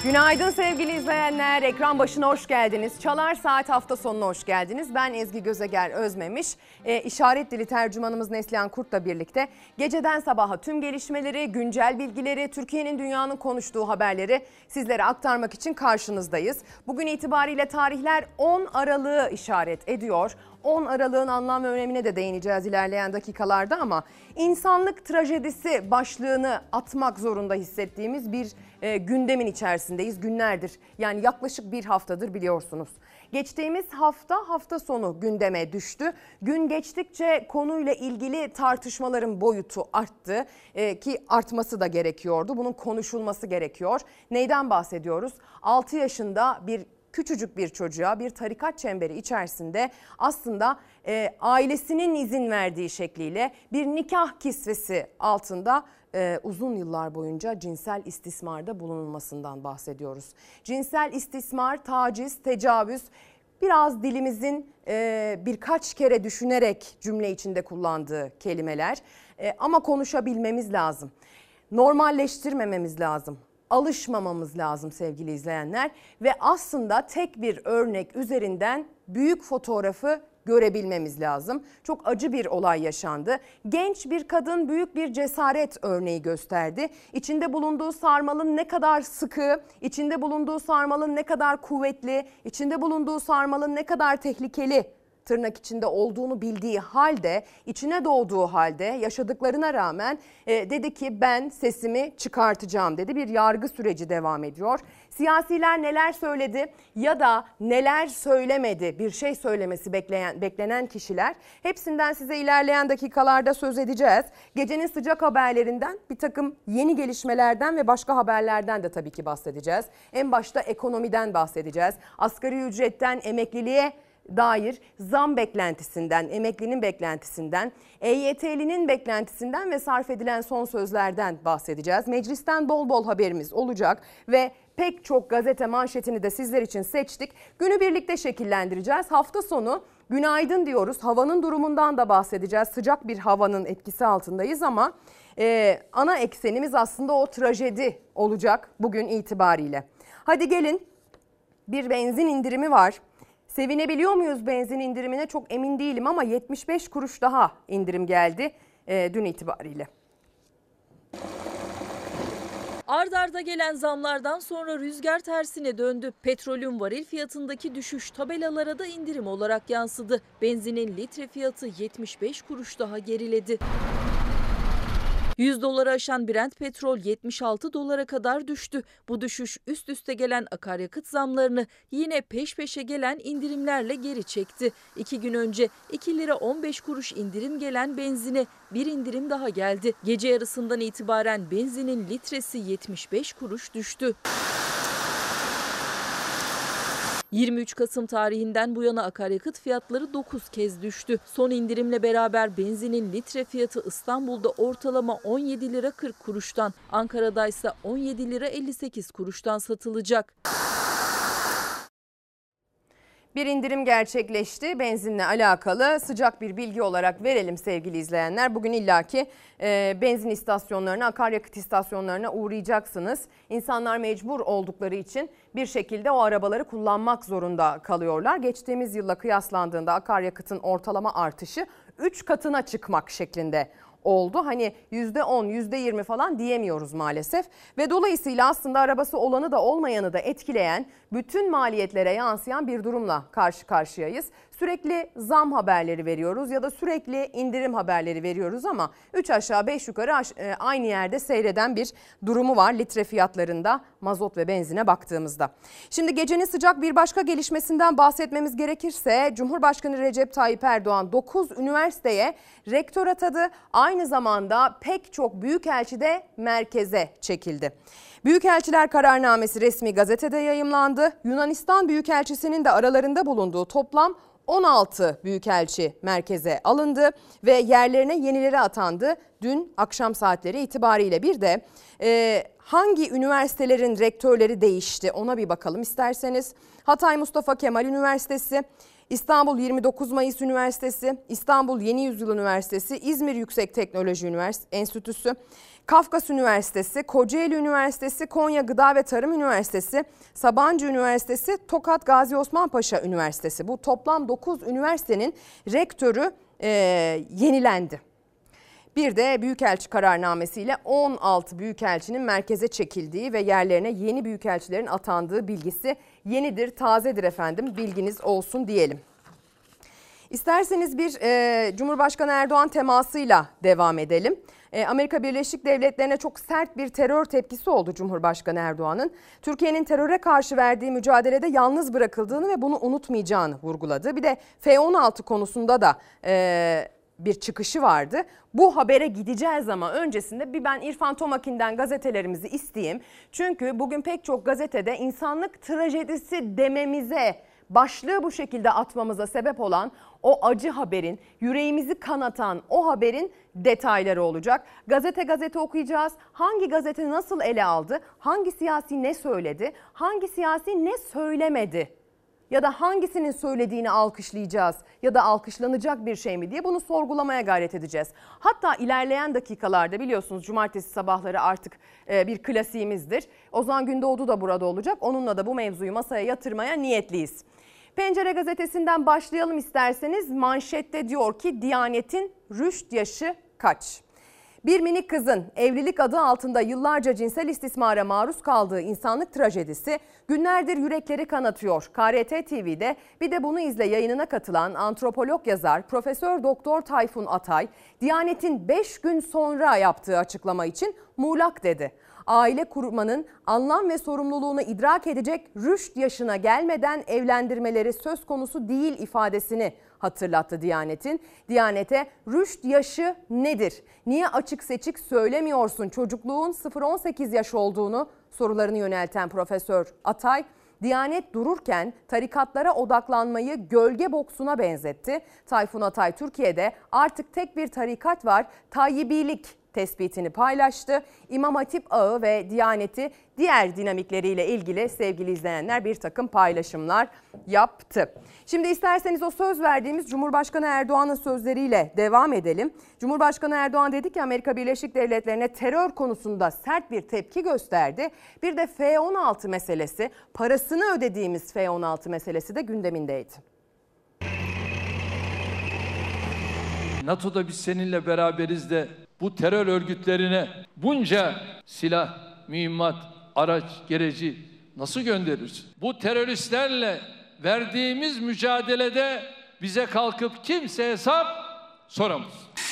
Günaydın sevgili izleyenler. Ekran başına hoş geldiniz. Çalar Saat hafta sonuna hoş geldiniz. Ben Ezgi Gözeger Özmemiş. İşaret dili tercümanımız Neslihan Kurt'la birlikte geceden sabaha tüm gelişmeleri, güncel bilgileri, Türkiye'nin dünyanın konuştuğu haberleri sizlere aktarmak için karşınızdayız. Bugün itibariyle tarihler 10 Aralık'ı işaret ediyor. 10 Aralık'ın anlam ve önemine de değineceğiz ilerleyen dakikalarda ama insanlık trajedisi başlığını atmak zorunda hissettiğimiz bir gündemin içerisindeyiz günlerdir. Yani yaklaşık bir haftadır biliyorsunuz. Geçtiğimiz hafta sonu gündeme düştü. Gün geçtikçe konuyla ilgili tartışmaların boyutu arttı ki artması da gerekiyordu. Bunun konuşulması gerekiyor. Neyden bahsediyoruz? 6 yaşında küçücük bir çocuğa bir tarikat çemberi içerisinde aslında ailesinin izin verdiği şekliyle bir nikah kisvesi altında uzun yıllar boyunca cinsel istismarda bulunulmasından bahsediyoruz. Cinsel istismar, taciz, tecavüz biraz dilimizin birkaç kere düşünerek cümle içinde kullandığı kelimeler ama konuşabilmemiz lazım. Normalleştirmememiz lazım. Alışmamamız lazım sevgili izleyenler ve aslında tek bir örnek üzerinden büyük fotoğrafı görebilmemiz lazım. Çok acı bir olay yaşandı. Genç bir kadın büyük bir cesaret örneği gösterdi. İçinde bulunduğu sarmalın ne kadar sıkı, içinde bulunduğu sarmalın ne kadar kuvvetli, içinde bulunduğu sarmalın ne kadar tehlikeli tırnak içinde olduğunu bildiği halde, içine doğduğu halde yaşadıklarına rağmen dedi ki ben sesimi çıkartacağım dedi. Bir yargı süreci devam ediyor. Siyasiler neler söyledi ya da neler söylemedi, bir şey söylemesi beklenen kişiler, hepsinden size ilerleyen dakikalarda söz edeceğiz. Gecenin sıcak haberlerinden, bir takım yeni gelişmelerden ve başka haberlerden de tabii ki bahsedeceğiz. En başta ekonomiden bahsedeceğiz. Asgari ücretten emekliliğe dair zam beklentisinden, emeklinin beklentisinden, EYT'linin beklentisinden ve sarf edilen son sözlerden bahsedeceğiz. Meclisten bol bol haberimiz olacak ve pek çok gazete manşetini de sizler için seçtik. Günü birlikte şekillendireceğiz. Hafta sonu günaydın diyoruz. Havanın durumundan da bahsedeceğiz. Sıcak bir havanın etkisi altındayız ama ana eksenimiz aslında o trajedi olacak bugün itibariyle. Hadi gelin, bir benzin indirimi var. Sevinebiliyor muyuz benzin indirimine çok emin değilim ama 75 kuruş daha indirim geldi dün itibariyle. Ard arda gelen zamlardan sonra rüzgar tersine döndü. Petrolün varil fiyatındaki düşüş tabelalara da indirim olarak yansıdı. Benzinin litre fiyatı 75 kuruş daha geriledi. 100 doları aşan Brent petrol 76 dolara kadar düştü. Bu düşüş üst üste gelen akaryakıt zamlarını yine peş peşe gelen indirimlerle geri çekti. 2 gün önce 2 lira 15 kuruş indirim gelen benzine bir indirim daha geldi. Gece yarısından itibaren benzinin litresi 75 kuruş düştü. 23 Kasım tarihinden bu yana akaryakıt fiyatları 9 kez düştü. Son indirimle beraber benzinin litre fiyatı İstanbul'da ortalama 17 lira 40 kuruştan, Ankara'da ise 17 lira 58 kuruştan satılacak. Bir indirim gerçekleşti. Benzinle alakalı sıcak bir bilgi olarak verelim sevgili izleyenler. Bugün illaki benzin istasyonlarına, akaryakıt istasyonlarına uğrayacaksınız. İnsanlar mecbur oldukları için bir şekilde o arabaları kullanmak zorunda kalıyorlar. Geçtiğimiz yılla kıyaslandığında akaryakıtın ortalama artışı 3 katına çıkmak şeklinde oldu. Hani %10, %20 falan diyemiyoruz maalesef. Ve dolayısıyla aslında arabası olanı da olmayanı da etkileyen, bütün maliyetlere yansıyan bir durumla karşı karşıyayız. Sürekli zam haberleri veriyoruz ya da sürekli indirim haberleri veriyoruz ama 3 aşağı 5 yukarı aynı yerde seyreden bir durumu var litre fiyatlarında mazot ve benzine baktığımızda. Şimdi gecenin sıcak bir başka gelişmesinden bahsetmemiz gerekirse Cumhurbaşkanı Recep Tayyip Erdoğan 9 üniversiteye rektör atadı. Aynı zamanda pek çok büyükelçi de merkeze çekildi. Büyükelçiler kararnamesi resmi gazetede yayımlandı. Yunanistan Büyükelçisi'nin de aralarında bulunduğu toplam 16 büyükelçi merkeze alındı ve yerlerine yenileri atandı dün akşam saatleri itibariyle. Bir de hangi üniversitelerin rektörleri değişti ona bir bakalım isterseniz. Hatay Mustafa Kemal Üniversitesi, İstanbul 29 Mayıs Üniversitesi, İstanbul Yeni Yüzyıl Üniversitesi, İzmir Yüksek Teknoloji Enstitüsü, Kafkas Üniversitesi, Kocaeli Üniversitesi, Konya Gıda ve Tarım Üniversitesi, Sabancı Üniversitesi, Tokat Gazi Osman Paşa Üniversitesi. Bu toplam 9 üniversitenin rektörü yenilendi. Bir de Büyükelçi kararnamesiyle 16 büyükelçinin merkeze çekildiği ve yerlerine yeni büyükelçilerin atandığı bilgisi yenidir, tazedir efendim, bilginiz olsun diyelim. İsterseniz bir Cumhurbaşkanı Erdoğan temasıyla devam edelim. Amerika Birleşik Devletleri'ne çok sert bir terör tepkisi oldu Cumhurbaşkanı Erdoğan'ın. Türkiye'nin teröre karşı verdiği mücadelede yalnız bırakıldığını ve bunu unutmayacağını vurguladı. Bir de F-16 konusunda da bir çıkışı vardı. Bu habere gideceğiz ama öncesinde bir ben İrfan Tomakin'den gazetelerimizi isteyeyim. Çünkü bugün pek çok gazetede insanlık trajedisi dememize, başlığı bu şekilde atmamıza sebep olan o acı haberin, yüreğimizi kanatan o haberin detayları olacak. Gazete okuyacağız. Hangi gazete nasıl ele aldı? Hangi siyasi ne söyledi? Hangi siyasi ne söylemedi? Ya da hangisinin söylediğini alkışlayacağız ya da alkışlanacak bir şey mi diye bunu sorgulamaya gayret edeceğiz. Hatta ilerleyen dakikalarda biliyorsunuz cumartesi sabahları artık bir klasiğimizdir. Ozan Gündoğdu da burada olacak. Onunla da bu mevzuyu masaya yatırmaya niyetliyiz. Pencere gazetesinden başlayalım isterseniz. Manşette diyor ki Diyanet'in rüşt yaşı kaç? Bir minik kızın evlilik adı altında yıllarca cinsel istismara maruz kaldığı insanlık trajedisi günlerdir yürekleri kanatıyor. KRT TV'de bir de bunu izle yayınına katılan antropolog yazar Profesör Doktor Tayfun Atay, Diyanet'in 5 gün sonra yaptığı açıklama için muğlak dedi. Aile kurmanın anlam ve sorumluluğunu idrak edecek rüşt yaşına gelmeden evlendirmeleri söz konusu değil ifadesini hatırlattı Diyanet'in. Diyanet'e rüşt yaşı nedir? Niye açık seçik söylemiyorsun çocukluğun 0-18 yaş olduğunu sorularını yönelten Profesör Atay, Diyanet dururken tarikatlara odaklanmayı gölge boksuna benzetti. Tayfun Atay Türkiye'de artık tek bir tarikat var, Tayyibilik tespitini paylaştı. İmam Hatip Ağı ve Diyanet'i diğer dinamikleriyle ilgili sevgili izleyenler bir takım paylaşımlar yaptı. Şimdi isterseniz o söz verdiğimiz Cumhurbaşkanı Erdoğan'ın sözleriyle devam edelim. Cumhurbaşkanı Erdoğan dedi ki Amerika Birleşik Devletleri'ne terör konusunda sert bir tepki gösterdi. Bir de F-16 meselesi, parasını ödediğimiz F-16 meselesi de gündemindeydi. NATO'da biz seninle beraberiz de bu terör örgütlerine bunca silah, mühimmat, araç, gereci nasıl gönderirsin? Bu teröristlerle verdiğimiz mücadelede bize kalkıp kimse hesap soramaz.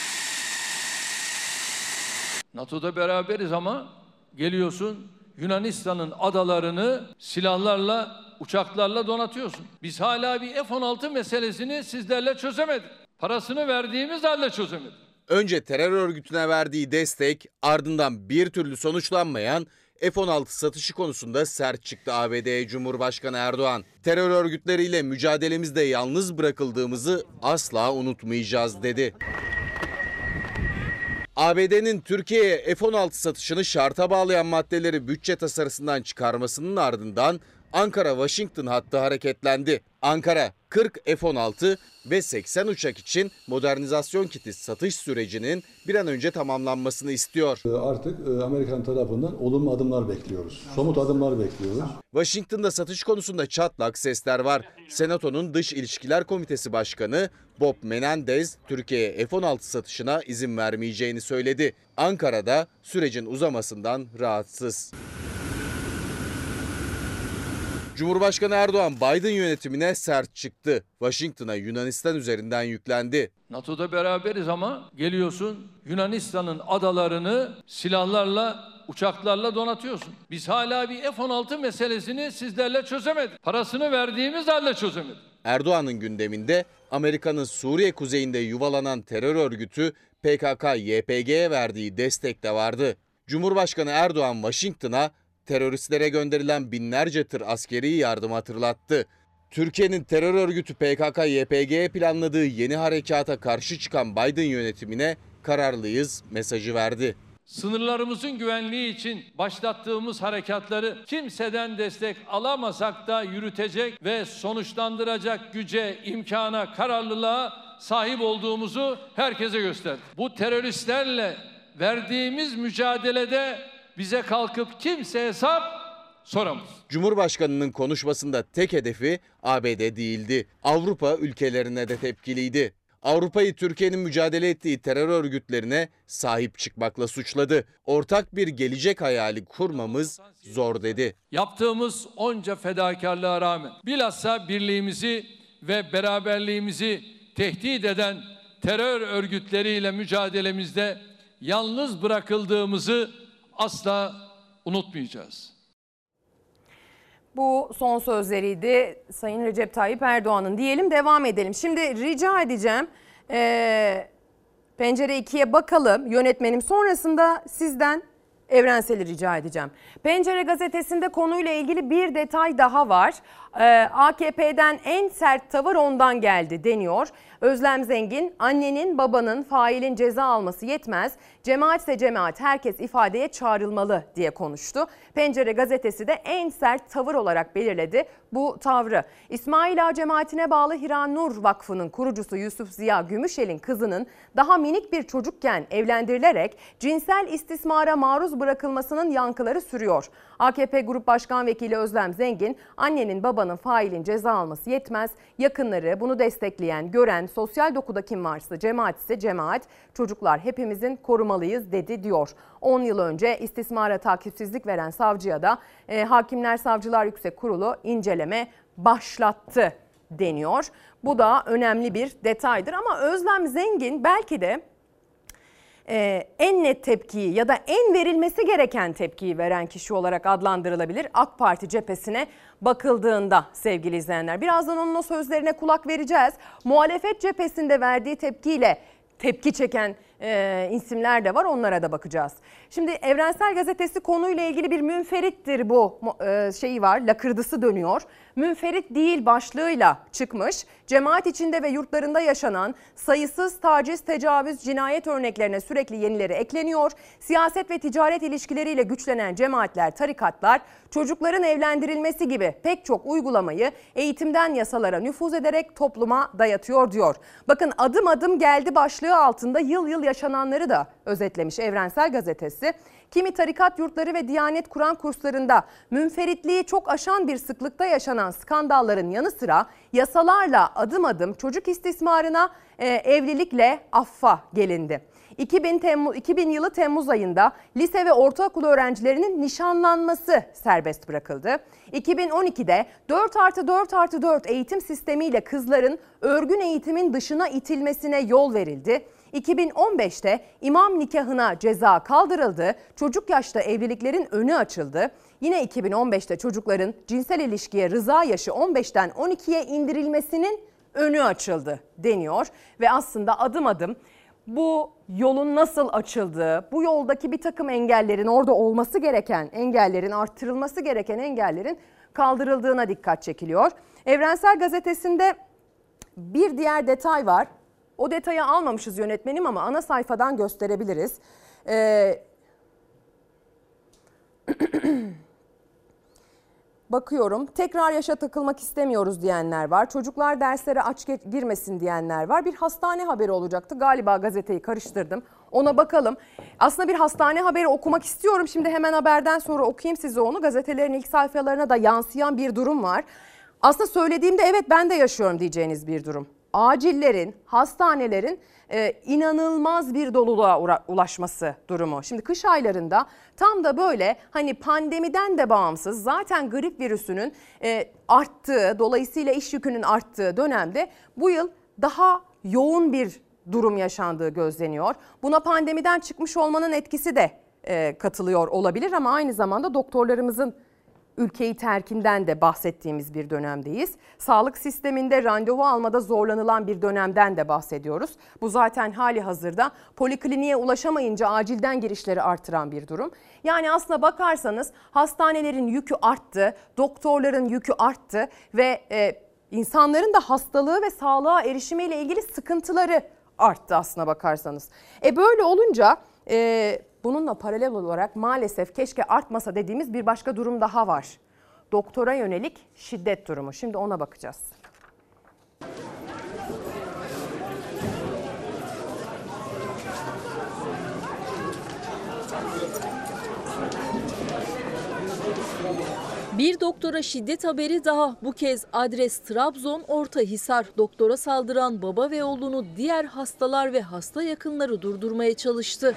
NATO'da beraberiz ama geliyorsun Yunanistan'ın adalarını silahlarla, uçaklarla donatıyorsun. Biz hala bir F-16 meselesini sizlerle çözemedik. Parasını verdiğimiz halde çözemedik. Önce terör örgütüne verdiği destek, ardından bir türlü sonuçlanmayan F-16 satışı konusunda sert çıktı ABD Cumhurbaşkanı Erdoğan. Terör örgütleriyle mücadelemizde yalnız bırakıldığımızı asla unutmayacağız dedi. ABD'nin Türkiye'ye F-16 satışını şarta bağlayan maddeleri bütçe tasarısından çıkarmasının ardından Ankara-Washington hattı hareketlendi. Ankara 40 F-16 ve 80 uçak için modernizasyon kiti satış sürecinin bir an önce tamamlanmasını istiyor. Artık Amerikan tarafından olumlu adımlar bekliyoruz. Somut adımlar bekliyoruz. Washington'da satış konusunda çatlak sesler var. Senato'nun Dış İlişkiler Komitesi Başkanı Bob Menendez, Türkiye'ye F-16 satışına izin vermeyeceğini söyledi. Ankara'da sürecin uzamasından rahatsız. Cumhurbaşkanı Erdoğan Biden yönetimine sert çıktı. Washington'a Yunanistan üzerinden yüklendi. NATO'da beraberiz ama geliyorsun Yunanistan'ın adalarını silahlarla, uçaklarla donatıyorsun. Biz hala bir F-16 meselesini sizlerle çözemedik. Parasını verdiğimiz halde çözemedik. Erdoğan'ın gündeminde Amerika'nın Suriye kuzeyinde yuvalanan terör örgütü PKK-YPG'ye verdiği destek de vardı. Cumhurbaşkanı Erdoğan Washington'a teröristlere gönderilen binlerce tır askeri yardım hatırlattı. Türkiye'nin terör örgütü PKK-YPG'ye planladığı yeni harekata karşı çıkan Biden yönetimine kararlıyız mesajı verdi. Sınırlarımızın güvenliği için başlattığımız harekatları kimseden destek alamasak da yürütecek ve sonuçlandıracak güce, imkana, kararlılığa sahip olduğumuzu herkese gösterdik. Bu teröristlerle verdiğimiz mücadelede bize kalkıp kimse hesap soramaz. Cumhurbaşkanının konuşmasında tek hedefi ABD değildi. Avrupa ülkelerine de tepkiliydi. Avrupa'yı Türkiye'nin mücadele ettiği terör örgütlerine sahip çıkmakla suçladı. Ortak bir gelecek hayali kurmamız zor dedi. Yaptığımız onca fedakarlığa rağmen bilhassa birliğimizi ve beraberliğimizi tehdit eden terör örgütleriyle mücadelemizde yalnız bırakıldığımızı asla unutmayacağız. Bu son sözleriydi Sayın Recep Tayyip Erdoğan'ın. Diyelim, devam edelim. Şimdi rica edeceğim Pencere 2'ye bakalım yönetmenim. Sonrasında sizden Evrensel'i rica edeceğim. Pencere gazetesinde konuyla ilgili bir detay daha var. AKP'den en sert tavır ondan geldi deniyor. Özlem Zengin, annenin, babanın, failin ceza alması yetmez. Cemaatse cemaat, herkes ifadeye çağrılmalı diye konuştu. Pencere gazetesi de en sert tavır olarak belirledi bu tavrı. İsmail Ağa cemaatine bağlı Hiranur Vakfı'nın kurucusu Yusuf Ziya Gümüşel'in kızının daha minik bir çocukken evlendirilerek cinsel istismara maruz bırakılmasının yankıları sürüyor. AKP Grup Başkan Vekili Özlem Zengin, annenin, babanın, failin ceza alması yetmez. Yakınları, bunu destekleyen, gören, sosyal dokuda kim varsa, cemaat ise cemaat, çocuklar hepimizin korumalıyız dedi diyor. 10 yıl önce istismara takipsizlik veren savcıya da Hakimler Savcılar Yüksek Kurulu inceleme başlattı deniyor. Bu da önemli bir detaydır ama Özlem Zengin belki de en net tepkiyi ya da en verilmesi gereken tepkiyi veren kişi olarak adlandırılabilir AK Parti cephesine bakıldığında sevgili izleyenler. Birazdan onun o sözlerine kulak vereceğiz. Muhalefet cephesinde verdiği tepkiyle tepki çeken isimler de var, onlara da bakacağız. Şimdi Evrensel Gazetesi konuyla ilgili bir münferittir bu şeyi var, lakırdısı dönüyor. Münferit değil başlığıyla çıkmış. Cemaat içinde ve yurtlarında yaşanan sayısız taciz, tecavüz, cinayet örneklerine sürekli yenileri ekleniyor. Siyaset ve ticaret ilişkileriyle güçlenen cemaatler, tarikatlar çocukların evlendirilmesi gibi pek çok uygulamayı eğitimden yasalara nüfuz ederek topluma dayatıyor diyor. Bakın adım adım geldi başlığı altında yıl yıl yaşananları da özetlemiş Evrensel Gazetesi. Kimi tarikat yurtları ve Diyanet Kur'an kurslarında münferitliği çok aşan bir sıklıkta yaşanan skandalların yanı sıra yasalarla adım adım çocuk istismarına, evlilikle affa gelindi. 2000 yılı Temmuz ayında lise ve ortaokul öğrencilerinin nişanlanması serbest bırakıldı. 2012'de 4+4+4 eğitim sistemiyle kızların örgün eğitimin dışına itilmesine yol verildi. 2015'te imam nikahına ceza kaldırıldı, çocuk yaşta evliliklerin önü açıldı. Yine 2015'te çocukların cinsel ilişkiye rıza yaşı 15'ten 12'ye indirilmesinin önü açıldı deniyor. Ve aslında adım adım bu yolun nasıl açıldığı, bu yoldaki bir takım engellerin, orada olması gereken engellerin, arttırılması gereken engellerin kaldırıldığına dikkat çekiliyor. Evrensel Gazetesi'nde bir diğer detay var. O detayı almamışız yönetmenim ama ana sayfadan gösterebiliriz. Bakıyorum, tekrar yaşa takılmak istemiyoruz diyenler var. Çocuklar derslere aç girmesin diyenler var. Bir hastane haberi olacaktı. Galiba gazeteyi karıştırdım. Ona bakalım. Aslında bir hastane haberi okumak istiyorum. Şimdi hemen haberden sonra okuyayım size onu. Gazetelerin ilk sayfalarına da yansıyan bir durum var. Aslında söylediğimde evet ben de yaşıyorum diyeceğiniz bir durum. Acillerin, hastanelerin inanılmaz bir doluluğa ulaşması durumu. Şimdi kış aylarında tam da böyle hani pandemiden de bağımsız zaten grip virüsünün arttığı, dolayısıyla iş yükünün arttığı dönemde bu yıl daha yoğun bir durum yaşandığı gözleniyor. Buna pandemiden çıkmış olmanın etkisi de katılıyor olabilir ama aynı zamanda doktorlarımızın ülkeyi terkinden de bahsettiğimiz bir dönemdeyiz. Sağlık sisteminde randevu almada zorlanılan bir dönemden de bahsediyoruz. Bu zaten hali hazırda polikliniğe ulaşamayınca acilden girişleri artıran bir durum. Yani aslına bakarsanız hastanelerin yükü arttı, doktorların yükü arttı ve insanların da hastalığı ve sağlığa erişimiyle ilgili sıkıntıları arttı aslına bakarsanız. Böyle olunca bununla paralel olarak maalesef keşke artmasa dediğimiz bir başka durum daha var. Doktora yönelik şiddet durumu. Şimdi ona bakacağız. Bir doktora şiddet haberi daha. Bu kez adres Trabzon Ortahisar. Doktora saldıran baba ve oğlunu diğer hastalar ve hasta yakınları durdurmaya çalıştı.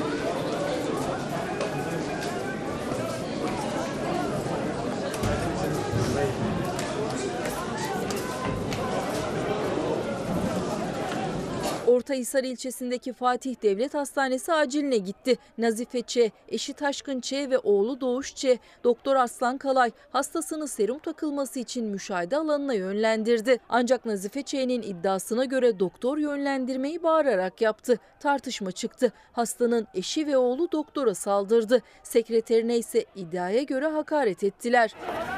Ortahisar ilçesindeki Fatih Devlet Hastanesi aciline gitti. Nazife Ç, eşi Taşkın Ç ve oğlu Doğuş Ç, Doktor Arslan Kalay hastasını serum takılması için müşahede alanına yönlendirdi. Ancak Nazife Ç'nin iddiasına göre doktor yönlendirmeyi bağırarak yaptı. Tartışma çıktı. Hastanın eşi ve oğlu doktora saldırdı. Sekreterine ise iddiaya göre hakaret ettiler.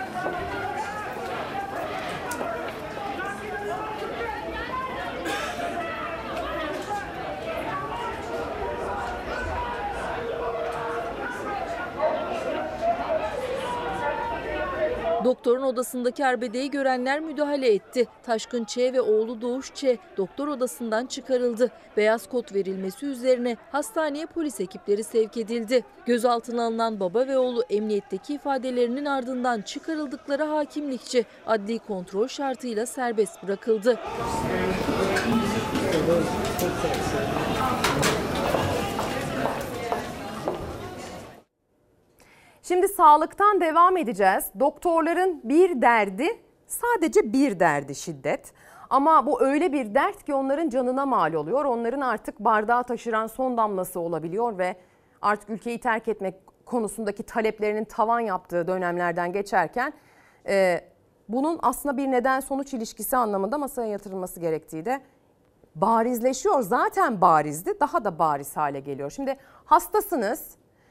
Doktorun odasındaki arbedeyi görenler müdahale etti. Taşkın Ç ve oğlu Doğuş Ç doktor odasından çıkarıldı. Beyaz kod verilmesi üzerine hastaneye polis ekipleri sevk edildi. Gözaltına alınan baba ve oğlu emniyetteki ifadelerinin ardından çıkarıldıkları hakimlikçe adli kontrol şartıyla serbest bırakıldı. Şimdi sağlıktan devam edeceğiz. Doktorların bir derdi, sadece bir derdi şiddet. Ama bu öyle bir dert ki onların canına mal oluyor. Onların artık bardağı taşıran son damlası olabiliyor ve artık ülkeyi terk etmek konusundaki taleplerinin tavan yaptığı dönemlerden geçerken bunun aslında bir neden sonuç ilişkisi anlamında masaya yatırılması gerektiği de barizleşiyor. Zaten barizdi, daha da bariz hale geliyor. Şimdi hastasınız.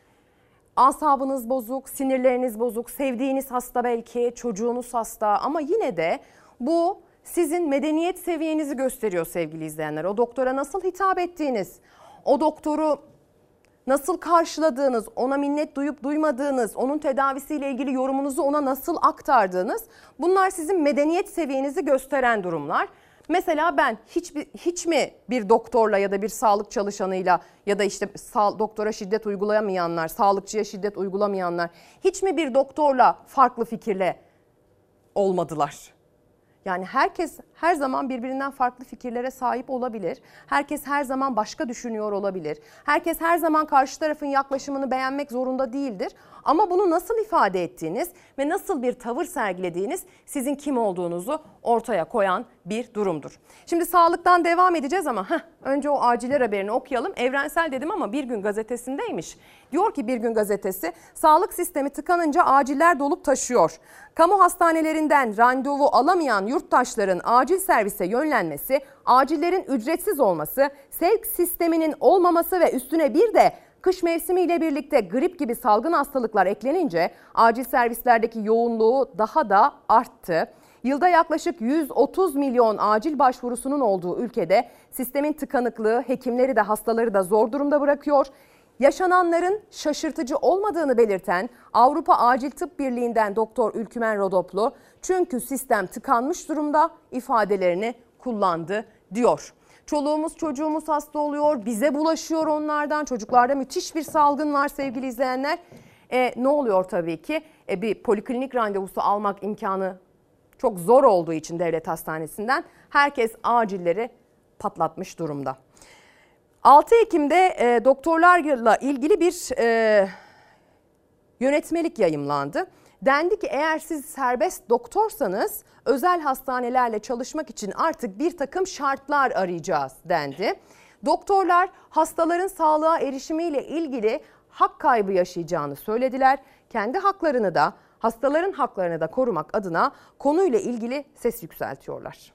Asabınız bozuk, sinirleriniz bozuk, sevdiğiniz hasta belki, çocuğunuz hasta ama yine de bu sizin medeniyet seviyenizi gösteriyor sevgili izleyenler. O doktora nasıl hitap ettiğiniz, o doktoru nasıl karşıladığınız, ona minnet duyup duymadığınız, onun tedavisiyle ilgili yorumunuzu ona nasıl aktardığınız, bunlar sizin medeniyet seviyenizi gösteren durumlar. Mesela ben hiç mi bir doktorla ya da bir sağlık çalışanıyla ya da işte doktora şiddet uygulamayanlar, sağlıkçıya şiddet uygulamayanlar hiç mi bir doktorla farklı fikirle olmadılar? Yani herkes her zaman birbirinden farklı fikirlere sahip olabilir. Herkes her zaman başka düşünüyor olabilir. Herkes her zaman karşı tarafın yaklaşımını beğenmek zorunda değildir. Ama bunu nasıl ifade ettiğiniz ve nasıl bir tavır sergilediğiniz sizin kim olduğunuzu ortaya koyan bir durumdur. Şimdi sağlıktan devam edeceğiz ama önce o aciler haberini okuyalım. Evrensel dedim ama Bir Gün Gazetesi'ndeymiş. Diyor ki Bir Gün Gazetesi, sağlık sistemi tıkanınca aciller dolup taşıyor. Kamu hastanelerinden randevu alamayan yurttaşların acil servise yönlenmesi, acillerin ücretsiz olması, sevk sisteminin olmaması ve üstüne bir de kış mevsimiyle birlikte grip gibi salgın hastalıklar eklenince acil servislerdeki yoğunluğu daha da arttı. Yılda yaklaşık 130 milyon acil başvurusunun olduğu ülkede sistemin tıkanıklığı hekimleri de hastaları da zor durumda bırakıyor. Yaşananların şaşırtıcı olmadığını belirten Avrupa Acil Tıp Birliği'nden Doktor Ülkümen Rodoplu, çünkü sistem tıkanmış durumda ifadelerini kullandı diyor. Çoluğumuz çocuğumuz hasta oluyor, bize bulaşıyor onlardan. Çocuklarda müthiş bir salgın var sevgili izleyenler. Ne oluyor tabii ki? Bir poliklinik randevusu almak imkanı çok zor olduğu için devlet hastanesinden herkes acilleri patlatmış durumda. 6 Ekim'de doktorlarla ilgili bir yönetmelik yayımlandı. Dendi ki eğer siz serbest doktorsanız özel hastanelerle çalışmak için artık bir takım şartlar arayacağız dendi. Doktorlar hastaların sağlığa erişimiyle ilgili hak kaybı yaşayacağını söylediler. Kendi haklarını da hastaların haklarını da korumak adına konuyla ilgili ses yükseltiyorlar.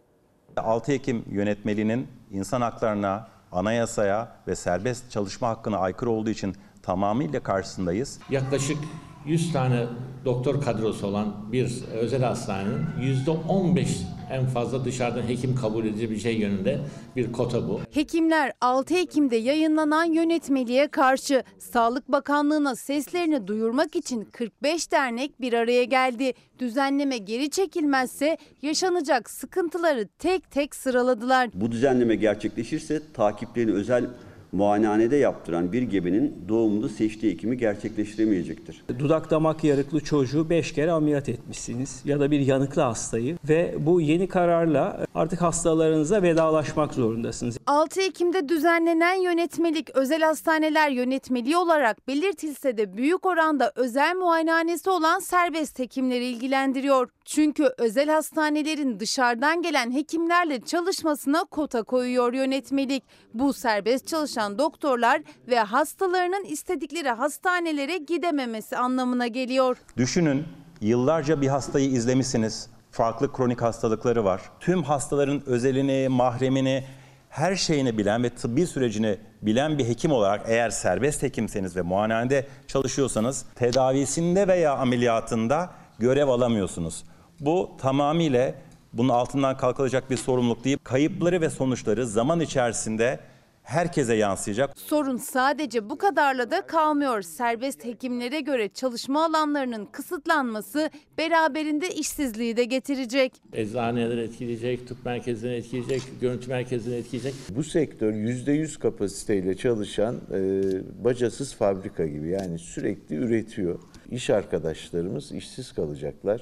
6 Ekim yönetmeliğinin insan haklarına, anayasaya ve serbest çalışma hakkına aykırı olduğu için tamamıyla karşısındayız. Yaklaşık 100 tane doktor kadrosu olan bir özel hastanenin %15 en fazla dışarıdan hekim kabul edebileceği yönünde bir kota bu. Hekimler 6 Ekim'de yayınlanan yönetmeliğe karşı Sağlık Bakanlığı'na seslerini duyurmak için 45 dernek bir araya geldi. Düzenleme geri çekilmezse yaşanacak sıkıntıları tek tek sıraladılar. Bu düzenleme gerçekleşirse takiplerini özel muayenehanede yaptıran bir gebenin doğumunda seçtiği hekimi gerçekleştiremeyecektir. Dudak damak yarıklı çocuğu 5 kere ameliyat etmişsiniz ya da bir yanıklı hastayı ve bu yeni kararla artık hastalarınıza vedalaşmak zorundasınız. 6 Ekim'de düzenlenen yönetmelik özel hastaneler yönetmeliği olarak belirtilse de büyük oranda özel muayenehanesi olan serbest hekimleri ilgilendiriyor. Çünkü özel hastanelerin dışarıdan gelen hekimlerle çalışmasına kota koyuyor yönetmelik. Bu serbest çalışan doktorlar ve hastalarının istedikleri hastanelere gidememesi anlamına geliyor. Düşünün, yıllarca bir hastayı izlemişsiniz. Farklı kronik hastalıkları var. Tüm hastaların özelini, mahremini, her şeyini bilen ve tıbbi sürecini bilen bir hekim olarak eğer serbest hekimseniz ve muayenehanede çalışıyorsanız tedavisinde veya ameliyatında görev alamıyorsunuz. Bu tamamıyla bunun altından kalkılacak bir sorumluluk değil. Kayıpları ve sonuçları zaman içerisinde herkese yansıyacak. Sorun sadece bu kadarla da kalmıyor. Serbest hekimlere göre çalışma alanlarının kısıtlanması beraberinde işsizliği de getirecek. Eczaneleri etkileyecek, tıp merkezlerini etkileyecek, görüntü merkezlerini etkileyecek. Bu sektör %100 kapasiteyle çalışan bacasız fabrika gibi, yani sürekli üretiyor. İş arkadaşlarımız işsiz kalacaklar.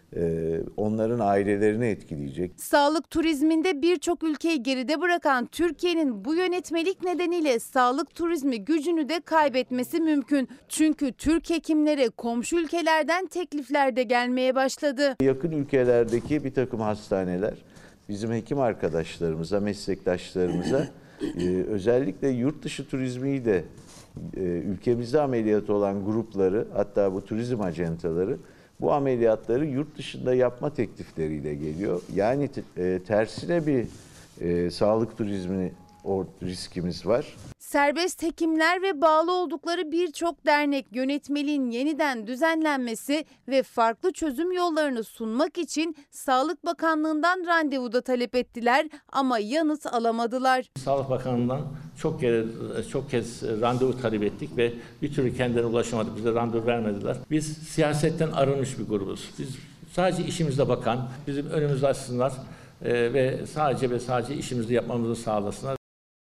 Onların ailelerini etkileyecek. Sağlık turizminde birçok ülkeyi geride bırakan Türkiye'nin bu yönetmelik nedeniyle sağlık turizmi gücünü de kaybetmesi mümkün. Çünkü Türk hekimlere komşu ülkelerden teklifler de gelmeye başladı. Yakın ülkelerdeki bir takım hastaneler bizim hekim arkadaşlarımıza, meslektaşlarımıza özellikle yurt dışı turizmiyi de ülkemizde ameliyatı olan grupları, hatta bu turizm acentaları bu ameliyatları yurt dışında yapma teklifleriyle geliyor. Yani tersine bir sağlık turizmi riskimiz var. Serbest hekimler ve bağlı oldukları birçok dernek yönetmeliğin yeniden düzenlenmesi ve farklı çözüm yollarını sunmak için Sağlık Bakanlığı'ndan randevu da talep ettiler ama yanıt alamadılar. Sağlık Bakanlığı'ndan çok kez randevu talep ettik ve bir türlü kendilerine ulaşamadık. Bize randevu vermediler. Biz siyasetten arınmış bir grubuz. Biz sadece işimize bakan, bizim önümüzü açsınlar ve sadece işimizi yapmamızı sağlasınlar.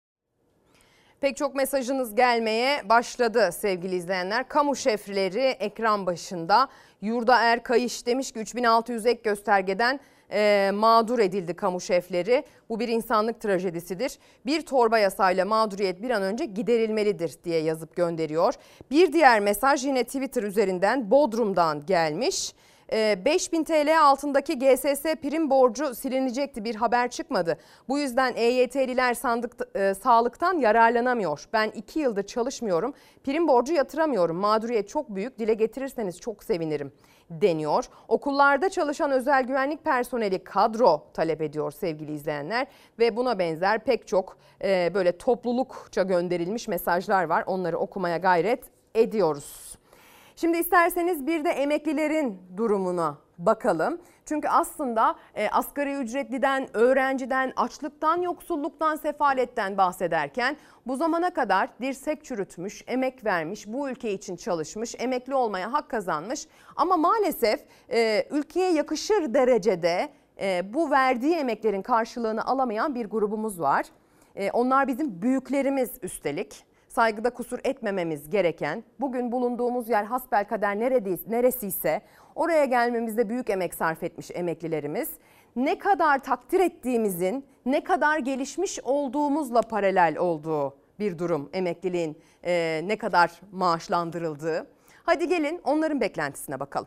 Pek çok mesajınız gelmeye başladı sevgili izleyenler. Kamu şefleri ekran başında. Yurda Er Kayış demiş ki 3600 ek göstergeden mağdur edildi kamu şefleri. Bu bir insanlık trajedisidir. Bir torba yasayla mağduriyet bir an önce giderilmelidir diye yazıp gönderiyor. Bir diğer mesaj yine Twitter üzerinden Bodrum'dan gelmiş. 5.000 TL altındaki GSS prim borcu silinecekti, bir haber çıkmadı. Bu yüzden EYT'liler sağlıktan yararlanamıyor. Ben 2 yıldır çalışmıyorum, prim borcu yatıramıyorum. Mağduriyet çok büyük, dile getirirseniz çok sevinirim deniyor. Okullarda çalışan özel güvenlik personeli kadro talep ediyor sevgili izleyenler. Ve buna benzer pek çok böyle toplulukça gönderilmiş mesajlar var. Onları okumaya gayret ediyoruz. Şimdi isterseniz bir de emeklilerin durumuna bakalım. Çünkü aslında asgari ücretliden, öğrenciden, açlıktan, yoksulluktan, sefaletten bahsederken bu zamana kadar dirsek çürütmüş, emek vermiş, bu ülke için çalışmış, emekli olmaya hak kazanmış. Ama maalesef ülkeye yakışır derecede bu verdiği emeklerin karşılığını alamayan bir grubumuz var. Onlar bizim büyüklerimiz üstelik. Saygıda kusur etmememiz gereken, bugün bulunduğumuz yer hasbelkader neresiyse oraya gelmemizde büyük emek sarf etmiş emeklilerimiz. Ne kadar takdir ettiğimizin, ne kadar gelişmiş olduğumuzla paralel olduğu bir durum emekliliğin ne kadar maaşlandırıldığı. Hadi gelin onların beklentisine bakalım.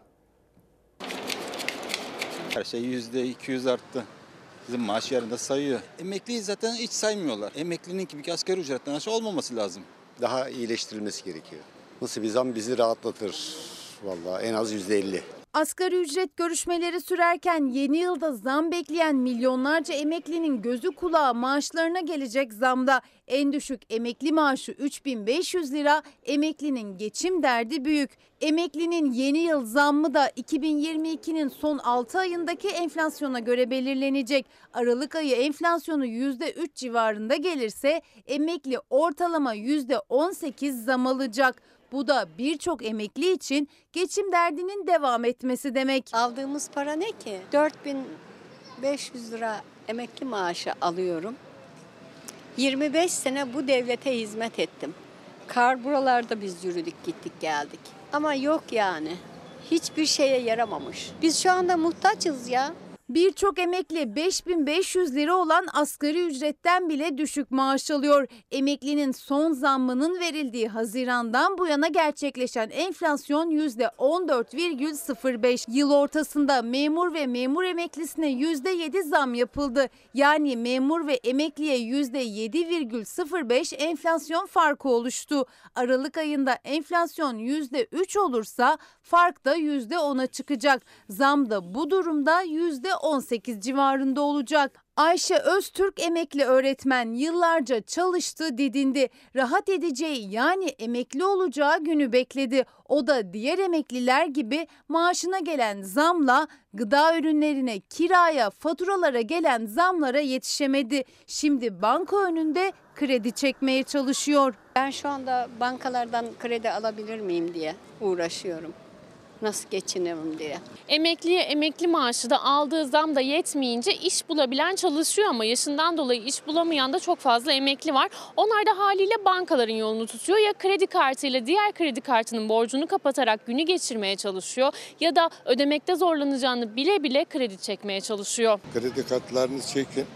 Her şey %200 arttı. Bizim maaş yerinde sayıyor. Emekliyi zaten hiç saymıyorlar. Emeklinin gibi asgari ücretten aşağı olmaması lazım. Daha iyileştirilmesi gerekiyor. Nasıl bir zam bizi rahatlatır? Vallahi en az %50. Asgari ücret görüşmeleri sürerken yeni yılda zam bekleyen milyonlarca emeklinin gözü kulağı maaşlarına gelecek zamda. En düşük emekli maaşı 3.500 lira, emeklinin geçim derdi büyük. Emeklinin yeni yıl zammı da 2022'nin son 6 ayındaki enflasyona göre belirlenecek. Aralık ayı enflasyonu %3 civarında gelirse emekli ortalama %18 zam alacak. Bu da birçok emekli için geçim derdinin devam etmesi demek. Aldığımız para ne ki? 4.500 lira emekli maaşı alıyorum. 25 sene bu devlete hizmet ettim. Kar buralarda biz yürüdük gittik geldik. Ama yok yani. Hiçbir şeye yaramamış. Biz şu anda muhtaçız ya. Birçok emekli 5.500 lira olan asgari ücretten bile düşük maaş alıyor. Emeklinin son zammının verildiği Haziran'dan bu yana gerçekleşen enflasyon %14,05. Yıl ortasında memur ve memur emeklisine %7 zam yapıldı. Yani memur ve emekliye %7,05 enflasyon farkı oluştu. Aralık ayında enflasyon %3 olursa fark da %10'a çıkacak. Zam da bu durumda %18 civarında olacak. Ayşe Öztürk emekli öğretmen, yıllarca çalıştı, didindi. Rahat edeceği yani emekli olacağı günü bekledi. O da diğer emekliler gibi maaşına gelen zamla gıda ürünlerine, kiraya, faturalara gelen zamlara yetişemedi. Şimdi banka önünde kredi çekmeye çalışıyor. Ben şu anda bankalardan kredi alabilir miyim diye uğraşıyorum. Nasıl geçinirim diye. Emekliye emekli maaşı da aldığı zam da yetmeyince iş bulabilen çalışıyor ama yaşından dolayı iş bulamayan da çok fazla emekli var. Onlar da haliyle bankaların yolunu tutuyor. Ya kredi kartıyla diğer kredi kartının borcunu kapatarak günü geçirmeye çalışıyor ya da ödemekte zorlanacağını bile bile kredi çekmeye çalışıyor. Kredi kartlarını çekin.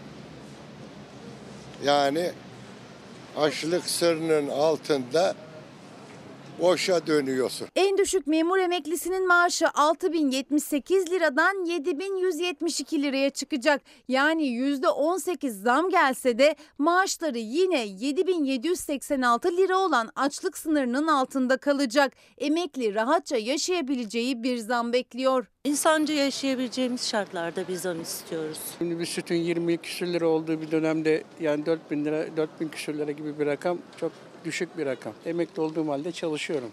Yani açlık sınırının altında boşa dönüyorsun. En düşük memur emeklisinin maaşı 6.078 liradan 7.172 liraya çıkacak. Yani %18 zam gelse de maaşları yine 7.786 lira olan açlık sınırının altında kalacak. Emekli rahatça yaşayabileceği bir zam bekliyor. İnsanca yaşayabileceğimiz şartlarda bir zam istiyoruz. Şimdi bir sütün 20 küsür lira olduğu bir dönemde yani 4.000 lira, 4.000 küsür lira gibi bir rakam çok düşük bir rakam. Emekli olduğum halde çalışıyorum.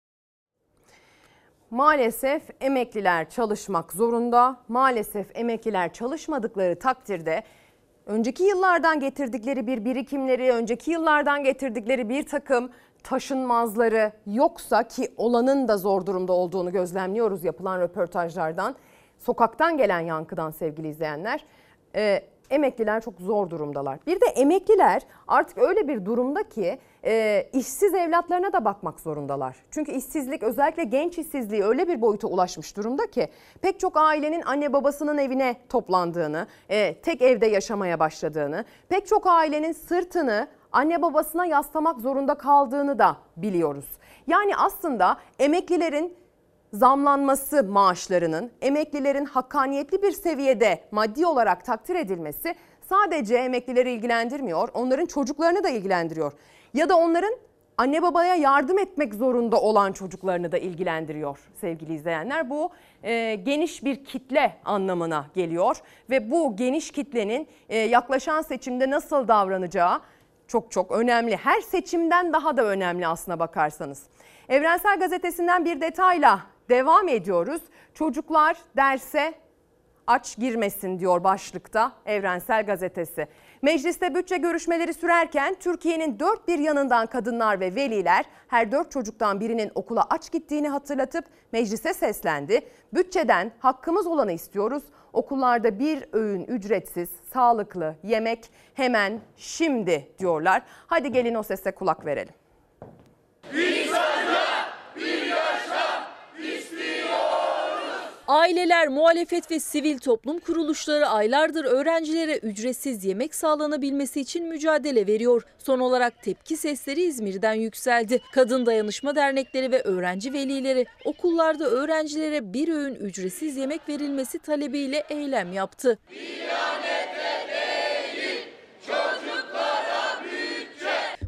Maalesef emekliler çalışmak zorunda. Maalesef emekliler çalışmadıkları takdirde önceki yıllardan getirdikleri bir birikimleri, önceki yıllardan getirdikleri bir takım taşınmazları yoksa, ki olanın da zor durumda olduğunu gözlemliyoruz yapılan röportajlardan, sokaktan gelen yankıdan sevgili izleyenler. Emekliler çok zor durumdalar. Bir de emekliler artık öyle bir durumda ki işsiz evlatlarına da bakmak zorundalar. Çünkü işsizlik, özellikle genç işsizliği öyle bir boyuta ulaşmış durumda ki pek çok ailenin anne babasının evine toplandığını, tek evde yaşamaya başladığını, pek çok ailenin sırtını anne babasına yaslamak zorunda kaldığını da biliyoruz. Yani aslında emeklilerin zamlanması maaşlarının, emeklilerin hakkaniyetli bir seviyede maddi olarak takdir edilmesi sadece emeklileri ilgilendirmiyor, onların çocuklarını da ilgilendiriyor. Ya da onların anne babaya yardım etmek zorunda olan çocuklarını da ilgilendiriyor sevgili izleyenler. Bu geniş bir kitle anlamına geliyor ve bu geniş kitlenin yaklaşan seçimde nasıl davranacağı çok çok önemli. Her seçimden daha da önemli aslına bakarsanız. Evrensel Gazetesi'nden bir detayla devam ediyoruz. Çocuklar derse aç girmesin diyor başlıkta Evrensel Gazetesi. Mecliste bütçe görüşmeleri sürerken Türkiye'nin dört bir yanından kadınlar ve veliler her 4 çocuktan birinin okula aç gittiğini hatırlatıp meclise seslendi. Bütçeden hakkımız olanı istiyoruz. Okullarda bir öğün ücretsiz, sağlıklı yemek hemen şimdi diyorlar. Hadi gelin o sese kulak verelim. Aileler, muhalefet ve sivil toplum kuruluşları aylardır öğrencilere ücretsiz yemek sağlanabilmesi için mücadele veriyor. Son olarak tepki sesleri İzmir'den yükseldi. Kadın dayanışma dernekleri ve öğrenci velileri okullarda öğrencilere bir öğün ücretsiz yemek verilmesi talebiyle eylem yaptı.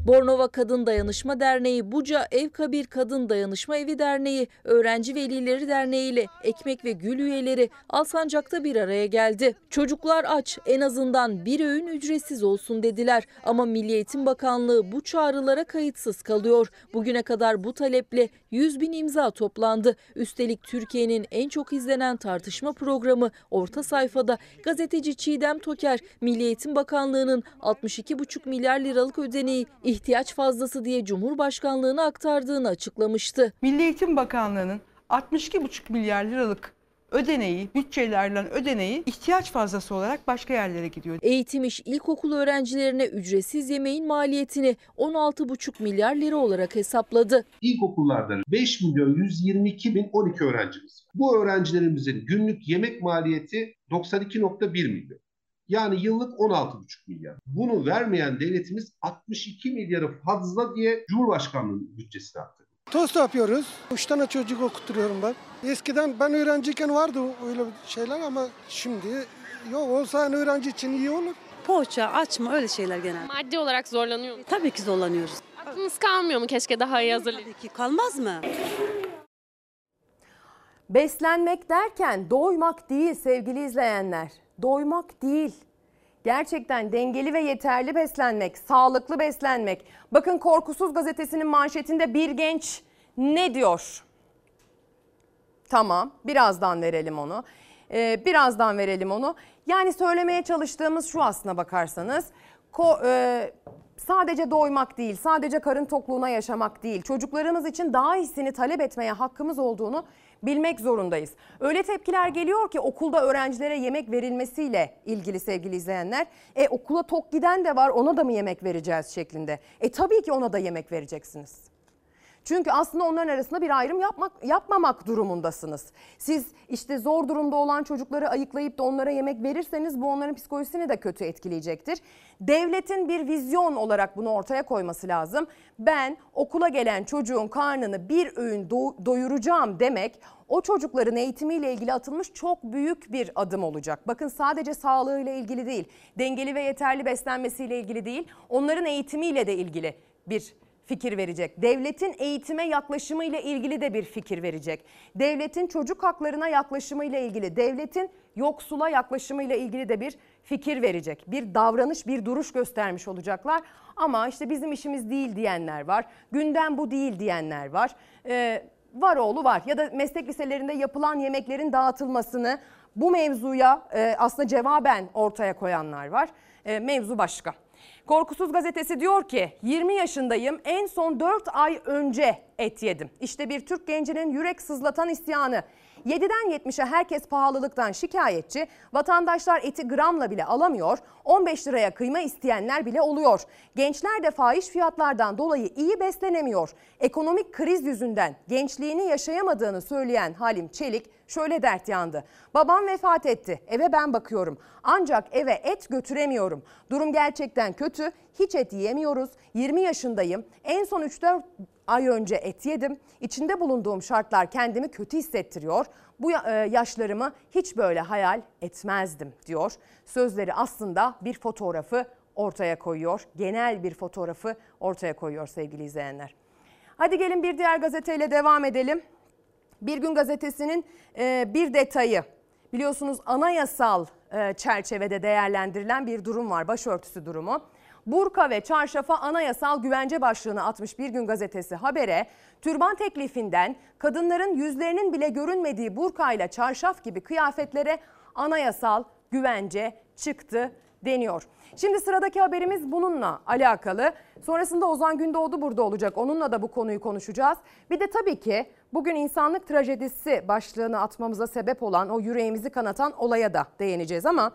Bornova Kadın Dayanışma Derneği, Buca Evkabir Kadın Dayanışma Evi Derneği, Öğrenci Velileri Derneği ile Ekmek ve Gül üyeleri Alsancak'ta bir araya geldi. Çocuklar aç, en azından bir öğün ücretsiz olsun dediler. Ama Milli Eğitim Bakanlığı bu çağrılara kayıtsız kalıyor. Bugüne kadar bu taleple 100.000 imza toplandı. Üstelik Türkiye'nin en çok izlenen tartışma programı Orta Sayfada gazeteci Çiğdem Toker, Milli Eğitim Bakanlığı'nın 62,5 milyar liralık ödeneği ihtiyaç fazlası diye Cumhurbaşkanlığı'na aktardığını açıklamıştı. Milli Eğitim Bakanlığı'nın 62,5 milyar liralık ödeneği, bütçelerden ödeneği ihtiyaç fazlası olarak başka yerlere gidiyor. Eğitim İş ilkokul öğrencilerine ücretsiz yemeğin maliyetini 16,5 milyar lira olarak hesapladı. İlkokullarda 5.122.012 öğrencimiz. Bu öğrencilerimizin günlük yemek maliyeti 92,1 milyon. Yani yıllık 16,5 milyar. Bunu vermeyen devletimiz 62 milyarı fazla diye Cumhurbaşkanlığı'nın bütçesine attı. Tost yapıyoruz. 3 tane çocuk okutturuyorum ben. Eskiden ben öğrenciyken vardı öyle şeyler ama şimdi yok, olsa yani öğrenci için iyi olur. Poğaça, açma öyle şeyler genelde. Maddi olarak zorlanıyor musunuz? Tabii ki zorlanıyoruz. Aklınız kalmıyor mu keşke daha iyi hazırlayın? Tabii ki kalmaz mı? Beslenmek derken doymak değil sevgili izleyenler. Doymak değil. Gerçekten dengeli ve yeterli beslenmek, sağlıklı beslenmek. Bakın Korkusuz Gazetesi'nin manşetinde bir genç ne diyor? Tamam, birazdan verelim onu. Birazdan verelim onu. Yani söylemeye çalıştığımız şu aslına bakarsanız. Sadece doymak değil, sadece karın tokluğuna yaşamak değil. Çocuklarımız için daha iyisini talep etmeye hakkımız olduğunu bilmek zorundayız. Öyle tepkiler geliyor ki okulda öğrencilere yemek verilmesiyle ilgili sevgili izleyenler. Okula tok giden de var, ona da mı yemek vereceğiz şeklinde. Tabii ki ona da yemek vereceksiniz. Çünkü aslında onların arasında bir ayrım yapmamak durumundasınız. Siz işte zor durumda olan çocukları ayıklayıp da onlara yemek verirseniz bu onların psikolojisini de kötü etkileyecektir. Devletin bir vizyon olarak bunu ortaya koyması lazım. Ben okula gelen çocuğun karnını bir öğün doyuracağım demek o çocukların eğitimiyle ilgili atılmış çok büyük bir adım olacak. Bakın sadece sağlığıyla ilgili değil, dengeli ve yeterli beslenmesiyle ilgili değil, onların eğitimiyle de ilgili bir fikir verecek. Devletin eğitime yaklaşımıyla ilgili de bir fikir verecek. Devletin çocuk haklarına yaklaşımıyla ilgili, devletin yoksula yaklaşımıyla ilgili de bir fikir verecek. Bir davranış, bir duruş göstermiş olacaklar. Ama işte bizim işimiz değil diyenler var. Gündem bu değil diyenler var. Var oğlu var. Ya da meslek liselerinde yapılan yemeklerin dağıtılmasını bu mevzuya aslında cevaben ortaya koyanlar var. Mevzu başka. Korkusuz Gazetesi diyor ki 20 yaşındayım, en son 4 ay önce et yedim. İşte bir Türk gencinin yürek sızlatan isyanı. 7'den 70'e herkes pahalılıktan şikayetçi. Vatandaşlar eti gramla bile alamıyor. 15 liraya kıyma isteyenler bile oluyor. Gençler de fahiş fiyatlardan dolayı iyi beslenemiyor. Ekonomik kriz yüzünden gençliğini yaşayamadığını söyleyen Halim Çelik şöyle dert yandı. Babam vefat etti. Eve ben bakıyorum. Ancak eve et götüremiyorum. Durum gerçekten kötü. Hiç et yiyemiyoruz. 20 yaşındayım. En son 3-4 ay önce et yedim. İçinde bulunduğum şartlar kendimi kötü hissettiriyor. Bu yaşlarımı hiç böyle hayal etmezdim diyor. Sözleri aslında bir fotoğrafı ortaya koyuyor. Genel bir fotoğrafı ortaya koyuyor sevgili izleyenler. Hadi gelin bir diğer gazeteyle devam edelim. Bir Gün Gazetesi'nin bir detayı. Biliyorsunuz anayasal çerçevede değerlendirilen bir durum var. Başörtüsü durumu. Burka ve çarşafa anayasal güvence başlığını atmış Bir Gün Gazetesi habere, türban teklifinden kadınların yüzlerinin bile görünmediği burkayla çarşaf gibi kıyafetlere anayasal güvence çıktı deniyor. Şimdi sıradaki haberimiz bununla alakalı. Sonrasında Ozan Gündoğdu burada olacak. Onunla da bu konuyu konuşacağız. Bir de tabii ki bugün insanlık trajedisi başlığını atmamıza sebep olan o yüreğimizi kanatan olaya da değineceğiz ama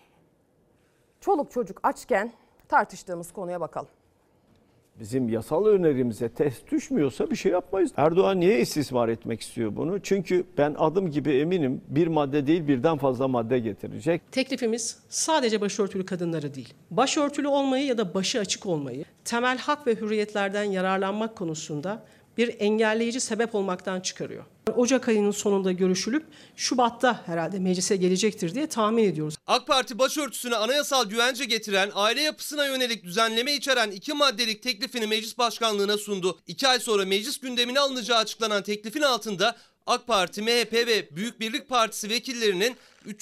çoluk çocuk açken tartıştığımız konuya bakalım. Bizim yasal önerimize test düşmüyorsa bir şey yapmayız. Erdoğan niye istismar etmek istiyor bunu? Çünkü ben adım gibi eminim bir madde değil birden fazla madde getirecek. Teklifimiz sadece başörtülü kadınları değil, başörtülü olmayı ya da başı açık olmayı, temel hak ve hürriyetlerden yararlanmak konusunda bir engelleyici sebep olmaktan çıkarıyor. Ocak ayının sonunda görüşülüp Şubat'ta herhalde meclise gelecektir diye tahmin ediyoruz. AK Parti başörtüsüne anayasal güvence getiren, aile yapısına yönelik düzenleme içeren 2 maddelik teklifini meclis başkanlığına sundu. 2 ay sonra meclis gündemine alınacağı açıklanan teklifin altında AK Parti, MHP ve Büyük Birlik Partisi vekillerinin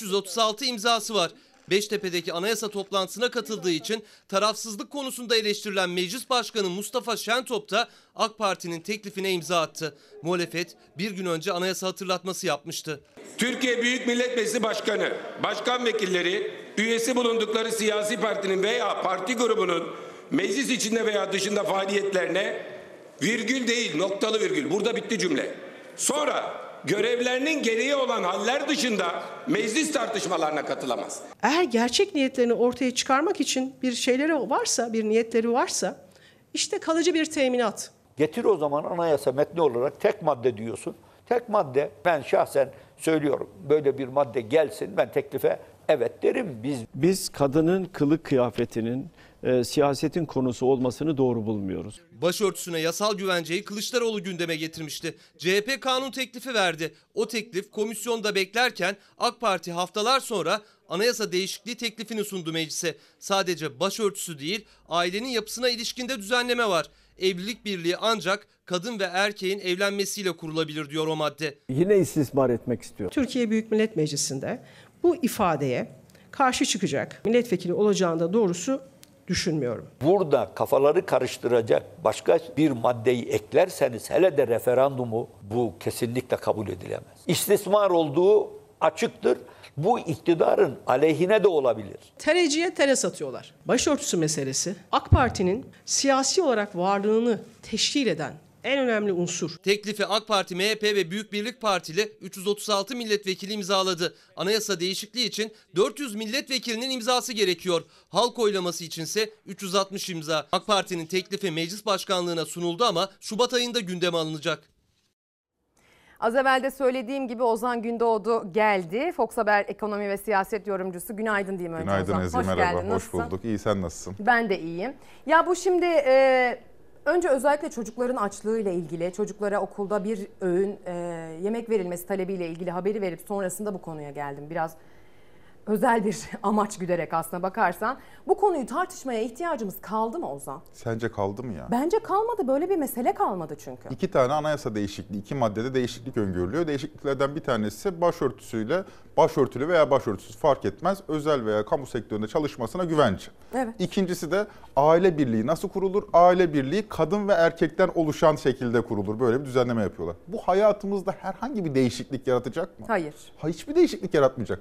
336 imzası var. Beştepe'deki anayasa toplantısına katıldığı için tarafsızlık konusunda eleştirilen Meclis Başkanı Mustafa Şentop da AK Parti'nin teklifine imza attı. Muhalefet bir gün önce anayasa hatırlatması yapmıştı. Türkiye Büyük Millet Meclisi Başkanı, başkan vekilleri, üyesi bulundukları siyasi partinin veya parti grubunun meclis içinde veya dışında faaliyetlerine virgül değil, noktalı virgül, burada bitti cümle. Sonra görevlerinin gereği olan haller dışında meclis tartışmalarına katılamaz. Eğer gerçek niyetlerini ortaya çıkarmak için bir şeyleri varsa, bir niyetleri varsa işte kalıcı bir teminat. Getir o zaman anayasa metni olarak tek madde diyorsun. Tek madde, ben şahsen söylüyorum, böyle bir madde gelsin, ben teklife evet derim. Biz kadının kılık kıyafetinin siyasetin konusu olmasını doğru bulmuyoruz. Başörtüsüne yasal güvenceyi Kılıçdaroğlu gündeme getirmişti. CHP kanun teklifi verdi. O teklif komisyonda beklerken AK Parti haftalar sonra anayasa değişikliği teklifini sundu meclise. Sadece başörtüsü değil, ailenin yapısına ilişkinde düzenleme var. Evlilik birliği ancak kadın ve erkeğin evlenmesiyle kurulabilir diyor o madde. Yine istismar etmek istiyor. Türkiye Büyük Millet Meclisi'nde bu ifadeye karşı çıkacak milletvekili olacağını da doğrusu düşünmüyorum. Burada kafaları karıştıracak başka bir maddeyi eklerseniz, hele de referandumu, bu kesinlikle kabul edilemez. İstismar olduğu açıktır. Bu iktidarın aleyhine de olabilir. Tereciye tere satıyorlar. Başörtüsü meselesi AK Parti'nin siyasi olarak varlığını teşkil eden en önemli unsur. Teklifi AK Parti, MHP ve Büyük Birlik Partili 336 milletvekili imzaladı. Anayasa değişikliği için 400 milletvekilinin imzası gerekiyor. Halk oylaması içinse 360 imza. AK Parti'nin teklifi meclis başkanlığına sunuldu ama Şubat ayında gündeme alınacak. Az evvel de söylediğim gibi Ozan Gündoğdu geldi. Fox Haber ekonomi ve siyaset yorumcusu. Günaydın diyeyim önce Günaydın Ozan. Ezgi, Hoş merhaba. geldin. Hoş bulduk. İyi, sen nasılsın? Ben de iyiyim. Ya bu şimdi önce özellikle çocukların açlığıyla ilgili, çocuklara okulda bir öğün yemek verilmesi talebiyle ilgili haberi verip sonrasında bu konuya geldim. Biraz özel bir amaç güderek aslına bakarsan. Bu konuyu tartışmaya ihtiyacımız kaldı mı Ozan? Sence kaldı mı ya? Bence kalmadı. Böyle bir mesele kalmadı çünkü. 2 tane anayasa değişikliği, 2 maddede değişiklik öngörülüyor. Değişikliklerden bir tanesi başörtüsüyle, başörtülü veya başörtüsüz fark etmez, özel veya kamu sektöründe çalışmasına güvence. Evet. İkincisi de aile birliği nasıl kurulur? Aile birliği kadın ve erkekten oluşan şekilde kurulur. Böyle bir düzenleme yapıyorlar. Bu hayatımızda herhangi bir değişiklik yaratacak mı? Hayır. Hiçbir değişiklik yaratmayacak.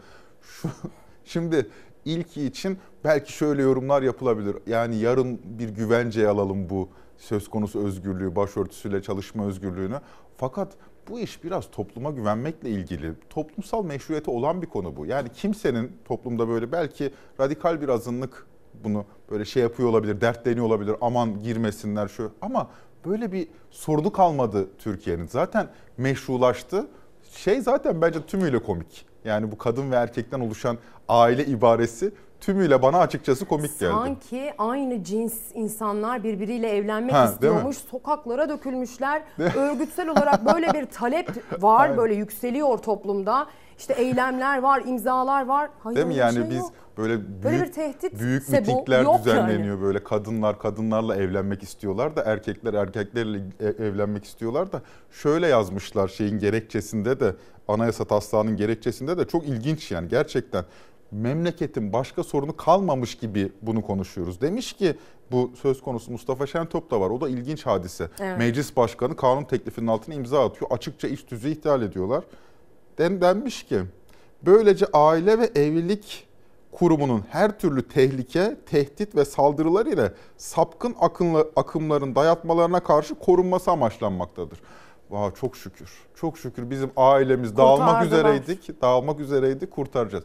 Şimdi ilki için belki şöyle yorumlar yapılabilir. Yani yarın bir güvenceye alalım bu söz konusu özgürlüğü, başörtüsüyle çalışma özgürlüğünü. Fakat bu iş biraz topluma güvenmekle ilgili, toplumsal meşruiyeti olan bir konu bu. Yani kimsenin toplumda böyle belki radikal bir azınlık bunu böyle şey yapıyor olabilir, dertleniyor olabilir, aman girmesinler şu. Ama böyle bir sorunu kalmadı Türkiye'nin. Zaten meşrulaştı. Zaten bence tümüyle komik. Yani bu kadın ve erkekten oluşan aile ibaresi tümüyle bana açıkçası komik geldi. Sanki aynı cins insanlar birbiriyle evlenmek istiyormuş, sokaklara dökülmüşler. Örgütsel olarak böyle bir talep var, böyle yükseliyor toplumda. İşte eylemler var, imzalar var. Hayır, değil mi? Yani biz yok. böyle bir tehdit büyük mitingler düzenleniyor yani. Böyle kadınlar kadınlarla evlenmek istiyorlar da erkekler erkeklerle evlenmek istiyorlar da şöyle yazmışlar şeyin gerekçesinde de, anayasa taslağının gerekçesinde de çok ilginç yani gerçekten. Memleketin başka sorunu kalmamış gibi bunu konuşuyoruz. Demiş ki bu söz konusu Mustafa Şentop da var. O da ilginç hadise. Evet. Meclis başkanı kanun teklifinin altına imza atıyor. Açıkça iç tüzüğü ihlal ediyorlar. Denmiş ki böylece aile ve evlilik kurumunun her türlü tehlike, tehdit ve saldırılar ile sapkın akımların dayatmalarına karşı korunması amaçlanmaktadır. Çok şükür. Çok şükür bizim ailemiz dağılmak üzereydik, kurtaracağız.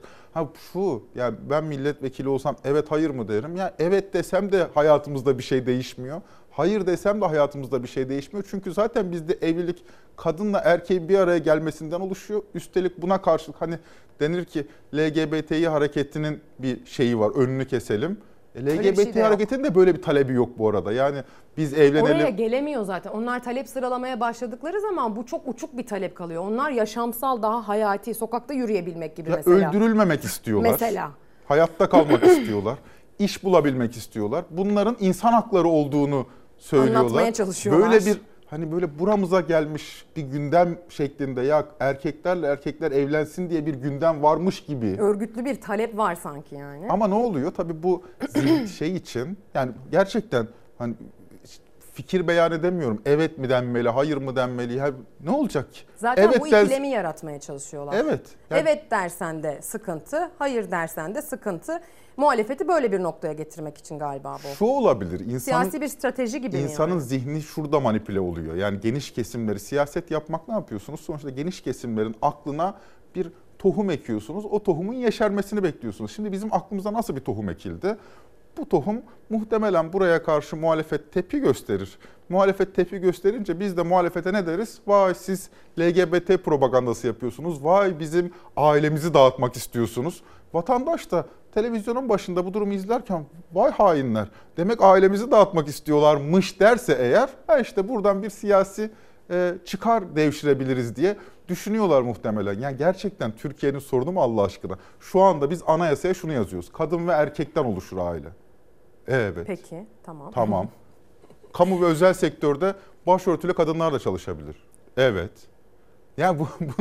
Yani ben milletvekili olsam evet hayır mı derim. Ya evet desem de hayatımızda bir şey değişmiyor. Hayır desem de hayatımızda bir şey değişmiyor. Çünkü zaten bizde evlilik kadınla erkeğin bir araya gelmesinden oluşuyor. Üstelik buna karşılık hani denir ki LGBTİ hareketinin bir şeyi var, önünü keselim. LGBT de hareketinin de böyle bir talebi yok bu arada. Yani biz evlenelim. Oraya gelemiyor zaten. Onlar talep sıralamaya başladıkları zaman bu çok uçuk bir talep kalıyor. Onlar yaşamsal, daha hayati, sokakta yürüyebilmek gibi mesela. Öldürülmemek istiyorlar. Mesela. Hayatta kalmak istiyorlar. İş bulabilmek istiyorlar. Bunların insan hakları olduğunu söylüyorlar. Anlatmaya çalışıyorlar. Böyle bir hani böyle buramıza gelmiş bir gündem şeklinde, ya erkeklerle erkekler evlensin diye bir gündem varmış gibi. Örgütlü bir talep var sanki yani. Ama ne oluyor? Tabii bu şey için, yani gerçekten hani fikir beyan edemiyorum. Evet mi denmeli, hayır mı denmeli? Ya ne olacak ki? Zaten evet bu ikilemi yaratmaya çalışıyorlar. Evet. Yani, evet dersen de sıkıntı, hayır dersen de sıkıntı. Muhalefeti böyle bir noktaya getirmek için galiba bu. Şu olabilir. Siyasi bir strateji gibi mi? İnsanın yani? zihni şurada manipüle oluyor. Yani geniş kesimleri, siyaset yapmak ne yapıyorsunuz? Sonuçta geniş kesimlerin aklına bir tohum ekiyorsunuz. O tohumun yeşermesini bekliyorsunuz. Şimdi bizim aklımıza nasıl bir tohum ekildi? Bu tohum muhtemelen buraya karşı muhalefet tepki gösterir. Muhalefet tepki gösterince biz de muhalefete ne deriz? Vay siz LGBT propagandası yapıyorsunuz. Vay bizim ailemizi dağıtmak istiyorsunuz. Vatandaş da televizyonun başında bu durumu izlerken vay hainler demek ailemizi dağıtmak istiyorlarmış derse eğer, işte buradan bir siyasi çıkar devşirebiliriz diye düşünüyorlar muhtemelen. Yani gerçekten Türkiye'nin sorunu mu Allah aşkına? Şu anda biz anayasaya şunu yazıyoruz. Kadın ve erkekten oluşur aile. Evet. Peki, tamam. Tamam. Kamu ve özel sektörde başörtülü kadınlar da çalışabilir. Evet. Yani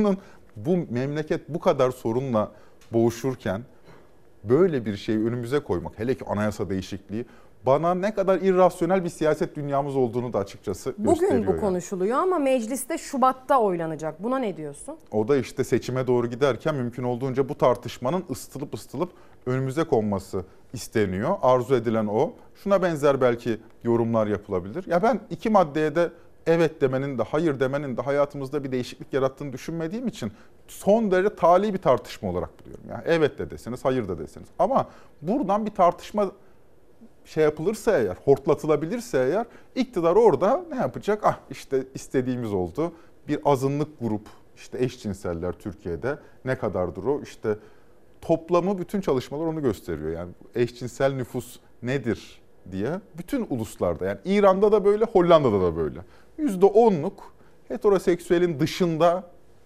bu memleket bu kadar sorunla boğuşurken böyle bir şeyi önümüze koymak, hele ki anayasa değişikliği, bana ne kadar irrasyonel bir siyaset dünyamız olduğunu da açıkçası gösteriyor. Bugün bu konuşuluyor ama mecliste Şubat'ta oylanacak. Buna ne diyorsun? O da işte seçime doğru giderken mümkün olduğunca bu tartışmanın ısıtılıp önümüze konması isteniyor. Arzu edilen o. Şuna benzer belki yorumlar yapılabilir. Ya ben iki maddeye de evet demenin de hayır demenin de hayatımızda bir değişiklik yarattığını düşünmediğim için son derece tali bir tartışma olarak buluyorum. Yani evet de deseniz, hayır da deseniz. Ama buradan bir tartışma yapılırsa eğer, hortlatılabilirse eğer, iktidar orada ne yapacak? İşte istediğimiz oldu. Bir azınlık grup, işte eşcinseller Türkiye'de ne kadardır o? İşte toplamı, bütün çalışmalar onu gösteriyor. Yani eşcinsel nüfus nedir diye bütün uluslarda, yani İran'da da böyle, Hollanda'da da böyle. %10'luk heteroseksüelin dışında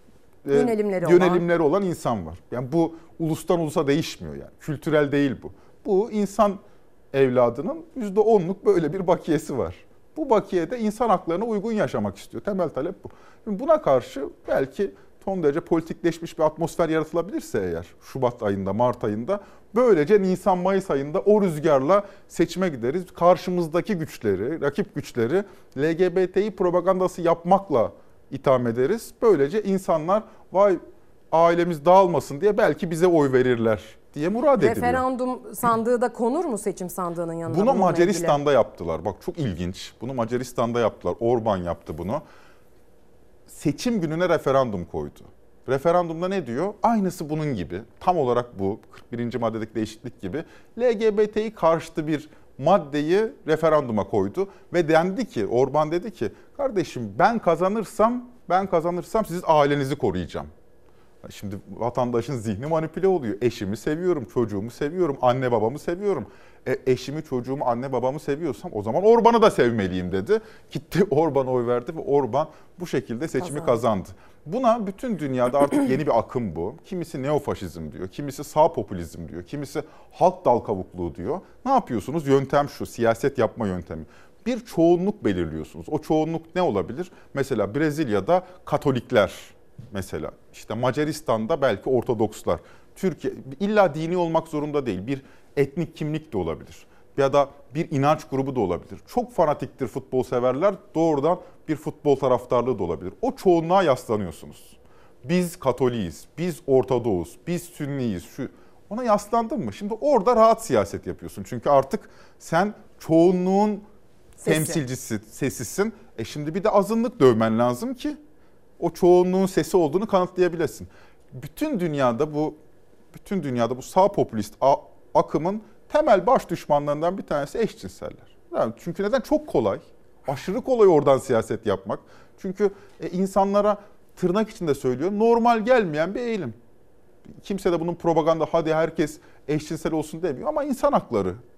yönelimleri olan insan var. Yani bu ulustan ulusa değişmiyor yani. Kültürel değil bu. Bu insan evladının %10'luk böyle bir bakiyesi var. Bu bakiyede insan haklarına uygun yaşamak istiyor. Temel talep bu. Buna karşı belki son derece politikleşmiş bir atmosfer yaratılabilirse eğer Şubat ayında, Mart ayında, böylece Nisan-Mayıs ayında o rüzgarla seçime gideriz. Karşımızdaki güçleri, rakip güçleri LGBTİ propagandası yapmakla itham ederiz. Böylece insanlar vay ailemiz dağılmasın diye belki bize oy verirler diye murad ediliyor. Referandum sandığı da konur mu seçim sandığının yanına? Bunu Macaristan'da yaptılar. Bak çok ilginç. Bunu Macaristan'da yaptılar. Orban yaptı bunu. Seçim gününe referandum koydu. Referandumda ne diyor? Aynısı bunun gibi. Tam olarak bu 41. maddedeki değişiklik gibi LGBT'yi karşıtı bir maddeyi referanduma koydu ve dendi ki, Orban dedi ki, kardeşim ben kazanırsam siz ailenizi koruyacağım. Şimdi vatandaşın zihni manipüle oluyor. Eşimi seviyorum, çocuğumu seviyorum, anne babamı seviyorum. Eşimi, çocuğumu, anne babamı seviyorsam o zaman Orban'ı da sevmeliyim dedi. Gitti Orban'a oy verdi ve Orban bu şekilde seçimi kazandı. Buna bütün dünyada artık yeni bir akım bu. Kimisi neofaşizm diyor, kimisi sağ popülizm diyor, kimisi halk dal kavukluğu diyor. Ne yapıyorsunuz? Yöntem şu, siyaset yapma yöntemi. Bir çoğunluk belirliyorsunuz. O çoğunluk ne olabilir? Mesela Brezilya'da Katolikler. Mesela işte Macaristan'da belki Ortodokslar. Türkiye illa dini olmak zorunda değil. Bir etnik kimlik de olabilir. Ya da bir inanç grubu da olabilir. Çok fanatiktir futbol severler. Doğrudan bir futbol taraftarlığı da olabilir. O çoğunluğa yaslanıyorsunuz. Biz Katoliyiz, biz Ortodoğuz, biz Sünniyiz. Ona yaslandın mı? Şimdi orada rahat siyaset yapıyorsun. Çünkü artık sen çoğunluğun temsilcisi, sesisin. Şimdi bir de azınlık dövmen lazım ki o çoğunluğun sesi olduğunu kanıtlayabilesin. Bütün dünyada bu sağ popülist akımın temel baş düşmanlarından bir tanesi eşcinseller. Yani çünkü neden? Çok kolay. Aşırı kolay oradan siyaset yapmak. Çünkü insanlara tırnak içinde söylüyor, normal gelmeyen bir eğilim. Kimse de bunun propaganda, hadi herkes eşcinsel olsun demiyor ama insan hakları.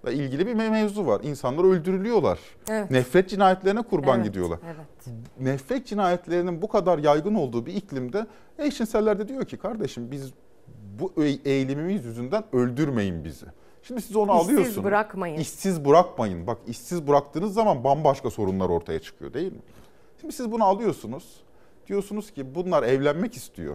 ilgili bir mevzu var. İnsanlar öldürülüyorlar. Evet. Nefret cinayetlerine kurban Evet, gidiyorlar. evet. Nefret cinayetlerinin bu kadar yaygın olduğu bir iklimde eşcinseller de diyor ki kardeşim biz bu eğilimimiz yüzünden öldürmeyin bizi. Şimdi siz onu alıyorsunuz. İşsiz bırakmayın. İşsiz bırakmayın. Bak işsiz bıraktığınız zaman bambaşka sorunlar ortaya çıkıyor değil mi? Şimdi siz bunu alıyorsunuz. Diyorsunuz ki bunlar evlenmek istiyor.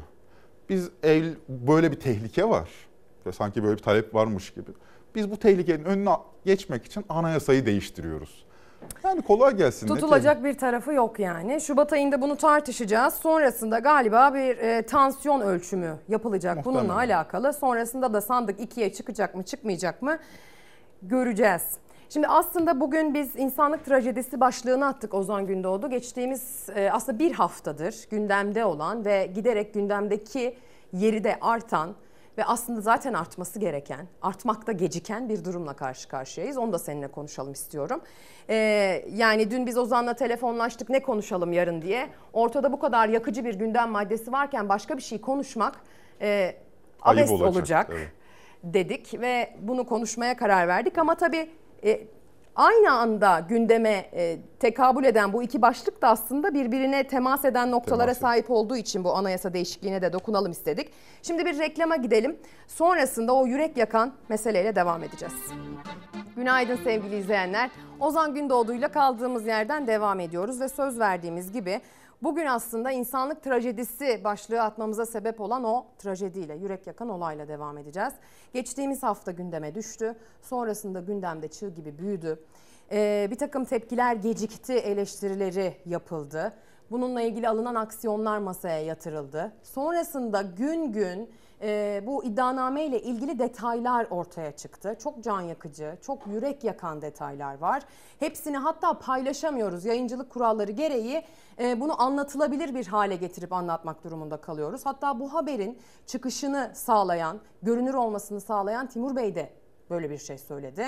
Böyle bir tehlike var. Ve sanki böyle bir talep varmış gibi. Biz bu tehlikenin önüne geçmek için anayasayı değiştiriyoruz. Yani kolay gelsin. Tutulacak bir tarafı yok yani. Şubat ayında bunu tartışacağız. Sonrasında galiba bir tansiyon ölçümü yapılacak bununla alakalı. Sonrasında da sandık 2'ye çıkacak mı çıkmayacak mı göreceğiz. Şimdi aslında bugün biz insanlık trajedisi başlığını attık Ozan Gündoğdu. Geçtiğimiz aslında bir haftadır gündemde olan ve giderek gündemdeki yeri de artan ve aslında zaten artması gereken, artmakta geciken bir durumla karşı karşıyayız. Onu da seninle konuşalım istiyorum. Yani dün biz Ozan'la telefonlaştık ne konuşalım yarın diye. Ortada bu kadar yakıcı bir gündem maddesi varken başka bir şey konuşmak abes olacak evet. Dedik ve bunu konuşmaya karar verdik. Ama tabii aynı anda gündeme tekabül eden bu iki başlık da aslında birbirine temas eden noktalara sahip olduğu için bu anayasa değişikliğine de dokunalım istedik. Şimdi bir reklama gidelim. Sonrasında o yürek yakan meseleyle devam edeceğiz. Günaydın sevgili izleyenler. Ozan Gündoğdu'yla kaldığımız yerden devam ediyoruz ve söz verdiğimiz gibi bugün aslında insanlık trajedisi başlığı atmamıza sebep olan o trajediyle, yürek yakan olayla devam edeceğiz. Geçtiğimiz hafta gündeme düştü. Sonrasında gündemde çığ gibi büyüdü. Bir takım tepkiler gecikti, eleştirileri yapıldı. Bununla ilgili alınan aksiyonlar masaya yatırıldı. Sonrasında gün gün bu iddianame ile ilgili detaylar ortaya çıktı. Çok can yakıcı, çok yürek yakan detaylar var. Hepsini hatta paylaşamıyoruz. Yayıncılık kuralları gereği bunu anlatılabilir bir hale getirip anlatmak durumunda kalıyoruz. Hatta bu haberin çıkışını sağlayan, görünür olmasını sağlayan Timur Bey de böyle bir şey söyledi.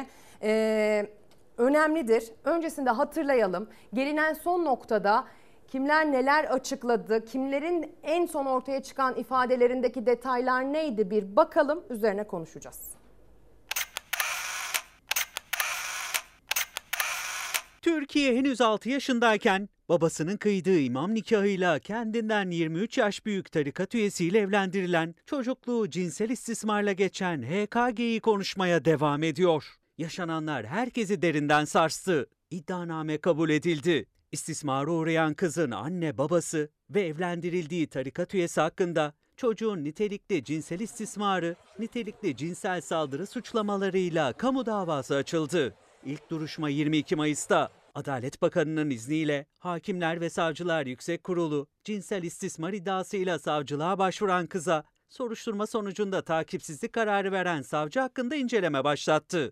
Önemlidir. Öncesinde hatırlayalım. Gelinen son noktada kimler neler açıkladı, kimlerin en son ortaya çıkan ifadelerindeki detaylar neydi bir bakalım, üzerine konuşacağız. Türkiye henüz 6 yaşındayken babasının kıydığı imam nikahıyla kendinden 23 yaş büyük tarikat üyesiyle evlendirilen, çocukluğu cinsel istismarla geçen HKG'yi konuşmaya devam ediyor. Yaşananlar herkesi derinden sarstı. İddianame kabul edildi. İstismara uğrayan kızın anne babası ve evlendirildiği tarikat üyesi hakkında çocuğun nitelikli cinsel istismarı, nitelikli cinsel saldırı suçlamalarıyla kamu davası açıldı. İlk duruşma 22 Mayıs'ta. Adalet Bakanı'nın izniyle Hakimler ve Savcılar Yüksek Kurulu cinsel istismar iddiasıyla savcılığa başvuran kıza soruşturma sonucunda takipsizlik kararı veren savcı hakkında inceleme başlattı.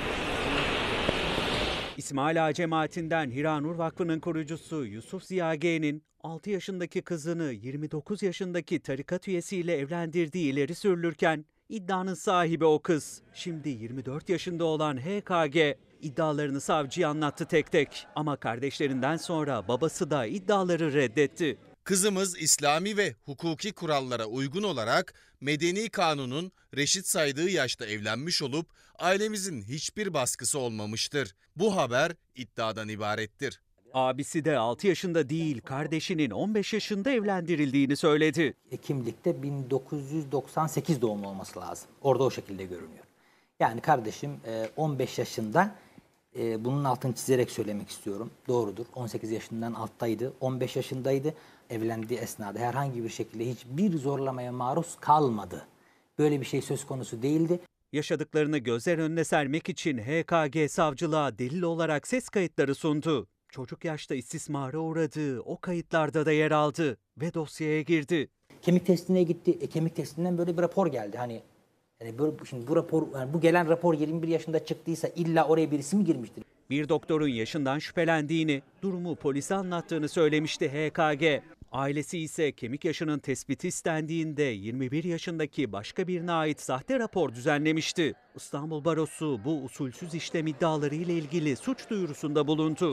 İsmail Ağa cemaatinden Hiranur Vakfı'nın kurucusu Yusuf Ziya G'nin 6 yaşındaki kızını 29 yaşındaki tarikat üyesiyle evlendirdiği ileri sürülürken iddianın sahibi o kız. Şimdi 24 yaşında olan HKG iddialarını savcıya anlattı tek tek. Ama kardeşlerinden sonra babası da iddiaları reddetti. Kızımız İslami ve hukuki kurallara uygun olarak medeni kanunun reşit saydığı yaşta evlenmiş olup ailemizin hiçbir baskısı olmamıştır. Bu haber iddiadan ibarettir. Abisi de 6 yaşında değil, kardeşinin 15 yaşında evlendirildiğini söyledi. Kimlikte 1998 doğumlu olması lazım. Orada o şekilde görünüyor. Yani kardeşim 15 yaşında, bunun altını çizerek söylemek istiyorum. Doğrudur. 18 yaşından alttaydı, 15 yaşındaydı. Evlendiği esnada herhangi bir şekilde hiçbir zorlamaya maruz kalmadı. Böyle bir şey söz konusu değildi. Yaşadıklarını gözler önüne sermek için HKG savcılığa delil olarak ses kayıtları sundu. Çocuk yaşta istismara uğradığı o kayıtlarda da yer aldı ve dosyaya girdi. Kemik testine gitti. Kemik testinden böyle bir rapor geldi. Hani böyle, şimdi bu rapor, yani bu gelen rapor 21 yaşında çıktıysa illa oraya birisi mi girmiştir? Bir doktorun yaşından şüphelendiğini, durumu polise anlattığını söylemişti HKG. Ailesi ise kemik yaşının tespiti istendiğinde 21 yaşındaki başka birine ait sahte rapor düzenlemişti. İstanbul Barosu bu usulsüz işlem iddiaları ile ilgili suç duyurusunda bulundu.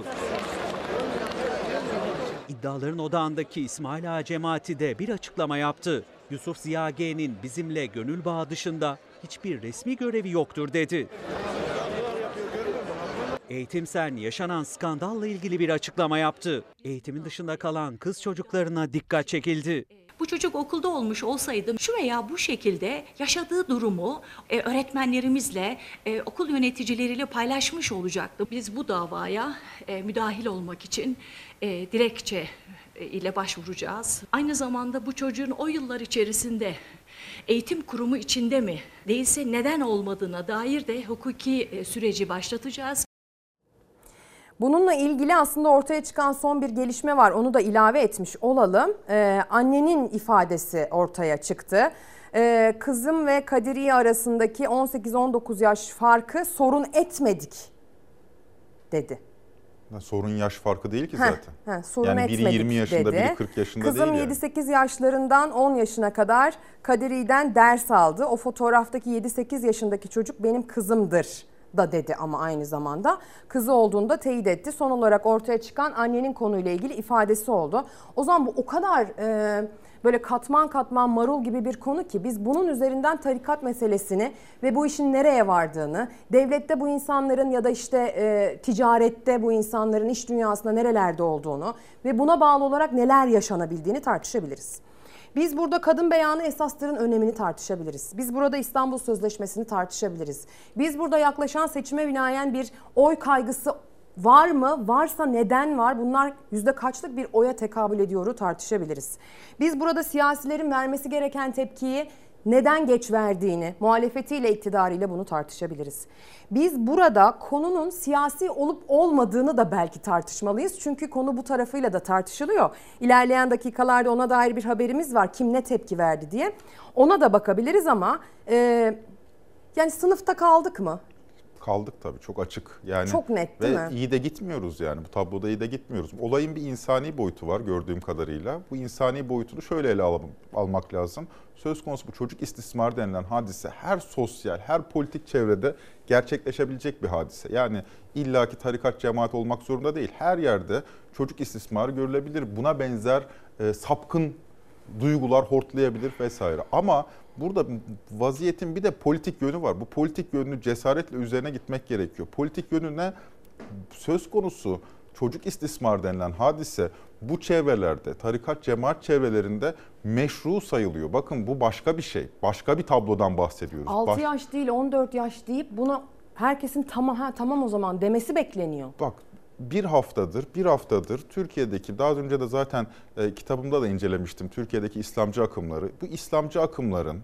İddiaların odağındaki İsmail Ağa cemaati de bir açıklama yaptı. Yusuf Ziya G'nin bizimle gönül bağı dışında hiçbir resmi görevi yoktur dedi. Eğitimsen yaşanan skandalla ilgili bir açıklama yaptı. Eğitimin dışında kalan kız çocuklarına dikkat çekildi. Bu çocuk okulda olmuş olsaydı şu veya bu şekilde yaşadığı durumu öğretmenlerimizle, okul yöneticileriyle paylaşmış olacaktı. Biz bu davaya müdahil olmak için dilekçe ile başvuracağız. Aynı zamanda bu çocuğun o yıllar içerisinde eğitim kurumu içinde mi değilse neden olmadığına dair de hukuki süreci başlatacağız. Bununla ilgili aslında ortaya çıkan son bir gelişme var. Onu da ilave etmiş olalım. Annenin ifadesi ortaya çıktı. Kızım ve Kadiriye arasındaki 18-19 yaş farkı sorun etmedik dedi. Sorun yaş farkı değil ki zaten. Sorun yani etmedik biri 20 yaşında, dedi. biri 40 yaşında Kızım değil yani. 7-8 yaşlarından 10 yaşına kadar Kadiri'den ders aldı. O fotoğraftaki 7-8 yaşındaki çocuk benim kızımdır da dedi ama aynı zamanda kızı olduğunu da teyit etti. Son olarak ortaya çıkan annenin konuyla ilgili ifadesi oldu. O zaman bu o kadar böyle katman katman marul gibi bir konu ki biz bunun üzerinden tarikat meselesini ve bu işin nereye vardığını, devlette bu insanların ya da işte ticarette bu insanların iş dünyasında nerelerde olduğunu ve buna bağlı olarak neler yaşanabildiğini tartışabiliriz. Biz burada kadın beyanı esasların önemini tartışabiliriz. Biz burada İstanbul Sözleşmesi'ni tartışabiliriz. Biz burada yaklaşan seçime binaen bir oy kaygısı var mı? Varsa neden var? Bunlar %kaçlık bir oya tekabül ediyoru tartışabiliriz. Biz burada siyasilerin vermesi gereken tepkiyi neden geç verdiğini, muhalefetiyle, iktidarıyla bunu tartışabiliriz. Biz burada konunun siyasi olup olmadığını da belki tartışmalıyız. Çünkü konu bu tarafıyla da tartışılıyor. İlerleyen dakikalarda ona dair bir haberimiz var. Kim ne tepki verdi diye. Ona da bakabiliriz ama yani sınıfta kaldık mı? Kaldık tabii, çok açık. Yani çok net değil mi? Ve iyi de gitmiyoruz yani, bu tabloda iyi de gitmiyoruz. Olayın bir insani boyutu var gördüğüm kadarıyla. Bu insani boyutunu şöyle ele almak lazım. Söz konusu bu çocuk istismarı denilen hadise her sosyal, her politik çevrede gerçekleşebilecek bir hadise. Yani illaki tarikat, cemaat olmak zorunda değil. Her yerde çocuk istismarı görülebilir. Buna benzer sapkın duygular hortlayabilir vesaire. Ama burada vaziyetin bir de politik yönü var. Bu politik yönünü cesaretle üzerine gitmek gerekiyor. Politik yönüne söz konusu çocuk istismar denilen hadise bu çevrelerde, tarikat, cemaat çevrelerinde meşru sayılıyor. Bakın bu başka bir şey. Başka bir tablodan bahsediyoruz. 6 yaş değil 14 yaş deyip buna herkesin tamam o zaman demesi bekleniyor. Bak bir haftadır Türkiye'deki, daha önce de zaten kitabımda da incelemiştim, Türkiye'deki İslamcı akımları. Bu İslamcı akımların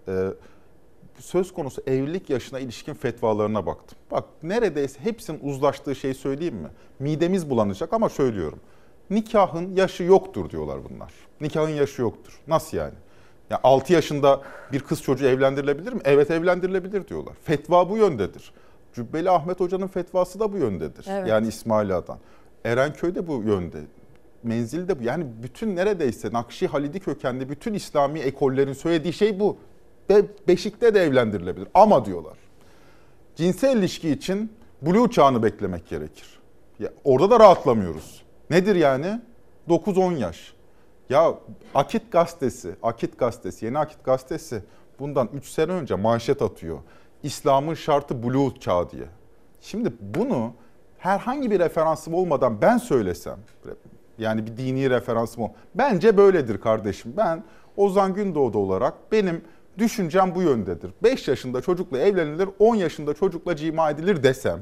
söz konusu evlilik yaşına ilişkin fetvalarına baktım. Bak neredeyse hepsinin uzlaştığı şeyi söyleyeyim mi? Midemiz bulanacak ama söylüyorum. Nikahın yaşı yoktur diyorlar bunlar. Nikahın yaşı yoktur. Nasıl yani? Ya 6 yaşında bir kız çocuğu evlendirilebilir mi? Evet, evlendirilebilir diyorlar. Fetva bu yöndedir. Cübbeli Ahmet Hoca'nın fetvası da bu yöndedir. Evet. Yani İsmail Ağa'dan. Erenköy de bu yönde. Menzil de bu. Yani bütün neredeyse Nakşi Halidi kökenli bütün İslami ekollerin söylediği şey bu. Ve Beşik'te de evlendirilebilir. Ama diyorlar, cinsel ilişki için buluğ çağını beklemek gerekir. Ya orada da rahatlamıyoruz. Nedir yani? 9-10 yaş. Ya Akit Gazetesi, Yeni Akit Gazetesi bundan 3 sene önce manşet atıyor. İslam'ın şartı buluğ çağı diye. Şimdi bunu herhangi bir referansım olmadan ben söylesem, yani bir dini referansım olmadan, bence böyledir kardeşim. Ben Ozan Gündoğdu olarak benim düşüncem bu yöndedir. 5 yaşında çocukla evlenilir, 10 yaşında çocukla cima edilir desem,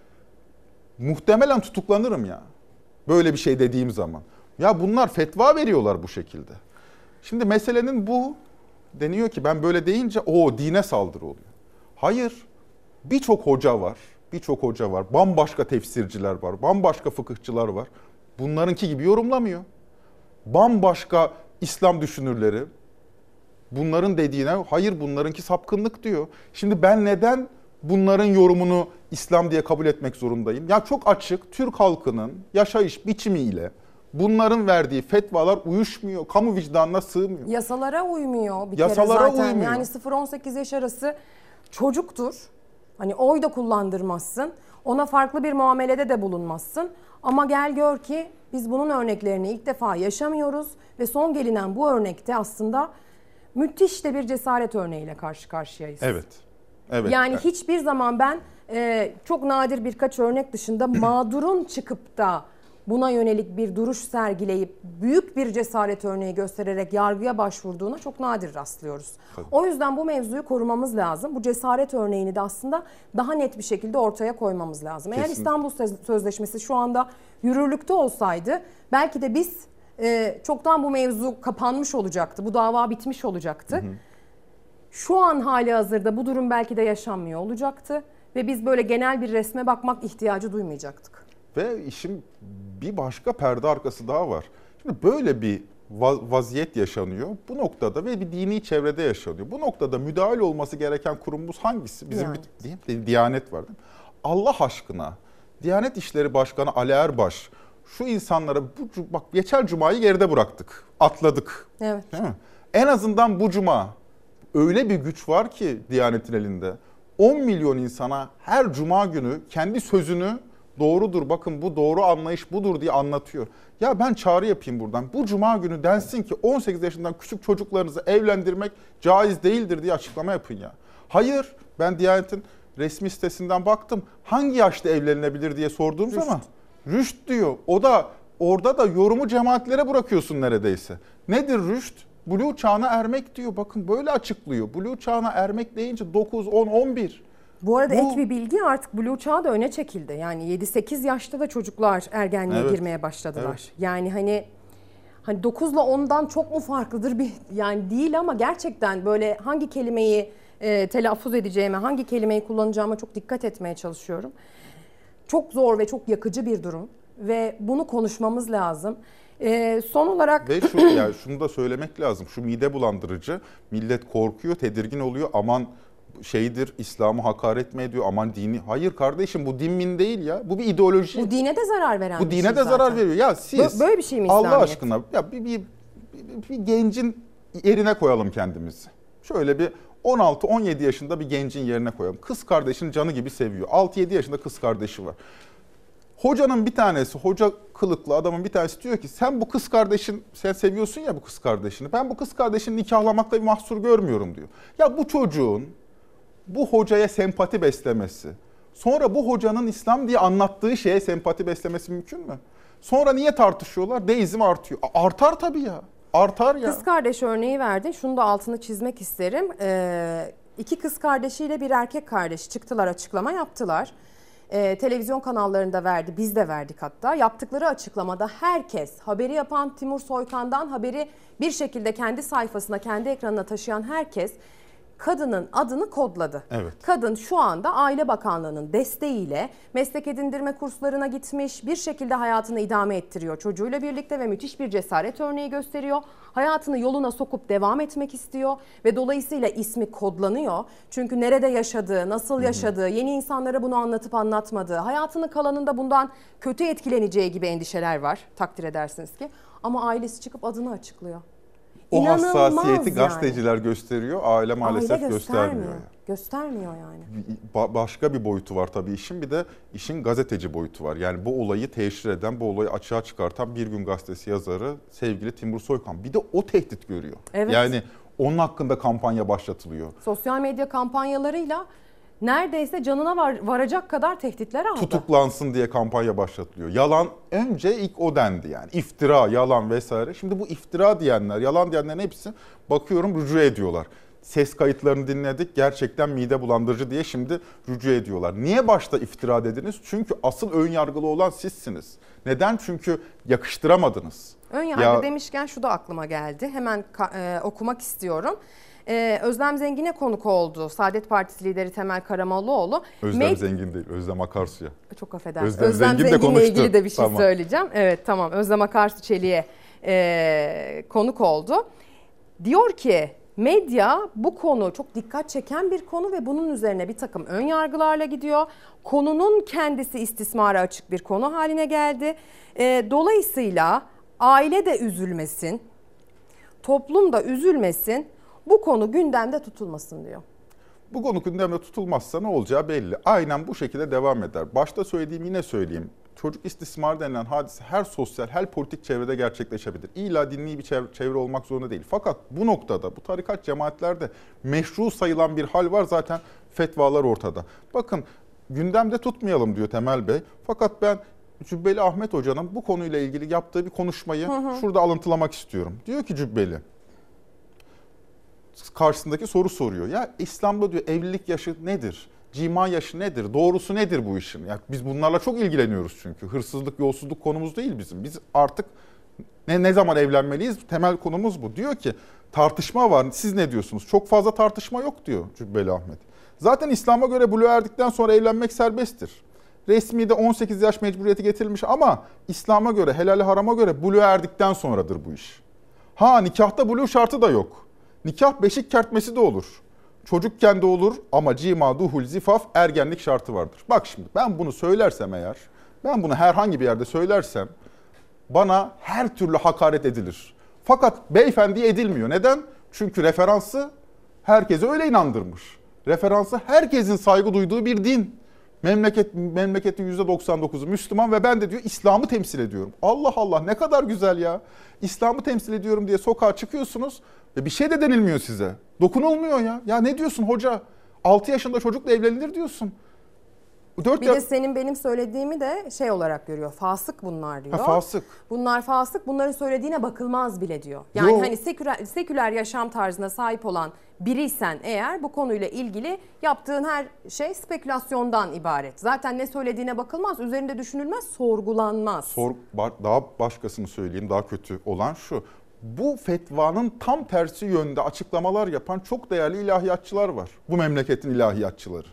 muhtemelen tutuklanırım ya. Böyle bir şey dediğim zaman. Ya bunlar fetva veriyorlar bu şekilde. Şimdi meselenin bu, deniyor ki ben böyle deyince o dine saldırı oluyor. Hayır, birçok hoca var, bambaşka tefsirciler var, bambaşka fıkıhçılar var. Bunlarınki gibi yorumlamıyor. Bambaşka İslam düşünürleri bunların dediğine hayır bunlarınki sapkınlık diyor. Şimdi ben neden bunların yorumunu İslam diye kabul etmek zorundayım? Ya çok açık, Türk halkının yaşayış biçimiyle bunların verdiği fetvalar uyuşmuyor. Kamu vicdanına sığmıyor. Yasalara uymuyor bir Yasalara kere zaten. uymuyor. Yani 0-18 yaş arası çocuktur. Hani oy da kullandırmazsın. Ona farklı bir muamelede de bulunmazsın. Ama gel gör ki biz bunun örneklerini ilk defa yaşamıyoruz. Ve son gelinen bu örnekte aslında müthiş de bir cesaret örneğiyle karşı karşıyayız. Evet. Yani hiçbir zaman ben çok nadir birkaç örnek dışında mağdurun çıkıp da buna yönelik bir duruş sergileyip büyük bir cesaret örneği göstererek yargıya başvurduğuna çok nadir rastlıyoruz. Tabii. O yüzden bu mevzuyu korumamız lazım. Bu cesaret örneğini de aslında daha net bir şekilde ortaya koymamız lazım. Kesinlikle. Eğer İstanbul Sözleşmesi şu anda yürürlükte olsaydı belki de biz çoktan bu mevzu kapanmış olacaktı. Bu dava bitmiş olacaktı. Hı hı. Şu an hali hazırda bu durum belki de yaşanmıyor olacaktı. Ve biz böyle genel bir resme bakmak ihtiyacı duymayacaktık. Ve işin bir başka perde arkası daha var. Şimdi böyle bir vaziyet yaşanıyor bu noktada ve bir dini çevrede yaşanıyor. Bu noktada müdahale olması gereken kurumumuz hangisi? Bizim yani. bir Diyanet var değil mi? Allah aşkına Diyanet İşleri Başkanı Ali Erbaş şu insanlara bak geçen cumayı geride bıraktık, atladık. Evet. Değil mi? En azından bu cuma öyle bir güç var ki Diyanet'in elinde. 10 milyon insana her cuma günü kendi sözünü doğrudur, bakın bu doğru anlayış budur diye anlatıyor. Ya ben çağrı yapayım buradan. Bu cuma günü densin ki 18 yaşından küçük çocuklarınızı evlendirmek caiz değildir diye açıklama yapın ya. Hayır, ben Diyanet'in resmi sitesinden baktım. Hangi yaşta evlenilebilir diye sorduğum zaman rüşt diyor. O da orada da yorumu cemaatlere bırakıyorsun neredeyse. Nedir rüşt? Buluğ çağına ermek diyor. Bakın böyle açıklıyor. Buluğ çağına ermek deyince 9, 10, 11. Bu arada ek bir bilgi, artık Buluğ çağı da öne çekildi. Yani 7-8 yaşta da çocuklar ergenliğe girmeye başladılar. Evet. Yani hani 9 ile 10'dan çok mu farklıdır bir yani değil ama gerçekten böyle hangi kelimeyi telaffuz edeceğime, hangi kelimeyi kullanacağıma çok dikkat etmeye çalışıyorum. Çok zor ve çok yakıcı bir durum ve bunu konuşmamız lazım. Son olarak... Ve şunu da söylemek lazım. Şu mide bulandırıcı, millet korkuyor, tedirgin oluyor. Aman şeydir, İslam'ı hakaret mi ediyor, aman dini. Hayır kardeşim, bu din min değil ya. Bu bir ideoloji. Bu dine de zarar veren bu bir şey. Bu dine de zarar veriyor. Ya siz böyle bir şey mi İslamiyet? Allah aşkına ya bir gencin yerine koyalım kendimizi. Şöyle bir 16-17 yaşında bir gencin yerine koyalım. Kız kardeşini canı gibi seviyor. 6-7 yaşında kız kardeşi var. Hocanın bir tanesi, hoca kılıklı adamın bir tanesi diyor ki sen bu kız kardeşin, sen seviyorsun ya bu kız kardeşini. Ben bu kız kardeşini nikahlamakta bir mahsur görmüyorum diyor. Ya bu çocuğun bu hocaya sempati beslemesi, sonra bu hocanın İslam diye anlattığı şeye sempati beslemesi mümkün mü? Sonra niye tartışıyorlar? Deizm artıyor. Artar tabii ya. Artar ya. Kız kardeş örneği verdin. Şunu da altını çizmek isterim. 2 kız kardeşiyle bir erkek kardeşi çıktılar, açıklama yaptılar. Televizyon kanallarında verdi, biz de verdik hatta. Yaptıkları açıklamada herkes, haberi yapan Timur Soykan'dan haberi bir şekilde kendi sayfasına, kendi ekranına taşıyan herkes kadının adını kodladı. Evet. Kadın şu anda Aile Bakanlığı'nın desteğiyle meslek edindirme kurslarına gitmiş, bir şekilde hayatını idame ettiriyor çocuğuyla birlikte ve müthiş bir cesaret örneği gösteriyor. Hayatını yoluna sokup devam etmek istiyor ve dolayısıyla ismi kodlanıyor. Çünkü nerede yaşadığı, nasıl yaşadığı, yeni insanlara bunu anlatıp anlatmadığı, hayatının kalanında bundan kötü etkileneceği gibi endişeler var, takdir edersiniz ki. Ama ailesi çıkıp adını açıklıyor. O İnanılmaz hassasiyeti yani. Gazeteciler gösteriyor, aile maalesef göstermiyor. Göstermiyor yani. Başka bir boyutu var tabii işin, bir de işin gazeteci boyutu var. Yani bu olayı teşhir eden, bu olayı açığa çıkartan Bir Gün Gazetesi yazarı sevgili Timur Soykan. Bir de o tehdit görüyor. Evet. Yani onun hakkında kampanya başlatılıyor. Sosyal medya kampanyalarıyla neredeyse canına varacak kadar tehditler aldı. Tutuklansın diye kampanya başlatılıyor. Yalan önce ilk o dendi yani. İftira, yalan vesaire. Şimdi bu iftira diyenler, yalan diyenlerin hepsi bakıyorum rücu ediyorlar. Ses kayıtlarını dinledik, gerçekten mide bulandırıcı diye şimdi rücu ediyorlar. Niye başta iftira dediniz? Çünkü asıl ön yargılı olan sizsiniz. Neden? Çünkü yakıştıramadınız. Ön yargı demişken şu da aklıma geldi. Hemen okumak istiyorum. Özlem Zengin'e konuk oldu. Saadet Partisi lideri Temel Karamollaoğlu. Özlem Zengin değil, Özlem Akarsu'ya. Çok affedersin. Özlem Zengin'le ilgili de bir şey söyleyeceğim. Evet tamam, Özlem Akarsu Çelik'e konuk oldu. Diyor ki medya bu konu çok dikkat çeken bir konu ve bunun üzerine bir takım ön yargılarla gidiyor. Konunun kendisi istismara açık bir konu haline geldi. Dolayısıyla aile de üzülmesin, toplum da üzülmesin. Bu konu gündemde tutulmasın diyor. Bu konu gündemde tutulmazsa ne olacağı belli. Aynen bu şekilde devam eder. Başta söylediğim yine söyleyeyim. Çocuk istismarı denilen hadise her sosyal, her politik çevrede gerçekleşebilir. İlla dinli bir çevre olmak zorunda değil. Fakat bu noktada, bu tarikat cemaatlerde meşru sayılan bir hal var. Zaten Fetvalar ortada. Bakın gündemde tutmayalım diyor Temel Bey. Fakat ben Cübbeli Ahmet Hoca'nın bu konuyla ilgili yaptığı bir konuşmayı şurada alıntılamak istiyorum. Diyor ki Cübbeli, karşısındaki soru soruyor. Ya İslam'da diyor evlilik yaşı nedir? Cima yaşı nedir? Doğrusu nedir bu işin? Yani biz bunlarla çok ilgileniyoruz çünkü. Hırsızlık, yolsuzluk konumuz değil bizim. Biz artık ne zaman evlenmeliyiz? Temel konumuz bu. Diyor ki tartışma var. Siz ne diyorsunuz? Çok fazla tartışma yok diyor Cübbeli Ahmet. Zaten İslam'a göre buluğa erdikten sonra evlenmek serbesttir. Resmi de 18 yaş mecburiyeti getirilmiş ama İslam'a göre, helal-i harama göre buluğa erdikten sonradır bu iş. Ha nikahta buluğ şartı da yok. Nikah beşik kertmesi de olur. Çocukken de olur ama cima, duhul, zifaf ergenlik şartı vardır. Bak şimdi ben bunu söylersem eğer, ben bunu herhangi bir yerde söylersem bana her türlü hakaret edilir. Fakat beyefendiye edilmiyor. Neden? Çünkü referansı herkese öyle inandırmış. Referansı herkesin saygı duyduğu bir din. Memleketin %99'u Müslüman ve ben de diyor İslam'ı temsil ediyorum. Allah Allah ne kadar güzel ya. İslam'ı temsil ediyorum diye sokağa çıkıyorsunuz ve bir şey de denilmiyor size. Dokunulmuyor ya. Ya ne diyorsun hoca? 6 yaşında çocukla evlenilir diyorsun. Bir de senin benim söylediğimi de şey olarak görüyor. Fasık bunlar diyor. Fasık. Bunlar fasık. Bunların söylediğine bakılmaz bile diyor. Yani Yo. hani seküler yaşam tarzına sahip olan biriysen eğer bu konuyla ilgili yaptığın her şey spekülasyondan ibaret. Zaten ne söylediğine bakılmaz, üzerinde düşünülmez, sorgulanmaz. Daha başkasını söyleyeyim, daha kötü olan şu. Bu fetvanın tam tersi yönde açıklamalar yapan çok değerli ilahiyatçılar var. Bu memleketin ilahiyatçıları.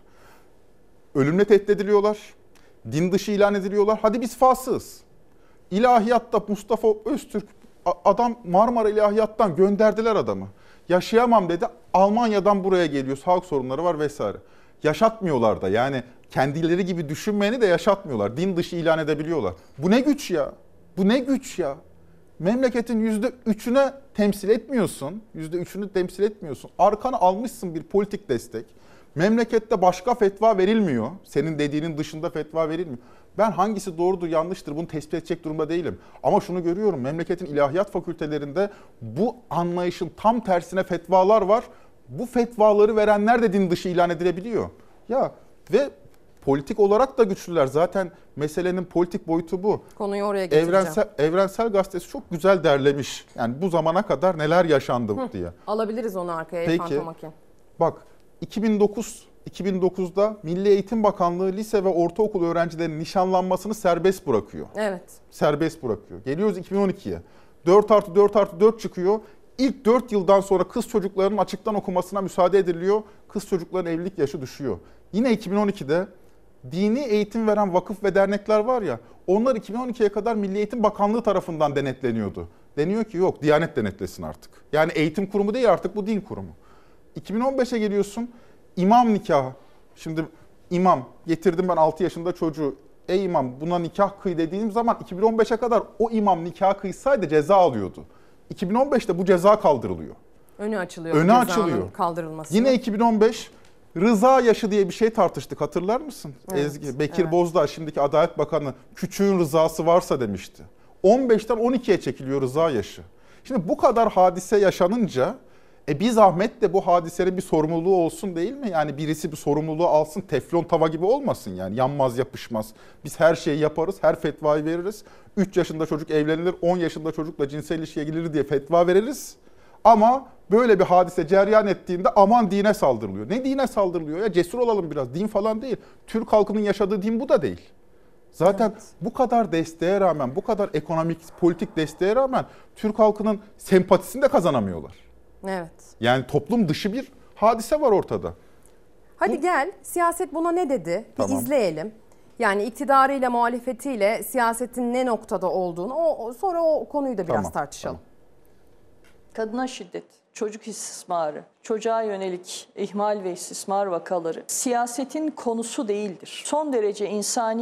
Ölümle tehdit ediliyorlar. Din dışı ilan ediliyorlar. Hadi biz fasığız. İlahiyatta Mustafa Öztürk adam Marmara İlahiyat'tan gönderdiler adamı. Yaşayamam dedi. Almanya'dan buraya geliyor. Sağlık sorunları var vesaire. Yaşatmıyorlar da yani kendileri gibi düşünmeyeni de yaşatmıyorlar. Din dışı ilan edebiliyorlar. Bu ne güç ya? Bu ne güç ya? Memleketin %3'üne temsil etmiyorsun. %3'ünü temsil etmiyorsun. Arkana almışsın bir politik destek. Memlekette başka fetva verilmiyor. Senin dediğinin dışında fetva verilmiyor. Ben hangisi doğrudur yanlıştır bunu tespit edecek durumda değilim. Ama şunu görüyorum, memleketin ilahiyat fakültelerinde bu anlayışın tam tersine fetvalar var. Bu fetvaları verenler de din dışı ilan edilebiliyor. Ya ve politik olarak da güçlüler. Zaten meselenin politik boyutu bu. Konuyu oraya getireceğim. Evrensel Gazetesi çok güzel derlemiş. Yani bu zamana kadar neler yaşandı diye. Alabiliriz onu arkaya. Peki, bak 2009'da Milli Eğitim Bakanlığı lise ve ortaokul öğrencilerinin nişanlanmasını serbest bırakıyor. Evet. Serbest bırakıyor. Geliyoruz 2012'ye. 4+4+4 çıkıyor. İlk 4 yıldan sonra kız çocuklarının açıktan okumasına müsaade ediliyor. Kız çocukların evlilik yaşı düşüyor. Yine 2012'de dini eğitim veren vakıf ve dernekler var ya, onlar 2012'ye kadar Milli Eğitim Bakanlığı tarafından denetleniyordu. Deniyor ki yok, Diyanet denetlesin artık. Yani eğitim kurumu değil artık bu din kurumu. 2015'e geliyorsun, imam nikahı. Şimdi imam, getirdim ben 6 yaşında çocuğu. Ey imam buna nikah kıy dediğim zaman 2015'e kadar o imam nikah kıysaydı ceza alıyordu. 2015'te bu ceza kaldırılıyor. Önü açılıyor. Önü açılıyor. Kaldırılması. Yine 2015 rıza yaşı diye bir şey tartıştık, hatırlar mısın? Evet, Ezgi, Bekir Bozdağ şimdiki Adalet Bakanı küçüğün rızası varsa demişti. 15'ten 12'ye çekiliyor rıza yaşı. Şimdi bu kadar hadise yaşanınca bir zahmet de bu hadisenin bir sorumluluğu olsun değil mi? Yani birisi bir sorumluluğu alsın, teflon tava gibi olmasın yani yanmaz yapışmaz. Biz her şeyi yaparız, her fetvayı veririz. 3 yaşında çocuk evlenilir, 10 yaşında çocukla cinsel ilişkiye girilir diye fetva veririz. Ama böyle bir hadise cereyan ettiğinde aman dine saldırılıyor. Ne dine saldırılıyor ya? Cesur olalım biraz. Din falan değil. Türk halkının yaşadığı din bu da değil. Zaten bu kadar desteğe rağmen, bu kadar ekonomik, politik desteğe rağmen Türk halkının sempatisini de kazanamıyorlar. Evet. Yani toplum dışı bir hadise var ortada. Hadi gel siyaset buna ne dedi? Bir izleyelim. Yani iktidarıyla, muhalefetiyle siyasetin ne noktada olduğunu sonra o konuyu da biraz tartışalım. Kadına şiddet, çocuk istismarı, çocuğa yönelik ihmal ve istismar vakaları siyasetin konusu değildir. Son derece insani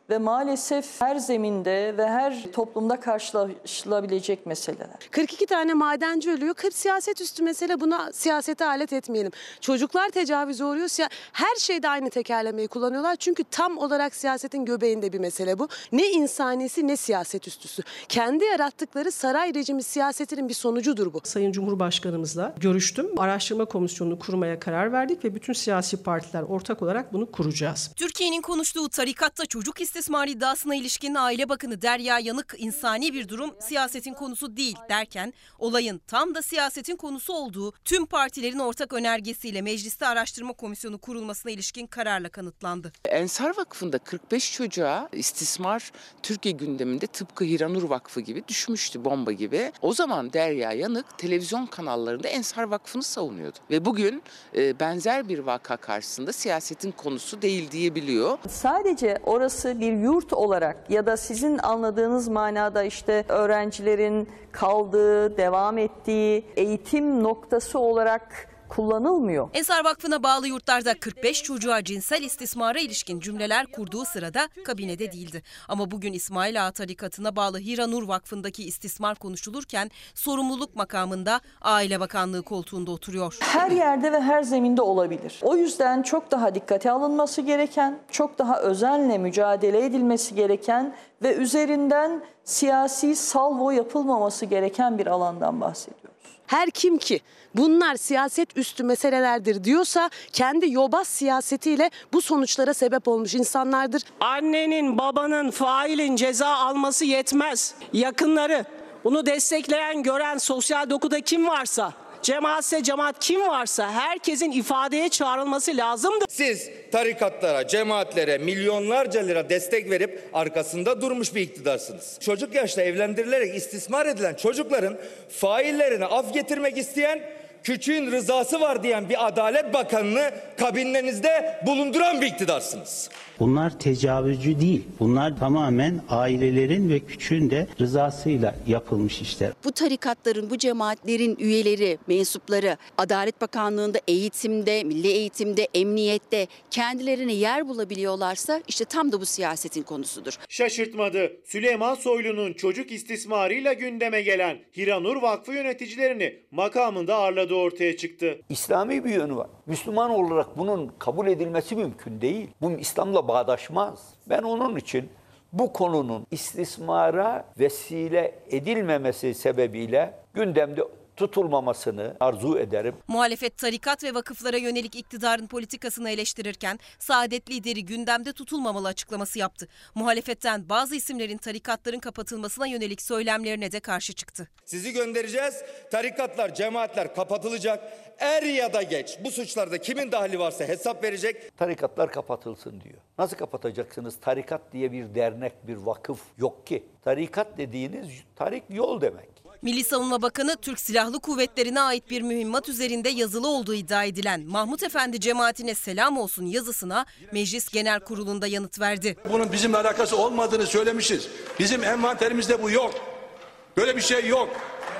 ve maalesef her zeminde ve her toplumda karşılaşılabilecek meseleler. 42 tane madenci ölüyor. Hep siyaset üstü mesele, buna siyasete alet etmeyelim. Çocuklar tecavüze uğruyor. Her şeyde aynı tekerlemeyi kullanıyorlar. Çünkü tam olarak siyasetin göbeğinde bir mesele bu. Ne insanisi ne siyaset üstüsü. Kendi yarattıkları saray rejimi siyasetinin bir sonucudur bu. Sayın Cumhurbaşkanımızla görüştüm. Araştırma komisyonunu kurmaya karar verdik ve bütün siyasi partiler ortak olarak bunu kuracağız. Türkiye'nin konuştuğu tarikatta çocuk istismarı iddiasına ilişkin Aile Bakanı Derya Yanık, insani bir durum, siyasetin konusu değil derken, olayın tam da siyasetin konusu olduğu tüm partilerin ortak önergesiyle mecliste araştırma komisyonu kurulmasına ilişkin kararla kanıtlandı. Ensar Vakfı'nda 45 çocuğa istismar Türkiye gündeminde tıpkı Hiranur Vakfı gibi düşmüştü, bomba gibi. O zaman Derya Yanık televizyon kanallarında Ensar Vakfı'nı savunuyordu. Ve bugün benzer bir vaka karşısında siyasetin konusu değil diyebiliyor. Sadece orası bir yurt olarak ya da sizin anladığınız manada işte öğrencilerin kaldığı, devam ettiği eğitim noktası olarak kullanılmıyor. Ensar Vakfı'na bağlı yurtlarda 45 çocuğa cinsel istismara ilişkin cümleler kurduğu sırada kabinede değildi. Ama bugün İsmail Ağa tarikatına bağlı Hiranur Vakfı'ndaki istismar konuşulurken sorumluluk makamında Aile Bakanlığı koltuğunda oturuyor. Her yerde ve her zeminde olabilir. O yüzden çok daha dikkate alınması gereken, çok daha özenle mücadele edilmesi gereken ve üzerinden siyasi salvo yapılmaması gereken bir alandan bahsediyoruz. Her kim ki bunlar siyaset üstü meselelerdir diyorsa kendi yobaz siyasetiyle bu sonuçlara sebep olmuş insanlardır. Annenin, babanın, failin ceza alması yetmez. Yakınları, bunu destekleyen, gören, sosyal dokuda kim varsa, cemaatse cemaat kim varsa herkesin ifadeye çağrılması lazımdır. Siz tarikatlara, cemaatlere milyonlarca lira destek verip arkasında durmuş bir iktidarsınız. Çocuk yaşta evlendirilerek istismar edilen çocukların faillerine af getirmek isteyen, küçüğün rızası var diyen bir Adalet Bakanı'nı kabinlerinizde bulunduran bir iktidarsınız. Bunlar tecavüzcü değil. Bunlar tamamen ailelerin ve küçüğün de rızasıyla yapılmış işler. Bu tarikatların, bu cemaatlerin üyeleri, mensupları Adalet Bakanlığı'nda eğitimde, milli eğitimde, emniyette kendilerine yer bulabiliyorlarsa işte tam da bu siyasetin konusudur. Şaşırtmadı. Süleyman Soylu'nun çocuk istismarıyla gündeme gelen Hiranur Vakfı yöneticilerini makamında ağırladığı ortaya çıktı. İslami bir yönü var. Müslüman olarak bunun kabul edilmesi mümkün değil. Bu İslam'la bağdaşmaz. Ben onun için bu konunun istismara vesile edilmemesi sebebiyle gündemde tutulmamasını arzu ederim. Muhalefet tarikat ve vakıflara yönelik iktidarın politikasını eleştirirken Saadet lideri gündemde tutulmamalı açıklaması yaptı. Muhalefetten bazı isimlerin tarikatların kapatılmasına yönelik söylemlerine de karşı çıktı. Sizi göndereceğiz. Tarikatlar, cemaatler kapatılacak. Er ya da geç bu suçlarda kimin dahli varsa hesap verecek. Tarikatlar kapatılsın diyor. Nasıl kapatacaksınız? Tarikat diye bir dernek, bir vakıf yok ki. Tarikat dediğiniz tarik yol demek. Milli Savunma Bakanı Türk Silahlı Kuvvetleri'ne ait bir mühimmat üzerinde yazılı olduğu iddia edilen Mahmut Efendi cemaatine selam olsun yazısına Meclis Genel Kurulu'nda yanıt verdi. Bunun bizimle alakası olmadığını söylemişiz. Bizim envanterimizde bu yok. Böyle bir şey yok.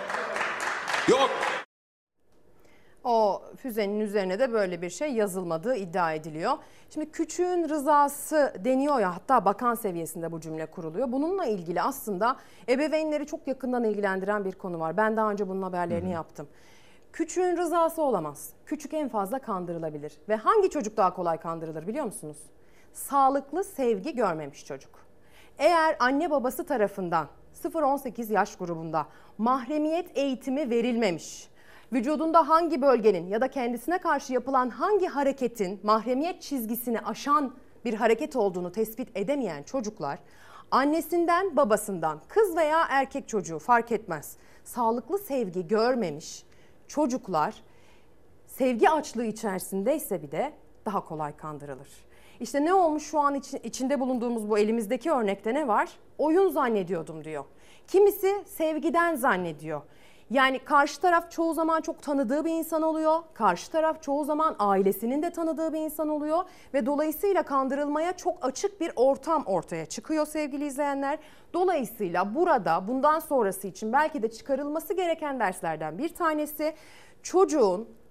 Yok. O füzenin üzerine de böyle bir şey yazılmadığı iddia ediliyor. Şimdi küçüğün rızası deniyor ya, hatta bakan seviyesinde bu cümle kuruluyor. Bununla ilgili aslında ebeveynleri çok yakından ilgilendiren bir konu var. Ben daha önce bunun haberlerini yaptım. Küçüğün rızası olamaz. Küçük en fazla kandırılabilir. Ve hangi çocuk daha kolay kandırılır biliyor musunuz? Sağlıklı sevgi görmemiş çocuk. Eğer anne babası tarafından 0-18 yaş grubunda mahremiyet eğitimi verilmemiş, vücudunda hangi bölgenin ya da kendisine karşı yapılan hangi hareketin mahremiyet çizgisini aşan bir hareket olduğunu tespit edemeyen çocuklar, annesinden babasından, kız veya erkek çocuğu fark etmez, sağlıklı sevgi görmemiş çocuklar sevgi açlığı içerisindeyse bir de daha kolay kandırılır. İşte ne olmuş şu an içinde bulunduğumuz bu elimizdeki örnekte ne var? Oyun zannediyordum diyor. Kimisi sevgiden zannediyor. Yani karşı taraf çoğu zaman çok tanıdığı bir insan oluyor. Karşı taraf çoğu zaman ailesinin de tanıdığı bir insan oluyor. Ve dolayısıyla kandırılmaya çok açık bir ortam ortaya çıkıyor sevgili izleyenler. Dolayısıyla burada bundan sonrası için belki de çıkarılması gereken derslerden bir tanesi çocuğun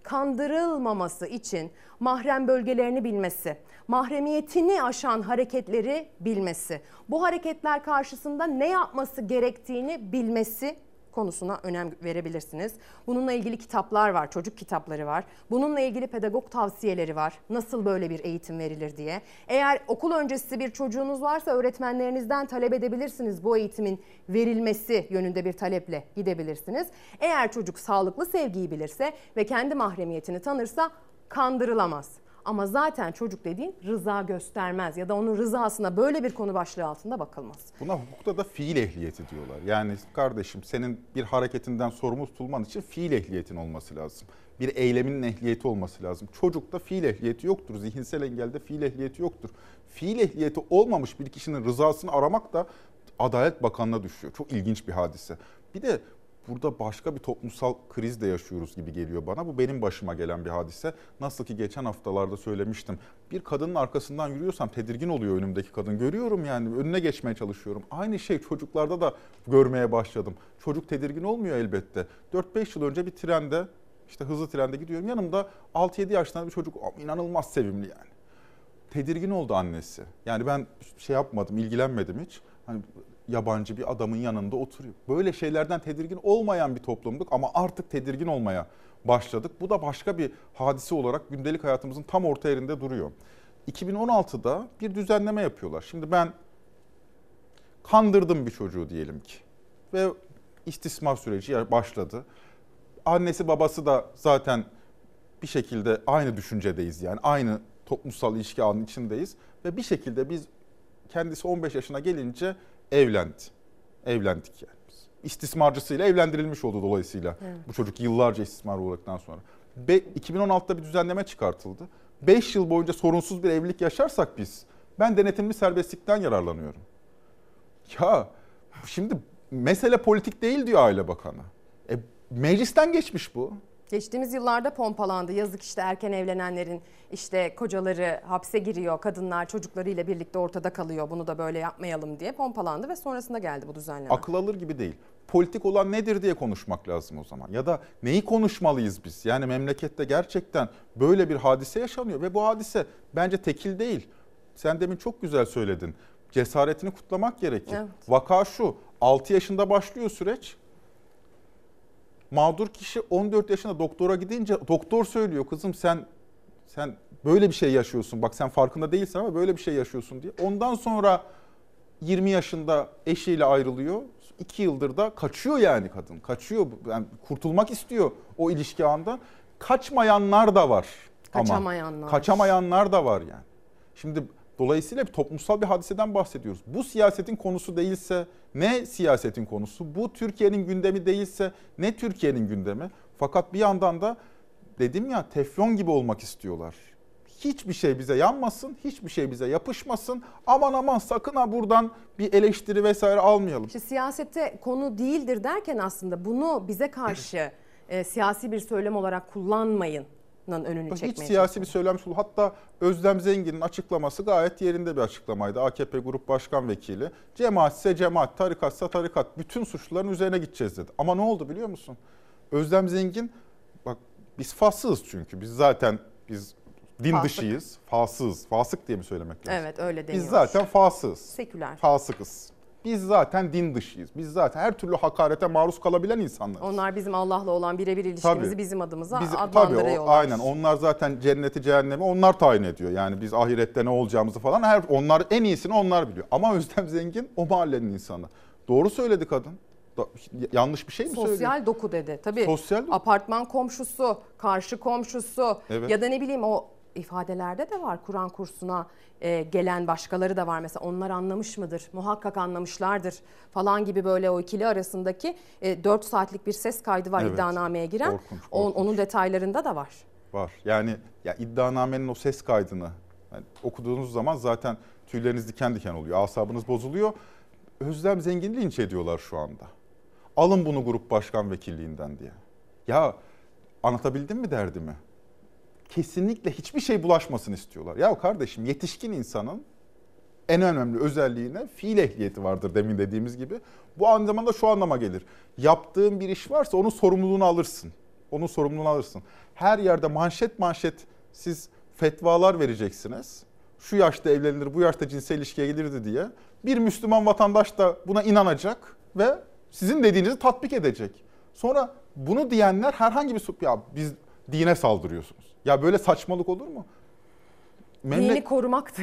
kandırılmaması için mahrem bölgelerini bilmesi, mahremiyetini aşan hareketleri bilmesi, bu hareketler karşısında ne yapması gerektiğini bilmesi konusuna önem verebilirsiniz. Bununla ilgili kitaplar var, çocuk kitapları var. Bununla ilgili pedagog tavsiyeleri var. Nasıl böyle bir eğitim verilir diye. Eğer okul öncesi bir çocuğunuz varsa öğretmenlerinizden talep edebilirsiniz. Bu eğitimin verilmesi yönünde bir taleple gidebilirsiniz. Eğer çocuk sağlıklı sevgiyi bilirse ve kendi mahremiyetini tanırsa kandırılamaz. Ama zaten çocuk dediğin rıza göstermez ya da onun rızasına böyle bir konu başlığı altında bakılmaz. Buna hukukta da fiil ehliyeti diyorlar. Yani kardeşim senin bir hareketinden sorumlu tutulman için fiil ehliyetin olması lazım. Bir eyleminin ehliyeti olması lazım. Çocukta fiil ehliyeti yoktur. Zihinsel engelde fiil ehliyeti yoktur. Fiil ehliyeti olmamış bir kişinin rızasını aramak da Adalet Bakanlığı'na düşüyor. Çok ilginç bir hadise. Bir de burada başka bir toplumsal kriz de yaşıyoruz gibi geliyor bana. Bu benim başıma gelen bir hadise. Nasıl ki geçen haftalarda söylemiştim. Bir kadının arkasından yürüyorsam tedirgin oluyor önümdeki kadın. Görüyorum yani, önüne geçmeye çalışıyorum. Aynı şey çocuklarda da görmeye başladım. Çocuk tedirgin olmuyor elbette. 4-5 yıl önce bir trende, işte hızlı trende gidiyorum. Yanımda 6-7 yaşlarında bir çocuk, inanılmaz sevimli yani. Tedirgin oldu annesi. Yani ben şey yapmadım, ilgilenmedim hiç. Hani yabancı bir adamın yanında oturuyor. Böyle şeylerden tedirgin olmayan bir toplumduk ama artık tedirgin olmaya başladık. Bu da başka bir hadise olarak gündelik hayatımızın tam orta yerinde duruyor. 2016'da bir düzenleme yapıyorlar. Şimdi ben kandırdım bir çocuğu diyelim ki ve istismar süreci başladı. Annesi babası da zaten bir şekilde aynı düşüncedeyiz, yani aynı toplumsal ilişki ağının içindeyiz ve bir şekilde biz kendisi 15 yaşına gelince evlendik yani. İstismarcısıyla evlendirilmiş oldu dolayısıyla. Evet. Bu çocuk yıllarca istismar uğradıktan sonra. 2016'da bir düzenleme çıkartıldı. 5 yıl boyunca sorunsuz bir evlilik yaşarsak biz, ben denetimli serbestlikten yararlanıyorum. Ya şimdi mesele politik değil diyor Aile Bakanı. Meclisten geçmiş bu. Geçtiğimiz yıllarda pompalandı. Yazık işte erken evlenenlerin işte kocaları hapse giriyor, kadınlar çocuklarıyla birlikte ortada kalıyor. Bunu da böyle yapmayalım diye pompalandı ve sonrasında geldi bu düzenleme. Akıl alır gibi değil. Politik olan nedir diye konuşmak lazım o zaman. Ya da neyi konuşmalıyız biz? Yani memlekette gerçekten böyle bir hadise yaşanıyor ve bu hadise bence tekil değil. Sen demin çok güzel söyledin. Cesaretini kutlamak gerekir. Evet. Vaka şu, 6 yaşında başlıyor süreç. Mağdur kişi 14 yaşında doktora gidince doktor söylüyor, kızım sen böyle bir şey yaşıyorsun. Bak sen farkında değilsin ama böyle bir şey yaşıyorsun diye. Ondan sonra 20 yaşında eşiyle ayrılıyor. 2 yıldır da kaçıyor yani kadın. Kaçıyor. Yani kurtulmak istiyor o ilişki ağından. Kaçmayanlar da var. Kaçamayanlar da var yani. Şimdi dolayısıyla bir toplumsal bir hadiseden bahsediyoruz. Bu siyasetin konusu değilse ne siyasetin konusu? Bu Türkiye'nin gündemi değilse ne Türkiye'nin gündemi? Fakat bir yandan da dedim ya, teflon gibi olmak istiyorlar. Hiçbir şey bize yanmasın, hiçbir şey bize yapışmasın. Aman sakın ha buradan bir eleştiri vesaire almayalım. İşte siyasete konu değildir derken aslında bunu bize karşı siyasi bir söylem olarak kullanmayın. Hiç siyasi bir söylem. Hatta Özlem Zengin'in açıklaması gayet yerinde bir açıklamaydı. AKP Grup Başkan Vekili. Cemaatse cemaat, tarikatsa tarikat. Bütün suçluların üzerine gideceğiz dedi. Ama ne oldu biliyor musun? Özlem Zengin, bak biz fasığız çünkü. Biz din dışıyız. Fasık diye mi söylemek lazım? Evet, öyle deniyor. Biz zaten fasığız. Seküler. Fasıkız. Biz zaten din dışıyız. Biz zaten her türlü hakarete maruz kalabilen insanlarız. Onlar bizim Allah'la olan birebir ilişkimizi bizim adımıza adlandırıyorlar. Aynen, onlar zaten cenneti cehennemi onlar tayin ediyor. Yani biz ahirette ne olacağımızı falan onlar en iyisini onlar biliyor. Ama Özlem Zengin o mahallenin insanı. Doğru söyledi kadın. Yanlış bir şey mi söyledi? Sosyal doku dedi. Tabii sosyal apartman komşusu, karşı komşusu, evet. Ya da ne bileyim o ifadelerde de var. Kur'an kursuna gelen başkaları da var. Mesela onlar anlamış mıdır? Muhakkak anlamışlardır falan gibi böyle o ikili arasındaki 4 saatlik bir ses kaydı var, evet. İddianameye giren. Korkunç. Onun detaylarında da var. Var. Yani ya iddianamenin o ses kaydını okuduğunuz zaman zaten tüyleriniz diken diken oluyor. Asabınız bozuluyor. Özlem Zengin'i linç ediyorlar şu anda. Alın bunu grup başkan vekilliğinden diye. Ya anlatabildim mi derdimi? Kesinlikle hiçbir şey bulaşmasın istiyorlar. Ya kardeşim, yetişkin insanın en önemli özelliğine fiil ehliyeti vardır demin dediğimiz gibi. Bu aynı zamanda şu anlama gelir. Yaptığın bir iş varsa onun sorumluluğunu alırsın. onun sorumluluğunu alırsın. Her yerde manşet siz fetvalar vereceksiniz. Şu yaşta evlenilir, bu yaşta cinsel ilişkiye gelirdi diye. Bir Müslüman vatandaş da buna inanacak ve sizin dediğinizi tatbik edecek. Sonra bunu diyenler herhangi bir ya biz dine saldırıyorsunuz. Ya böyle saçmalık olur mu? Dini korumaktır.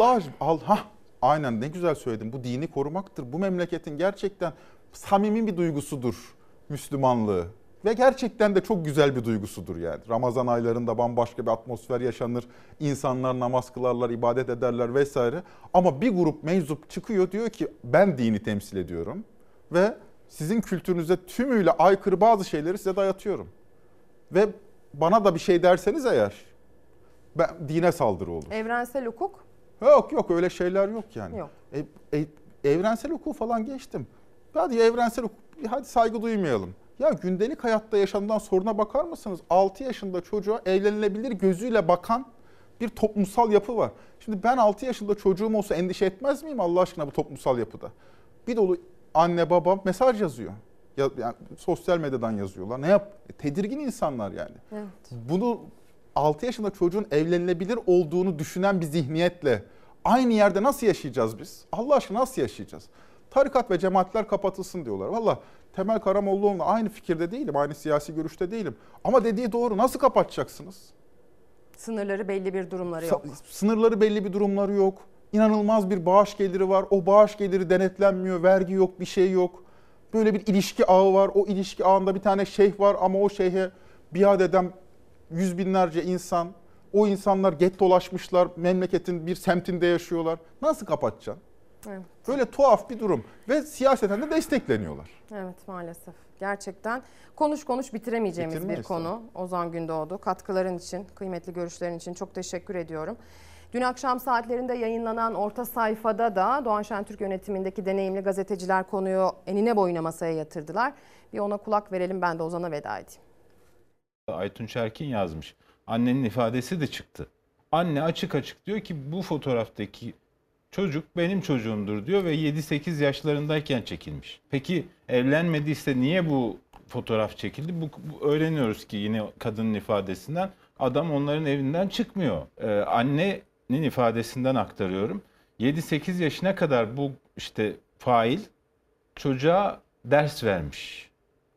Aynen ne güzel söyledin. Bu dini korumaktır. Bu memleketin gerçekten samimi bir duygusudur Müslümanlığı. Ve gerçekten de çok güzel bir duygusudur yani. Ramazan aylarında bambaşka bir atmosfer yaşanır. İnsanlar namaz kılarlar, ibadet ederler vesaire. Ama bir grup meczup çıkıyor diyor ki ben dini temsil ediyorum. Ve sizin kültürünüze tümüyle aykırı bazı şeyleri size dayatıyorum. Ve bana da bir şey derseniz eğer dine saldırı olur. Evrensel hukuk? Yok öyle şeyler yok yani. Yok. Evrensel hukuku falan geçtim. Hadi evrensel hukuk, hadi saygı duymayalım. Ya gündelik hayatta yaşanılan soruna bakar mısınız? 6 yaşında çocuğa evlenilebilir gözüyle bakan bir toplumsal yapı var. Şimdi ben 6 yaşında çocuğum olsa endişe etmez miyim Allah aşkına bu toplumsal yapıda? Bir dolu anne baba mesaj yazıyor. Yani sosyal medyadan yazıyorlar. Ne yap? Tedirgin insanlar yani. Evet. Bunu 6 yaşında çocuğun evlenilebilir olduğunu düşünen bir zihniyetle aynı yerde nasıl yaşayacağız biz? Allah aşkına nasıl yaşayacağız? Tarikat ve cemaatler kapatılsın diyorlar. Valla Temel Karamollaoğlu'na aynı fikirde değilim, aynı siyasi görüşte değilim. Ama dediği doğru. Nasıl kapatacaksınız? Sınırları belli bir durumları yok. Sınırları belli bir durumları yok. İnanılmaz bir bağış geliri var. O bağış geliri denetlenmiyor, vergi yok, bir şey yok. Böyle bir ilişki ağı var. O ilişki ağında bir tane şeyh var ama o şeyhe biat eden yüz binlerce insan. O insanlar gettolaşmışlar, memleketin bir semtinde yaşıyorlar. Nasıl kapatacaksın? Evet. Böyle tuhaf bir durum ve siyaseten de destekleniyorlar. Evet maalesef. Gerçekten konuş bitiremeyeceğimiz bir konu. Ozan Gündoğdu. Katkıların için, kıymetli görüşlerin için çok teşekkür ediyorum. Dün akşam saatlerinde yayınlanan Orta Sayfada da Doğan Şentürk yönetimindeki deneyimli gazeteciler konuyu enine boyuna masaya yatırdılar. Bir ona kulak verelim, ben de Ozan'a veda edeyim. Aytunç Erkin yazmış. Annenin ifadesi de çıktı. Anne açık diyor ki bu fotoğraftaki çocuk benim çocuğumdur diyor ve 7-8 yaşlarındayken çekilmiş. Peki evlenmediyse niye bu fotoğraf çekildi? Bu öğreniyoruz ki yine kadının ifadesinden adam onların evinden çıkmıyor. Annenin ifadesinden aktarıyorum. 7-8 yaşına kadar bu işte fail çocuğa ders vermiş.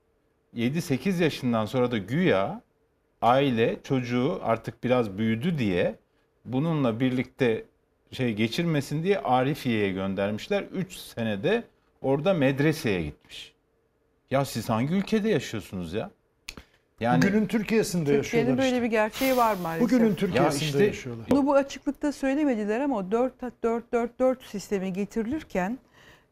7-8 yaşından sonra da güya aile çocuğu artık biraz büyüdü diye bununla birlikte geçirmesin diye Arifiye'ye göndermişler. 3 senede orada medreseye gitmiş. Ya siz hangi ülkede yaşıyorsunuz ya? Yani bugünün Türkiye'sinde yaşıyorlar. Türkiye'nin böyle bir gerçeği var maalesef. Bugünün Türkiye'sinde yaşıyorlar. Bunu bu açıklıkta söylemediler ama 4-4-4-4 sistemi getirilirken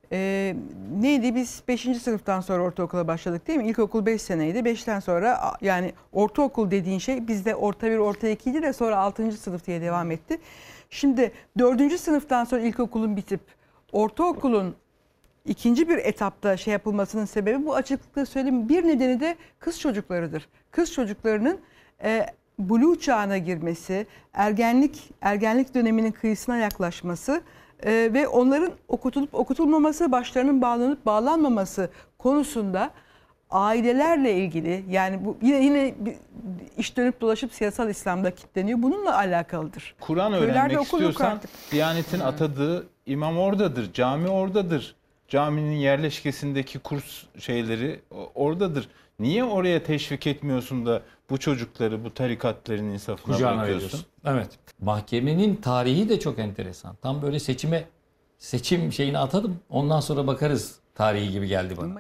neydi, biz 5. sınıftan sonra ortaokula başladık değil mi? İlkokul 5 seneydi. 5'ten sonra yani ortaokul dediğin şey bizde orta 1, orta 2'ydi de sonra 6. sınıf diye devam etti. Şimdi 4. sınıftan sonra ilkokulun bitip ortaokulun ikinci bir etapta yapılmasının sebebi bu açıklıkla söyleyeyim. Bir nedeni de kız çocuklarıdır. Kız çocuklarının buluğ çağına girmesi, ergenlik döneminin kıyısına yaklaşması ve onların okutulup okutulmaması, başlarının bağlanıp bağlanmaması konusunda ailelerle ilgili, yani bu yine iş dönüp dolaşıp siyasal İslam'da kilitleniyor. Bununla alakalıdır. Kur'an öğrenmek istiyorsan Diyanet'in atadığı imam oradadır, cami oradadır. Caminin yerleşkesindeki kurs şeyleri oradadır. Niye oraya teşvik etmiyorsun da bu çocukları bu tarikatların insafına bırakıyorsun? Evet. Mahkemenin tarihi de çok enteresan. Tam böyle seçim şeyini atalım. Ondan sonra bakarız tarihi gibi geldi bana.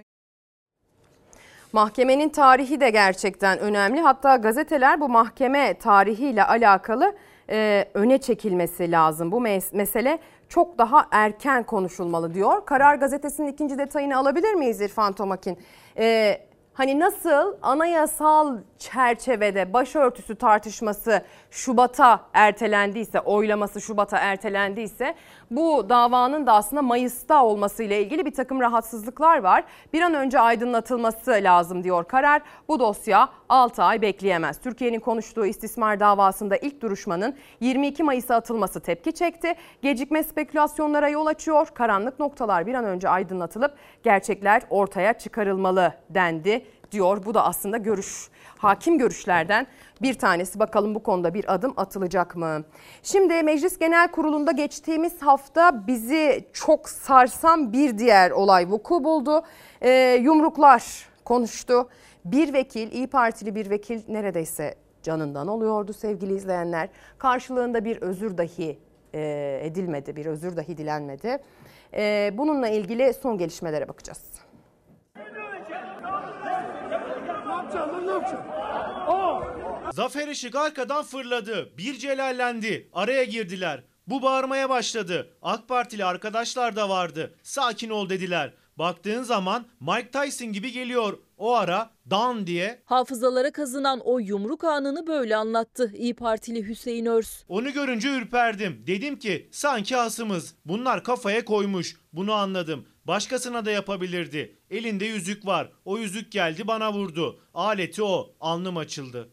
Mahkemenin tarihi de gerçekten önemli. Hatta gazeteler bu mahkeme tarihiyle alakalı öne çekilmesi lazım. Bu mesele çok daha erken konuşulmalı diyor. Karar Gazetesi'nin ikinci detayını alabilir miyiz İrfan Tomakin? Hani nasıl anayasal çerçevede başörtüsü tartışması Şubat'a ertelendiyse, oylaması Şubat'a ertelendiyse bu davanın da aslında Mayıs'ta olmasıyla ilgili bir takım rahatsızlıklar var. Bir an önce aydınlatılması lazım diyor karar. Bu dosya 6 ay bekleyemez. Türkiye'nin konuştuğu istismar davasında ilk duruşmanın 22 Mayıs'a atılması tepki çekti. Gecikme spekülasyonlara yol açıyor. Karanlık noktalar bir an önce aydınlatılıp gerçekler ortaya çıkarılmalı dendi diyor. Bu da aslında hakim görüşlerden bir tanesi. Bakalım bu konuda bir adım atılacak mı? Şimdi Meclis Genel Kurulu'nda geçtiğimiz hafta bizi çok sarsan bir diğer olay vuku buldu. Yumruklar konuştu. Bir vekil, İYİ Partili bir vekil neredeyse canından oluyordu sevgili izleyenler. Karşılığında bir özür dahi edilmedi, bir özür dahi dilenmedi. Bununla ilgili son gelişmelere bakacağız. Zafer Işık arkadan fırladı. Bir celallendi. Araya girdiler. Bu bağırmaya başladı. AK Partili arkadaşlar da vardı. Sakin ol dediler. Baktığın zaman Mike Tyson gibi geliyor. O ara dan diye. Hafızalara kazınan o yumruk anını böyle anlattı İYİ Partili Hüseyin Örs. Onu görünce ürperdim. Dedim ki sanki hasımız. Bunlar kafaya koymuş. Bunu anladım. Başkasına da yapabilirdi. Elinde yüzük var. O yüzük geldi bana vurdu. Aleti o. Alnım açıldı.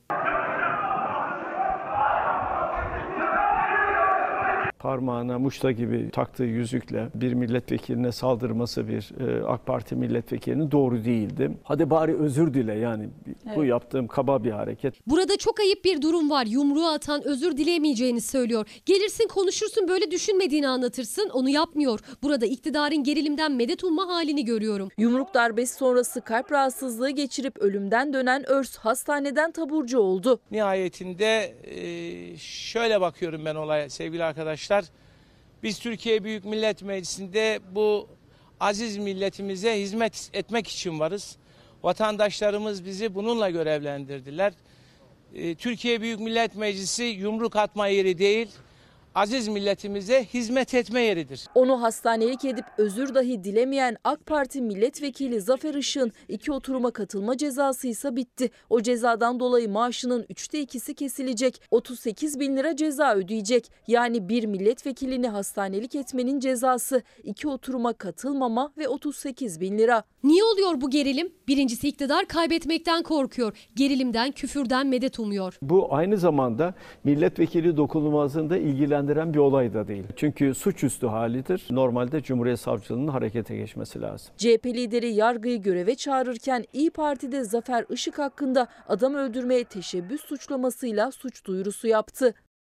Parmağına muşta gibi taktığı yüzükle bir milletvekiline saldırması bir AK Parti milletvekilinin doğru değildi. Hadi bari özür dile, yani bu yaptığım kaba bir hareket. Burada çok ayıp bir durum var. Yumruğu atan özür dileyemeyeceğini söylüyor. Gelirsin konuşursun, böyle düşünmediğini anlatırsın, onu yapmıyor. Burada iktidarın gerilimden medet umma halini görüyorum. Yumruk darbesi sonrası kalp rahatsızlığı geçirip ölümden dönen Örs hastaneden taburcu oldu. Nihayetinde şöyle bakıyorum ben olaya sevgili arkadaşlar. Biz Türkiye Büyük Millet Meclisi'nde bu aziz milletimize hizmet etmek için varız. Vatandaşlarımız bizi bununla görevlendirdiler. Türkiye Büyük Millet Meclisi yumruk atma yeri değil, aziz milletimize hizmet etme yeridir. Onu hastanelik edip özür dahi dilemeyen AK Parti milletvekili Zafer Işık'ın 2 oturuma katılma cezası ise bitti. O cezadan dolayı maaşının 3'te 2'si kesilecek. 38 bin lira ceza ödeyecek. Yani bir milletvekilini hastanelik etmenin cezası 2 oturuma katılmama ve 38 bin lira. Niye oluyor bu gerilim? Birincisi iktidar kaybetmekten korkuyor. Gerilimden, küfürden medet umuyor. Bu aynı zamanda milletvekili dokunulmazlığında ilgilendiren bir olay da değil. Çünkü suçüstü halidir. Normalde Cumhuriyet Savcılığı'nın harekete geçmesi lazım. CHP lideri yargıyı göreve çağırırken İYİ Parti'de Zafer Işık hakkında adam öldürmeye teşebbüs suçlamasıyla suç duyurusu yaptı.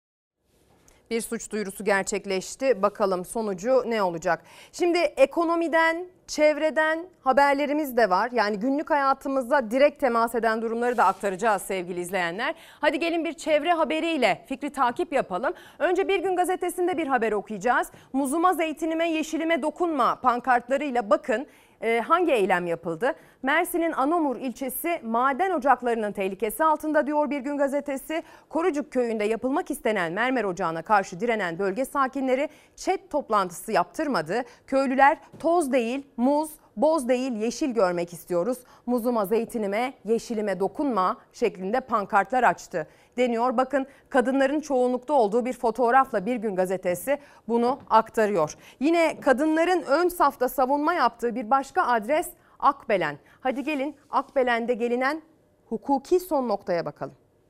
Bir suç duyurusu gerçekleşti. Bakalım sonucu ne olacak? Şimdi ekonomiden, çevreden haberlerimiz de var. Yani günlük hayatımıza direkt temas eden durumları da aktaracağız sevgili izleyenler. Hadi gelin bir çevre haberiyle fikri takip yapalım. Önce Bir Gün Gazetesi'nde bir haber okuyacağız. Muzuma, zeytinime, yeşilime dokunma pankartlarıyla bakın hangi eylem yapıldı? Mersin'in Anamur ilçesi maden ocaklarının tehlikesi altında diyor Bir Gün Gazetesi. Korucuk köyünde yapılmak istenen mermer ocağına karşı direnen bölge sakinleri chat toplantısı yaptırmadı. Köylüler toz değil, muz, boz değil, yeşil görmek istiyoruz. Muzuma, zeytinime, yeşilime dokunma şeklinde pankartlar açtı deniyor. Bakın kadınların çoğunlukta olduğu bir fotoğrafla Bir Gün Gazetesi bunu aktarıyor. Yine kadınların ön safta savunma yaptığı bir başka adres Akbelen. Hadi gelin Akbelen'de gelinen hukuki son noktaya bakalım.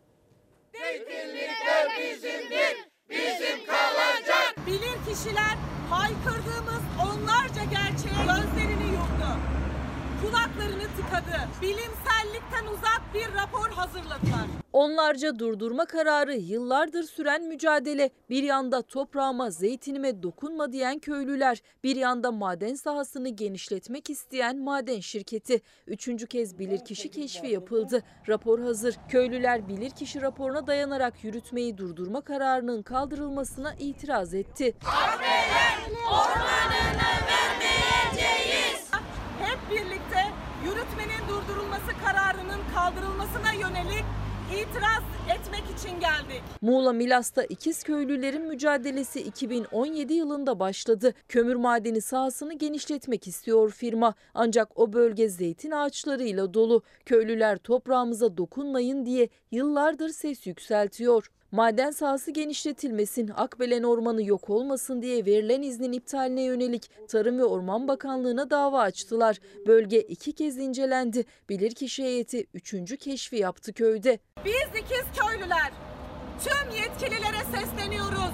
Zeytinlikler bizimdir, bizim kalacak. Bilir kişiler haykırdığımız onlarca gerçeğe gözlerini yumdu. Kulaklarını tıkadı. Bilimsellikten uzak bir rapor hazırladılar. Onlarca durdurma kararı, yıllardır süren mücadele. Bir yanda toprağıma, zeytinime dokunma diyen köylüler, bir yanda maden sahasını genişletmek isteyen maden şirketi. 3. kez bilirkişi keşfi yapıldı. Rapor hazır. Köylüler bilirkişi raporuna dayanarak yürütmeyi durdurma kararının kaldırılmasına itiraz etti. Akbelen ormanını vermeyeceğiz. Hep birlikte yürütmenin durdurulması kararının kaldırılmasına yönelik itiraz etmek için geldik. Muğla Milas'ta İkizköylülerin mücadelesi 2017 yılında başladı. Kömür madeni sahasını genişletmek istiyor firma. Ancak o bölge zeytin ağaçlarıyla dolu. Köylüler toprağımıza dokunmayın diye yıllardır ses yükseltiyor. Maden sahası genişletilmesin, Akbelen Ormanı yok olmasın diye verilen iznin iptaline yönelik Tarım ve Orman Bakanlığı'na dava açtılar. Bölge 2 kez incelendi. Bilirkişi heyeti 3. keşfi yaptı köyde. Biz İkizköylüler tüm yetkililere sesleniyoruz.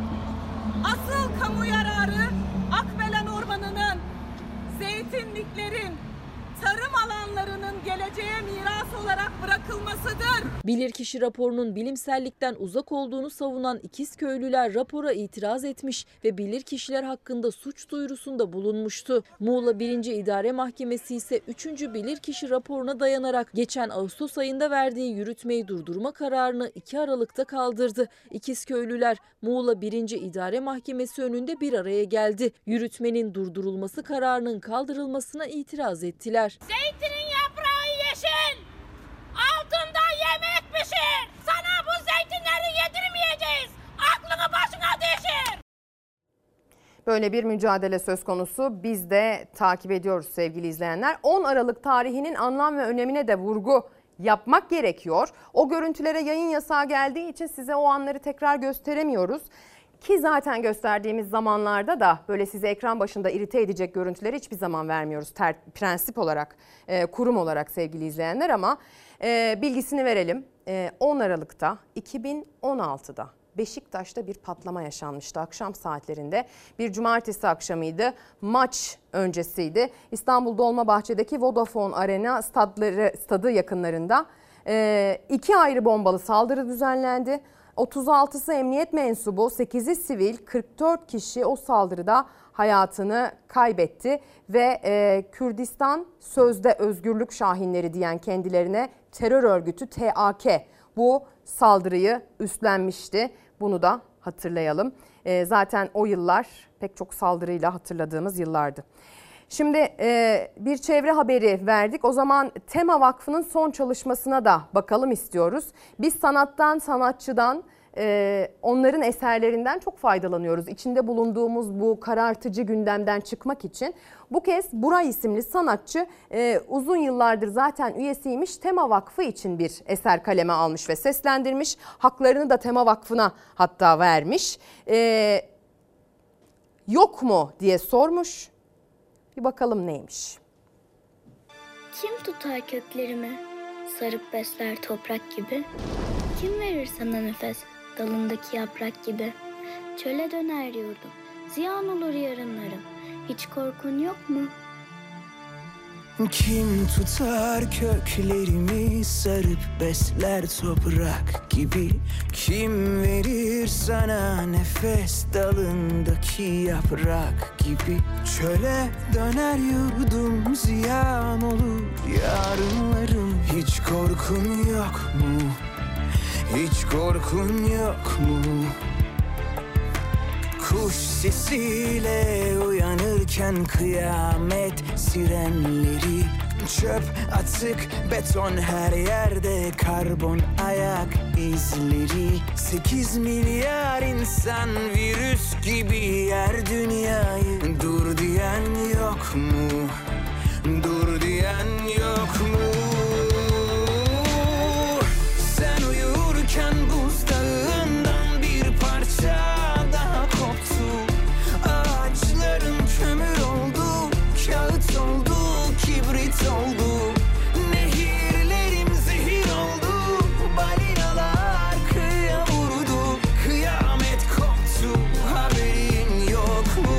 Asıl kamu yararı Akbelen Ormanı'nın, zeytinliklerin, tarım alanlarının geleceğe miras olarak bırakılmasıdır. Bilirkişi raporunun bilimsellikten uzak olduğunu savunan İkizköylüler rapora itiraz etmiş ve bilirkişiler hakkında suç duyurusunda bulunmuştu. Muğla 1. İdare Mahkemesi ise 3. bilirkişi raporuna dayanarak geçen Ağustos ayında verdiği yürütmeyi durdurma kararını 2 Aralık'ta kaldırdı. İkizköylüler Muğla 1. İdare Mahkemesi önünde bir araya geldi. Yürütmenin durdurulması kararının kaldırılmasına itiraz ettiler. Zeytinin yaprağı yeşil, altında yemek pişir. Sana bu zeytinleri yedirmeyeceğiz. Aklını başına devşir. Böyle bir mücadele söz konusu. Biz de takip ediyoruz sevgili izleyenler. 10 Aralık tarihinin anlam ve önemine de vurgu yapmak gerekiyor. O görüntülere yayın yasağı geldiği için size o anları tekrar gösteremiyoruz. Ki zaten gösterdiğimiz zamanlarda da böyle sizi ekran başında irite edecek görüntüleri hiçbir zaman vermiyoruz. Prensip olarak, kurum olarak sevgili izleyenler, ama bilgisini verelim. 10 Aralık'ta 2016'da Beşiktaş'ta bir patlama yaşanmıştı akşam saatlerinde. Bir cumartesi akşamıydı. Maç öncesiydi. İstanbul Dolmabahçe'deki Vodafone Arena stadı yakınlarında 2 ayrı bombalı saldırı düzenlendi. 36'sı emniyet mensubu, 8'i sivil, 44 kişi o saldırıda hayatını kaybetti ve Kürdistan Sözde Özgürlük Şahinleri diyen kendilerine terör örgütü TAK bu saldırıyı üstlenmişti. Bunu da hatırlayalım. Zaten o yıllar pek çok saldırıyla hatırladığımız yıllardı. Şimdi bir çevre haberi verdik. O zaman Tema Vakfı'nın son çalışmasına da bakalım istiyoruz. Biz sanattan, sanatçıdan, onların eserlerinden çok faydalanıyoruz. İçinde bulunduğumuz bu karartıcı gündemden çıkmak için. Bu kez Buray isimli sanatçı uzun yıllardır zaten üyesiymiş. Tema Vakfı için bir eser kaleme almış ve seslendirmiş. Haklarını da Tema Vakfı'na hatta vermiş. Yok mu diye sormuş. Bir bakalım neymiş. Kim tutar köklerimi, sarıp besler toprak gibi? Kim verir sana nefes, dalındaki yaprak gibi? Çöle döner yurdum, ziyan olur yarınlarım. Hiç korkun yok mu? Kim tutar köklerimi, sarıp besler toprak gibi? Kim verir sana nefes, dalındaki yaprak gibi? Çöle döner yurdum, ziyan olur yarınlarım. Hiç korkun yok mu? Hiç korkun yok mu? Kuş sesiyle uyanırken kıyamet sirenleri, çöp atık beton her yerde, karbon ayak izleri. 8 milyar insan virüs gibi yer dünyayı. Dur diyen yok mu? Dur diyen yok mu? Sen uyurken buzdağından bir parça daha koptu. Ağaçların kömür oldu, kağıt oldu, kibrit oldu. Nehirlerim zehir oldu, balinalar kıyıya vurdu. Kıyamet koptu, haberin yok mu?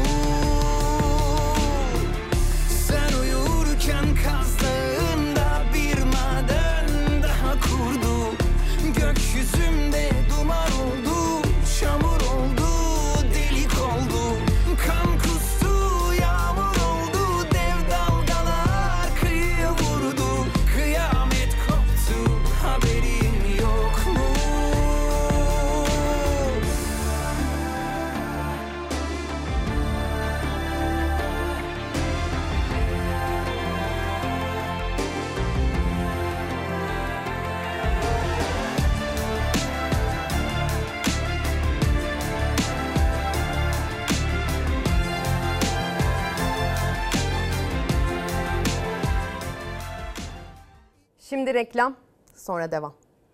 Sen uyurken Kaz Dağı'nda bir maden daha kurdu. Gökyüzümde duman oldu, çamur oldu, delik oldu. Kan kustu, yağmur oldu, dev dalgalar kıyıya vurdu. Kıyamet koptu, haberin yok mu? Şimdi reklam, sonra devam.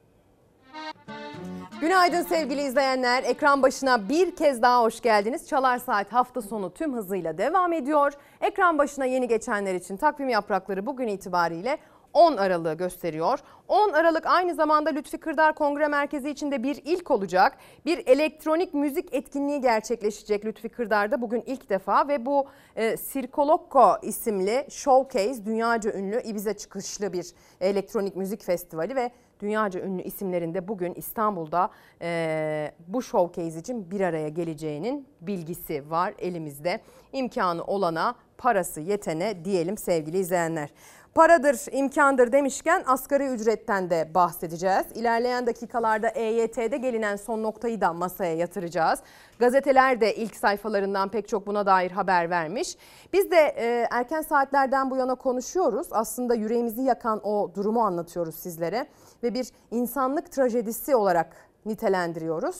Günaydın sevgili izleyenler. Ekran başına bir kez daha hoş geldiniz. Çalar Saat hafta sonu tüm hızıyla devam ediyor. Ekran başına yeni geçenler için takvim yaprakları bugün itibariyle 10 Aralık'ı gösteriyor. 10 Aralık aynı zamanda Lütfi Kırdar Kongre Merkezi içinde bir ilk olacak. Bir elektronik müzik etkinliği gerçekleşecek Lütfi Kırdar'da bugün ilk defa ve bu Circolocco isimli showcase dünyaca ünlü Ibiza çıkışlı bir elektronik müzik festivali ve dünyaca ünlü isimlerin de bugün İstanbul'da bu showcase için bir araya geleceğinin bilgisi var elimizde. İmkanı olana, parası yetene diyelim sevgili izleyenler. Paradır, imkandır demişken asgari ücretten de bahsedeceğiz. İlerleyen dakikalarda EYT'de gelinen son noktayı da masaya yatıracağız. Gazeteler de ilk sayfalarından pek çok buna dair haber vermiş. Biz de erken saatlerden bu yana konuşuyoruz. Aslında yüreğimizi yakan o durumu anlatıyoruz sizlere. Ve bir insanlık trajedisi olarak nitelendiriyoruz.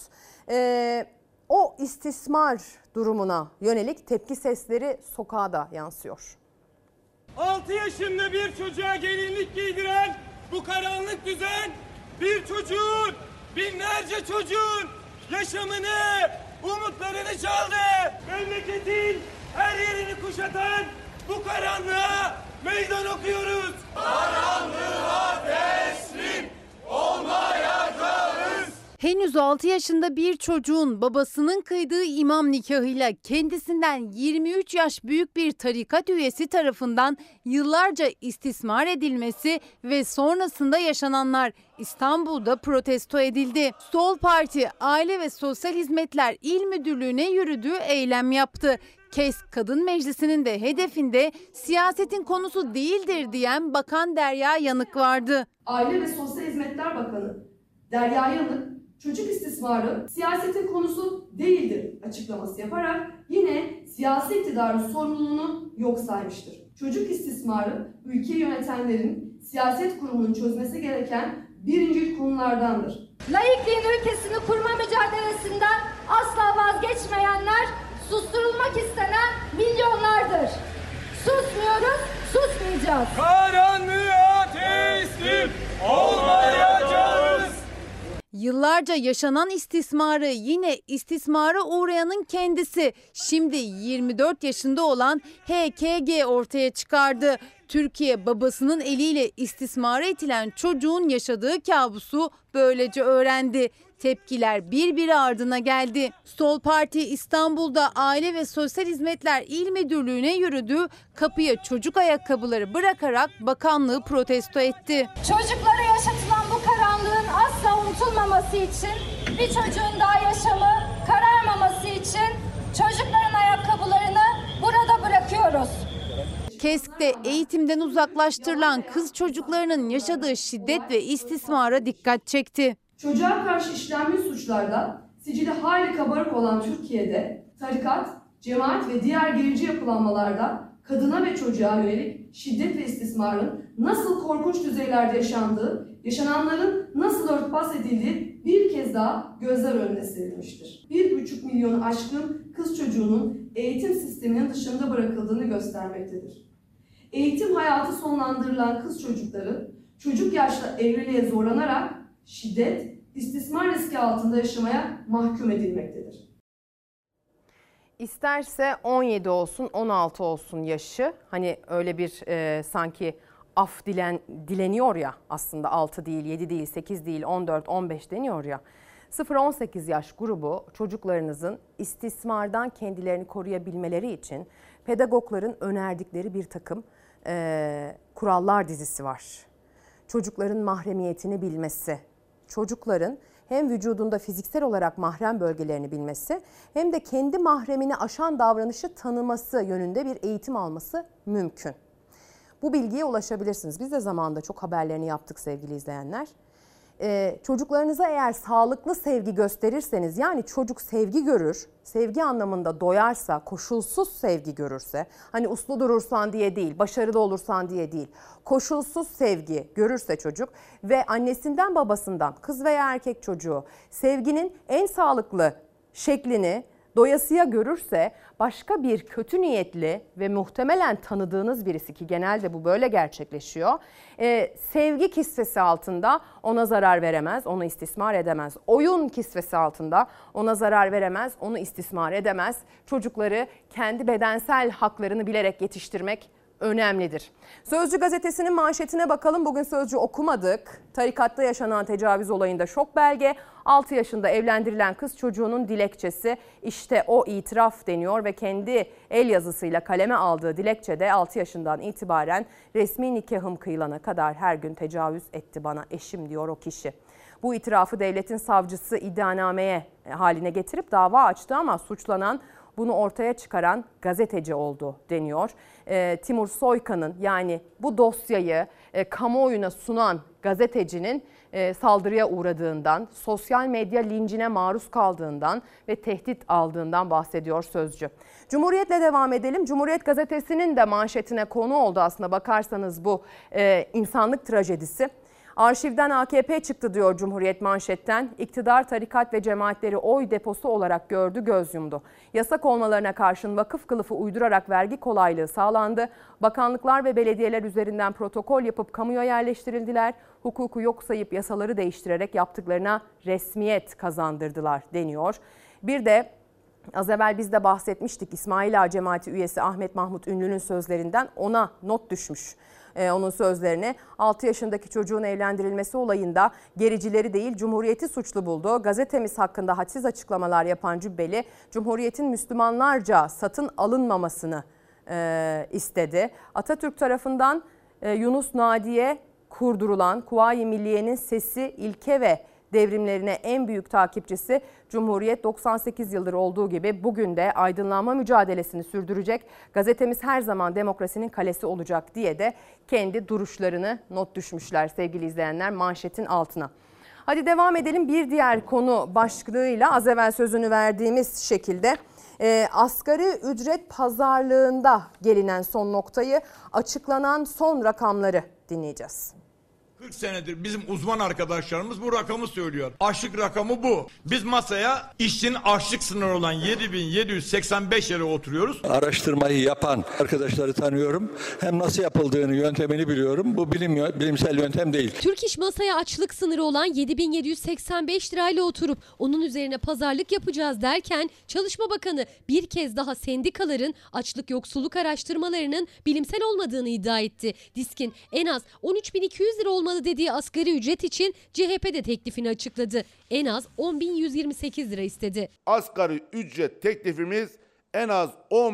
O istismar durumuna yönelik tepki sesleri sokağa da yansıyor. 6 yaşında bir çocuğa gelinlik giydiren bu karanlık düzen bir çocuğun, binlerce çocuğun yaşamını, umutlarını çaldı. Memleketin her yerini kuşatan bu karanlığa meydan okuyoruz. Karanlığa teslim olmayacağız. Henüz 6 yaşında bir çocuğun babasının kıydığı imam nikahıyla kendisinden 23 yaş büyük bir tarikat üyesi tarafından yıllarca istismar edilmesi ve sonrasında yaşananlar İstanbul'da protesto edildi. Sol Parti Aile ve Sosyal Hizmetler İl Müdürlüğü'ne yürüdüğü eylem yaptı. KESK Kadın Meclisi'nin de hedefinde siyasetin konusu değildir diyen Bakan Derya Yanık vardı. Aile ve Sosyal Hizmetler Bakanı Derya Yanık, çocuk istismarı siyasetin konusu değildir açıklaması yaparak yine siyasi iktidarın sorumluluğunu yok saymıştır. Çocuk istismarı ülkeyi yönetenlerin siyaset kurumunun çözmesi gereken birincil konulardandır. Laikliğin ülkesini kurma mücadelesinden asla vazgeçmeyenler, susturulmak istenen milyonlardır. Susmuyoruz, susmayacağız. Karanlığa teslim olmayacağız. Yıllarca yaşanan istismarı yine istismara uğrayanın kendisi şimdi 24 yaşında olan HKG ortaya çıkardı. Türkiye babasının eliyle istismara itilen çocuğun yaşadığı kabusu böylece öğrendi. Tepkiler birbiri ardına geldi. Sol Parti İstanbul'da Aile ve Sosyal Hizmetler İl Müdürlüğü'ne yürüdü. Kapıya çocuk ayakkabıları bırakarak bakanlığı protesto etti. Çocuklara yaşatılan bu karanlığın asla unutulmaması için, bir çocuğun daha yaşamı kararmaması için çocukların ayakkabılarını burada bırakıyoruz. KESK'te eğitimden uzaklaştırılan kız çocuklarının yaşadığı şiddet ve istismara dikkat çekti. Çocuğa karşı işlenmiş suçlarda sicili hayli kabarık olan Türkiye'de tarikat, cemaat ve diğer gerici yapılanmalarda kadına ve çocuğa yönelik şiddet ve istismarın nasıl korkunç düzeylerde yaşandığı, yaşananların nasıl örtbas edildiği bir kez daha gözler önüne serilmiştir. 1,5 milyonu aşkın kız çocuğunun eğitim sisteminin dışında bırakıldığını göstermektedir. Eğitim hayatı sonlandırılan kız çocukları çocuk yaşta evliliğe zorlanarak şiddet, istismar riski altında yaşamaya mahkum edilmektedir. İsterse 17 olsun, 16 olsun yaşı. Hani öyle bir sanki af dileniyor ya, aslında 6 değil, 7 değil, 8 değil, 14, 15 deniyor ya. 0-18 yaş grubu çocuklarınızın istismardan kendilerini koruyabilmeleri için pedagogların önerdikleri bir takım kurallar dizisi var. Çocukların mahremiyetini bilmesi, çocukların hem vücudunda fiziksel olarak mahrem bölgelerini bilmesi hem de kendi mahremini aşan davranışı tanıması yönünde bir eğitim alması mümkün. Bu bilgiye ulaşabilirsiniz. Biz de zamanında çok haberlerini yaptık sevgili izleyenler. Çocuklarınıza eğer sağlıklı sevgi gösterirseniz, yani çocuk sevgi görür, sevgi anlamında doyarsa, koşulsuz sevgi görürse, hani uslu durursan diye değil, başarılı olursan diye değil, koşulsuz sevgi görürse çocuk ve annesinden babasından, kız veya erkek çocuğu sevginin en sağlıklı şeklini doyasıya görürse, başka bir kötü niyetli ve muhtemelen tanıdığınız birisi, ki genelde bu böyle gerçekleşiyor, sevgi kisvesi altında ona zarar veremez, onu istismar edemez. Oyun kisvesi altında ona zarar veremez, onu istismar edemez. Çocukları kendi bedensel haklarını bilerek yetiştirmek önemlidir. Sözcü gazetesinin manşetine bakalım. Bugün Sözcü okumadık. Tarikatta yaşanan tecavüz olayında şok belge. 6 yaşında evlendirilen kız çocuğunun dilekçesi. İşte o itiraf deniyor ve kendi el yazısıyla kaleme aldığı dilekçede 6 yaşından itibaren resmi nikahım kıyılana kadar her gün tecavüz etti bana eşim diyor o kişi. Bu itirafı devletin savcısı iddianameye haline getirip dava açtı ama suçlanan bunu ortaya çıkaran gazeteci oldu deniyor. Timur Soykan'ın yani bu dosyayı kamuoyuna sunan gazetecinin saldırıya uğradığından, sosyal medya lincine maruz kaldığından ve tehdit aldığından bahsediyor Sözcü. Cumhuriyet'le devam edelim. Cumhuriyet gazetesinin de manşetine konu oldu aslında bakarsanız bu insanlık trajedisi. Arşivden AKP çıktı diyor Cumhuriyet manşetten. İktidar tarikat ve cemaatleri oy deposu olarak gördü, göz yumdu. Yasak olmalarına karşın vakıf kılıfı uydurarak vergi kolaylığı sağlandı. Bakanlıklar ve belediyeler üzerinden protokol yapıp kamuya yerleştirildiler. Hukuku yok sayıp yasaları değiştirerek yaptıklarına resmiyet kazandırdılar deniyor. Bir de az evvel biz de bahsetmiştik İsmail Ağa Cemaati üyesi Ahmet Mahmut Ünlü'nün sözlerinden ona not düşmüş. Onun sözlerini 6 yaşındaki çocuğun evlendirilmesi olayında gericileri değil Cumhuriyeti suçlu buldu. Gazetemiz hakkında hadsiz açıklamalar yapan Cübbeli, Cumhuriyet'in Müslümanlarca satın alınmamasını istedi. Atatürk tarafından Yunus Nadi'ye kurdurulan Kuvayi Milliye'nin sesi, ilke ve devrimlerine en büyük takipçisi Cumhuriyet 98 yıldır olduğu gibi bugün de aydınlanma mücadelesini sürdürecek. Gazetemiz her zaman demokrasinin kalesi olacak diye de kendi duruşlarını not düşmüşler sevgili izleyenler manşetin altına. Hadi devam edelim bir diğer konu başlığıyla az evvel sözünü verdiğimiz şekilde asgari ücret pazarlığında gelinen son noktayı açıklanan son rakamları dinleyeceğiz. 40 senedir bizim uzman arkadaşlarımız bu rakamı söylüyor. Açlık rakamı bu. Biz masaya işçinin açlık sınırı olan 7.785 lira oturuyoruz. Araştırmayı yapan arkadaşları tanıyorum. Hem nasıl yapıldığını, yöntemini biliyorum. Bu bilimsel yöntem değil. Türk İş masaya açlık sınırı olan 7.785 lirayla oturup onun üzerine pazarlık yapacağız derken Çalışma Bakanı bir kez daha sendikaların açlık yoksulluk araştırmalarının bilimsel olmadığını iddia etti. DİSK'in en az 13.200 lira olmalı dediği asgari ücret için CHP de teklifini açıkladı. En az 10.128 lira istedi. Asgari ücret teklifimiz en az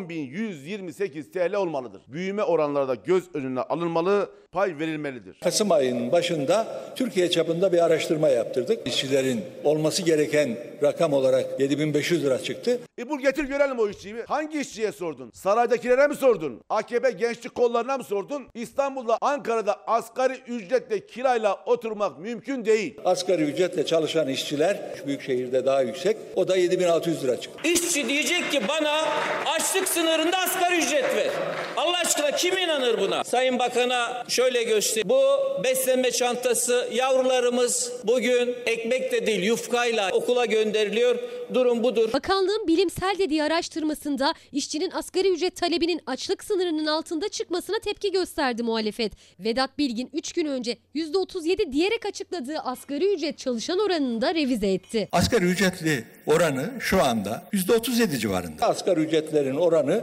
10.128 TL olmalıdır. Büyüme oranları da göz önüne alınmalı, pay verilmelidir. Kasım ayının başında Türkiye çapında bir araştırma yaptırdık. İşçilerin olması gereken rakam olarak 7.500 lira çıktı. Bul getir görelim o işçiyi. Hangi işçiye sordun? Saraydakilere mi sordun? AKP gençlik kollarına mı sordun? İstanbul'da, Ankara'da asgari ücretle kirayla oturmak mümkün değil. Asgari ücretle çalışan işçiler büyük şehirde daha yüksek. O da 7.600 lira çıktı. İşçi diyecek ki bana açlık sınırında asgari ücret ver. Allah aşkına kim inanır buna? Sayın Bakan'a şöyle göster. Bu beslenme çantası yavrularımız bugün ekmek de değil yufkayla okula gönderiliyor. Durum budur. Bakanlığın bilimsel dediği araştırmasında işçinin asgari ücret talebinin açlık sınırının altında çıkmasına tepki gösterdi muhalefet. Vedat Bilgin 3 gün önce %37 diyerek açıkladığı asgari ücret çalışan oranını da revize etti. Asgari ücretli oranı şu anda %37 civarında. Asgari ücretlerin oranı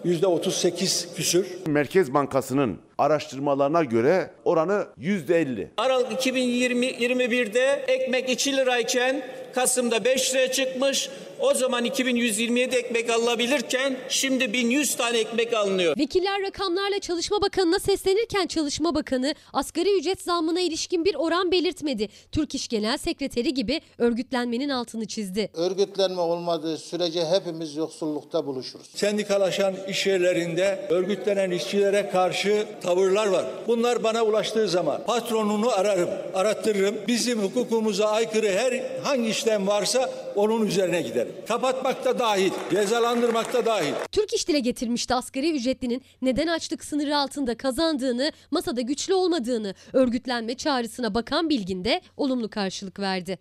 %38 küsür. Merkez Bankası'nın araştırmalarına göre oranı %50. Aralık 2021'de ekmek 2 lirayken Kasım'da 5 liraya çıkmış. O zaman 2127 ekmek alınabilirken şimdi 1100 tane ekmek alınıyor. Vekiller rakamlarla Çalışma Bakanı'na seslenirken Çalışma Bakanı asgari ücret zammına ilişkin bir oran belirtmedi. Türk İş Genel Sekreteri gibi örgütlenmenin altını çizdi. Örgütlenme olmadığı sürece hepimiz yoksullukta buluşuruz. Sendikalaşan iş yerlerinde örgütlenen işçilere karşı tavırlar var. Bunlar bana ulaştığı zaman patronunu ararım, arattırırım. Bizim hukukumuza aykırı hangi işlem varsa onun üzerine giderim. Kapatmak da dahil, cezalandırmak da dahil. Türk İş dile getirmişti asgari ücretlinin neden açlık sınırı altında kazandığını, masada güçlü olmadığını, örgütlenme çağrısına Bakan Bilgin de olumlu karşılık verdi.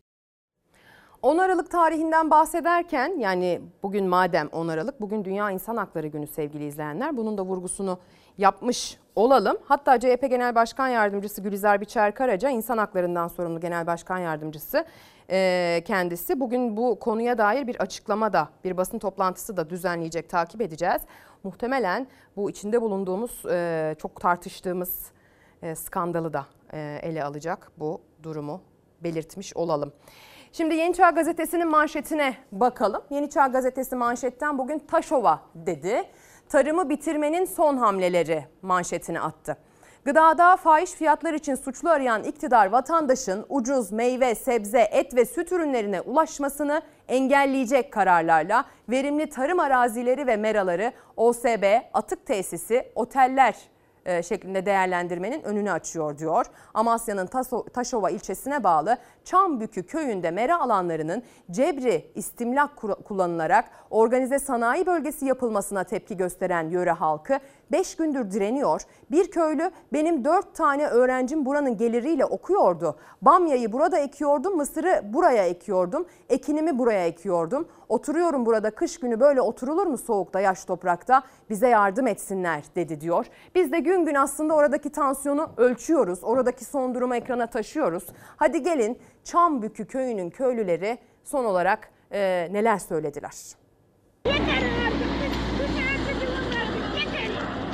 10 Aralık tarihinden bahsederken yani bugün madem 10 Aralık bugün Dünya İnsan Hakları Günü sevgili izleyenler. Bunun da vurgusunu yapmış olalım. Hatta CHP Genel Başkan Yardımcısı Gülizar Biçer Karaca, İnsan Haklarından sorumlu Genel Başkan Yardımcısı kendisi. Bugün bu konuya dair bir açıklama da, bir basın toplantısı da düzenleyecek, takip edeceğiz. Muhtemelen bu içinde bulunduğumuz çok tartıştığımız skandalı da ele alacak, bu durumu belirtmiş olalım. Şimdi Yeni Çağ Gazetesi'nin manşetine bakalım. Yeni Çağ Gazetesi manşetten bugün Taşova dedi. Tarımı bitirmenin son hamleleri manşetini attı. Gıdada fahiş fiyatlar için suçlu arayan iktidar vatandaşın ucuz meyve, sebze, et ve süt ürünlerine ulaşmasını engelleyecek kararlarla verimli tarım arazileri ve meraları OSB, atık tesisi, oteller şeklinde değerlendirmenin önünü açıyor diyor. Amasya'nın Taşova ilçesine bağlı Çambükü köyünde mera alanlarının cebri istimlak kullanılarak organize sanayi bölgesi yapılmasına tepki gösteren yöre halkı 5 gündür direniyor. Bir köylü benim 4 tane öğrencim buranın geliriyle okuyordu. Bamyayı burada ekiyordum, mısırı buraya ekiyordum, ekinimi buraya ekiyordum. Oturuyorum burada, kış günü böyle oturulur mu soğukta, yaş toprakta, bize yardım etsinler dedi diyor. Biz de gün gün aslında oradaki tansiyonu ölçüyoruz. Oradaki son durumu ekrana taşıyoruz. Hadi gelin Çambükü köyünün köylüleri son olarak neler söylediler? Yeter artık. Yeter.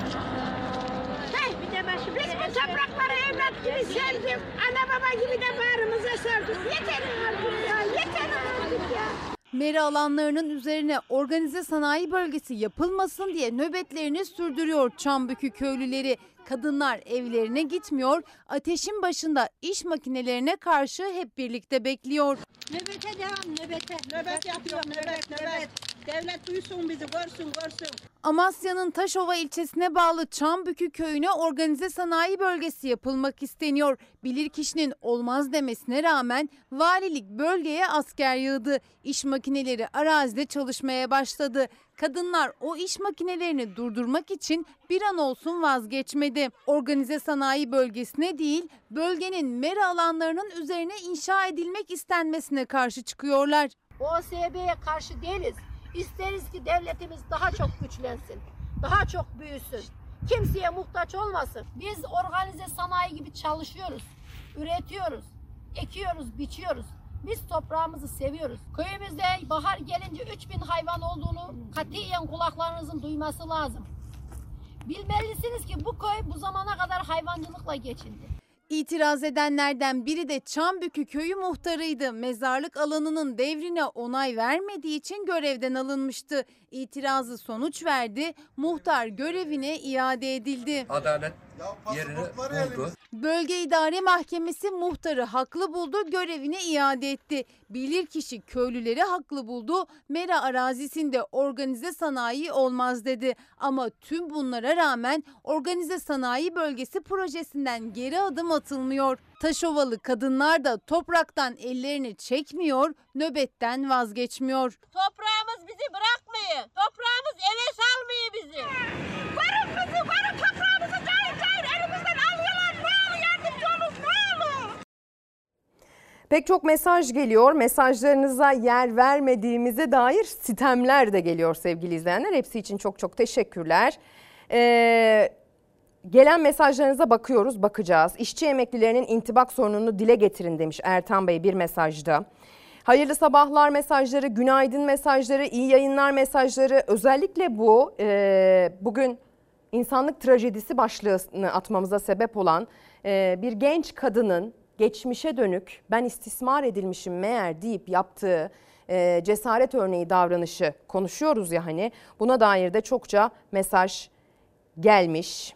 Bir de başı. Biz bu toprakları evlat gibi sevdim. Ana baba gibi de bağrımıza sardık. Yeter artık ya. Yeter artık ya. Mera alanlarının üzerine organize sanayi bölgesi yapılmasın diye nöbetlerini sürdürüyor Çambükü köylüleri. Kadınlar evlerine gitmiyor, ateşin başında iş makinelerine karşı hep birlikte bekliyor. Nöbete devam, nöbete. Nöbet yapıyor, nöbet. Devlet duysun bizi, görsün. Amasya'nın Taşova ilçesine bağlı Çambükü köyüne organize sanayi bölgesi yapılmak isteniyor. Bilirkişinin olmaz demesine rağmen valilik bölgeye asker yığdı. İş makineleri arazide çalışmaya başladı. Kadınlar o iş makinelerini durdurmak için bir an olsun vazgeçmedi. Organize sanayi bölgesine değil, bölgenin mera alanlarının üzerine inşa edilmek istenmesine karşı çıkıyorlar. OSB'ye karşı değiliz. İsteriz ki devletimiz daha çok güçlensin, daha çok büyüsün, kimseye muhtaç olmasın. Biz organize sanayi gibi çalışıyoruz, üretiyoruz, ekiyoruz, biçiyoruz. Biz toprağımızı seviyoruz. Köyümüzde bahar gelince 3000 hayvan olduğunu katiyen kulaklarınızın duyması lazım. Bilmelisiniz ki bu köy bu zamana kadar hayvancılıkla geçindi. İtiraz edenlerden biri de Çambükü köyü muhtarıydı. Mezarlık alanının devrine onay vermediği için görevden alınmıştı. İtirazı sonuç verdi. Muhtar görevine iade edildi. Adalet yerini buldu. Bölge İdare Mahkemesi muhtarı haklı buldu, görevine iade etti. Bilirkişi köylüleri haklı buldu. Mera arazisinde organize sanayi olmaz dedi. Ama tüm bunlara rağmen organize sanayi bölgesi projesinden geri adım atılmıyor. Taşovalı kadınlar da topraktan ellerini çekmiyor, nöbetten vazgeçmiyor. Toprağımız bizi bırakmıyor. Toprağımız eve salmıyor bizi. Varın bizi, varın toprağımızı cayır elimizden alıyorlar. Ne olur yardımcı olun, ne olur. Pek çok mesaj geliyor. Mesajlarınıza yer vermediğimize dair sitemler de geliyor sevgili izleyenler. Hepsi için çok çok teşekkürler. Gelen mesajlarınıza bakacağız. İşçi emeklilerinin intibak sorununu dile getirin demiş Ertan Bey bir mesajda. Hayırlı sabahlar mesajları, günaydın mesajları, iyi yayınlar mesajları. Özellikle bu bugün insanlık trajedisi başlığını atmamıza sebep olan bir genç kadının geçmişe dönük ben istismar edilmişim meğer deyip yaptığı cesaret örneği davranışı konuşuyoruz ya hani. Buna dair de çokça mesaj gelmiş.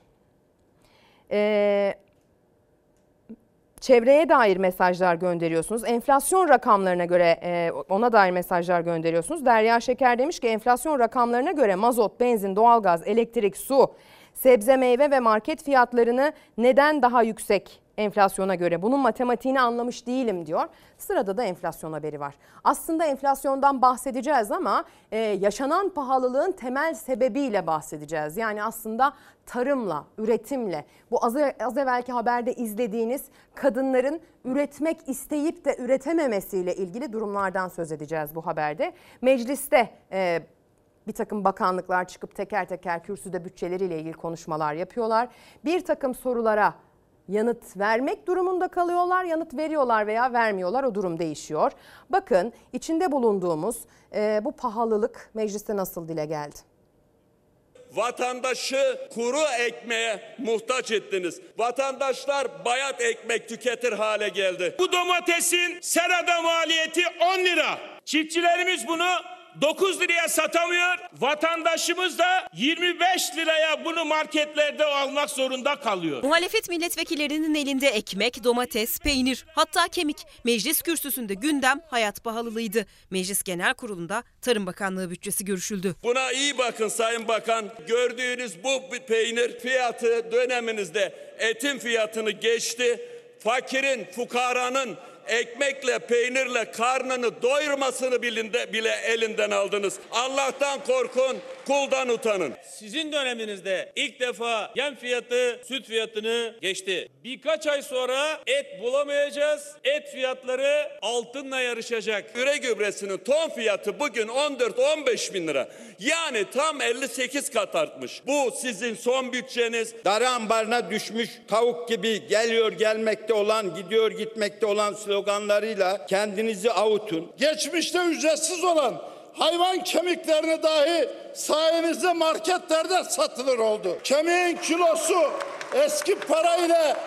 Çevreye dair mesajlar gönderiyorsunuz. Enflasyon rakamlarına göre ona dair mesajlar gönderiyorsunuz. Derya Şeker demiş ki enflasyon rakamlarına göre mazot, benzin, doğalgaz, elektrik, su, sebze, meyve ve market fiyatlarını neden daha yüksek enflasyona göre? Bunun matematiğini anlamış değilim diyor. Sırada da enflasyon haberi var. Aslında enflasyondan bahsedeceğiz ama yaşanan pahalılığın temel sebebiyle bahsedeceğiz. Yani aslında tarımla, üretimle, bu az evvelki haberde izlediğiniz kadınların üretmek isteyip de üretememesiyle ilgili durumlardan söz edeceğiz bu haberde. Mecliste bir takım bakanlıklar çıkıp teker teker kürsüde bütçeleriyle ilgili konuşmalar yapıyorlar. Bir takım sorulara yanıt vermek durumunda kalıyorlar, yanıt veriyorlar veya vermiyorlar, o durum değişiyor. Bakın içinde bulunduğumuz bu pahalılık mecliste nasıl dile geldi? Vatandaşı kuru ekmeğe muhtaç ettiniz. Vatandaşlar bayat ekmek tüketir hale geldi. Bu domatesin serada maliyeti 10 lira. Çiftçilerimiz bunu 9 liraya satamıyor. Vatandaşımız da 25 liraya bunu marketlerde almak zorunda kalıyor. Muhalefet milletvekillerinin elinde ekmek, domates, peynir, hatta kemik. Meclis kürsüsünde gündem hayat pahalılığıydı. Meclis Genel Kurulu'nda Tarım Bakanlığı bütçesi görüşüldü. Buna iyi bakın Sayın Bakan. Gördüğünüz bu peynir fiyatı döneminizde etin fiyatını geçti. Fakirin, fukaranın ekmekle, peynirle karnını doyurmasını bile elinden aldınız. Allah'tan korkun, kuldan utanın. Sizin döneminizde ilk defa yem fiyatı süt fiyatını geçti. Birkaç ay sonra et bulamayacağız. Et fiyatları altınla yarışacak. Üre gübresinin ton fiyatı bugün 14-15 bin lira. Yani tam 58 kat artmış. Bu sizin son bütçeniz. Darı ambarına düşmüş tavuk gibi geliyor gelmekte olan, gidiyor gitmekte olan sloganlarıyla kendinizi avutun. Geçmişte ücretsiz olan hayvan kemiklerini dahi sayenizde marketlerde satılır oldu. Kemiğin kilosu eski parayla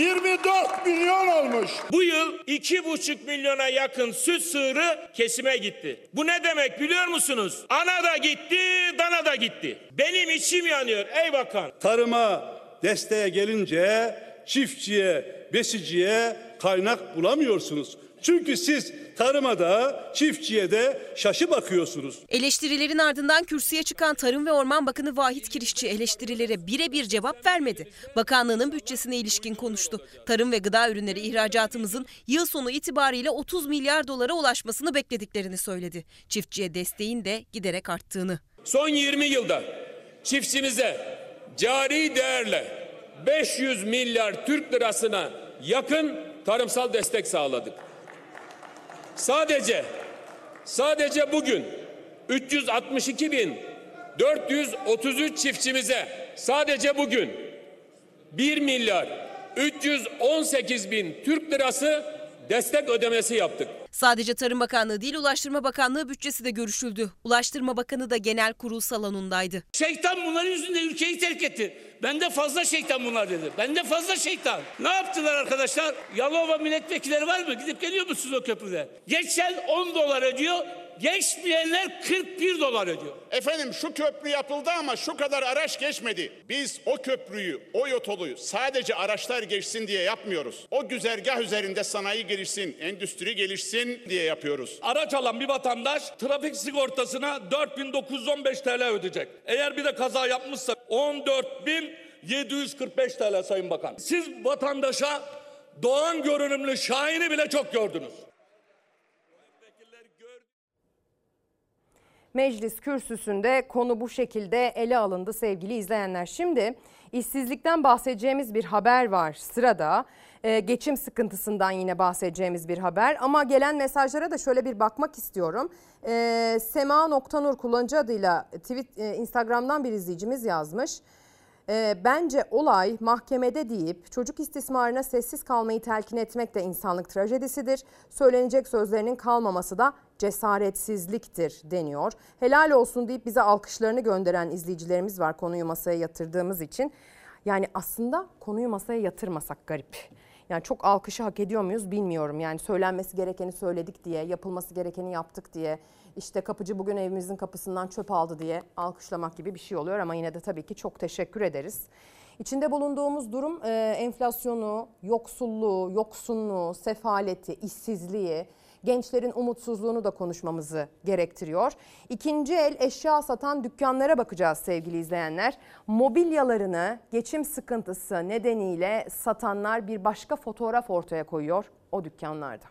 24 milyon olmuş. Bu yıl 2,5 milyona yakın süt sığırı kesime gitti. Bu ne demek biliyor musunuz? Ana da gitti, dana da gitti. Benim içim yanıyor ey bakan. Tarıma desteğe gelince çiftçiye, besiciye kaynak bulamıyorsunuz. Çünkü siz tarıma da çiftçiye de şaşı bakıyorsunuz. Eleştirilerin ardından kürsüye çıkan Tarım ve Orman Bakanı Vahit Kirişçi eleştirilere birebir cevap vermedi. Bakanlığının bütçesine ilişkin konuştu. Tarım ve gıda ürünleri ihracatımızın yıl sonu itibariyle 30 milyar dolara ulaşmasını beklediklerini söyledi. Çiftçiye desteğin de giderek arttığını. Son 20 yılda çiftçimize cari değerle 500 milyar Türk lirasına yakın tarımsal destek sağladık. Sadece bugün 362.433 çiftçimize sadece bugün 1 milyar 318 bin Türk lirası destek ödemesi yaptık. Sadece Tarım Bakanlığı değil, Ulaştırma Bakanlığı bütçesi de görüşüldü. Ulaştırma Bakanı da genel kurul salonundaydı. Şeytan bunların yüzünden ülkeyi terk etti. Bende fazla şeytan bunlar dedi. Bende fazla şeytan. Ne yaptılar arkadaşlar? Yalova milletvekilleri var mı? Gidip geliyor musunuz o köprüde? Geçen 10 dolar ödüyor. Geçmeyenler 41 dolar ödüyor. Efendim şu köprü yapıldı ama şu kadar araç geçmedi. Biz o köprüyü, o yotoluyu sadece araçlar geçsin diye yapmıyoruz. O güzergah üzerinde sanayi gelişsin, endüstri gelişsin diye yapıyoruz. Araç alan bir vatandaş trafik sigortasına 4.915 TL ödeyecek. Eğer bir de kaza yapmışsa 14.745 TL Sayın Bakan. Siz vatandaşa Doğan görünümlü Şahin'i bile çok gördünüz. Meclis kürsüsünde konu bu şekilde ele alındı sevgili izleyenler. Şimdi işsizlikten bahsedeceğimiz bir haber var sırada. Geçim sıkıntısından yine bahsedeceğimiz bir haber. Ama gelen mesajlara da şöyle bir bakmak istiyorum. Sema.nur kullanıcı adıyla Instagram'dan bir izleyicimiz yazmış. Bence olay mahkemede deyip çocuk istismarına sessiz kalmayı telkin etmek de insanlık trajedisidir. Söylenecek sözlerinin kalmaması da cesaretsizliktir deniyor. Helal olsun deyip bize alkışlarını gönderen izleyicilerimiz var konuyu masaya yatırdığımız için. Yani aslında konuyu masaya yatırmasak garip. Yani çok alkışı hak ediyor muyuz bilmiyorum. Yani söylenmesi gerekeni söyledik diye, yapılması gerekeni yaptık diye, işte kapıcı bugün evimizin kapısından çöp aldı diye alkışlamak gibi bir şey oluyor. Ama yine de tabii ki çok teşekkür ederiz. İçinde bulunduğumuz durum enflasyonu, yoksulluğu, yoksunluğu, sefaleti, işsizliği, gençlerin umutsuzluğunu da konuşmamızı gerektiriyor. İkinci el eşya satan dükkanlara bakacağız sevgili izleyenler. Mobilyalarını geçim sıkıntısı nedeniyle satanlar bir başka fotoğraf ortaya koyuyor o dükkanlarda.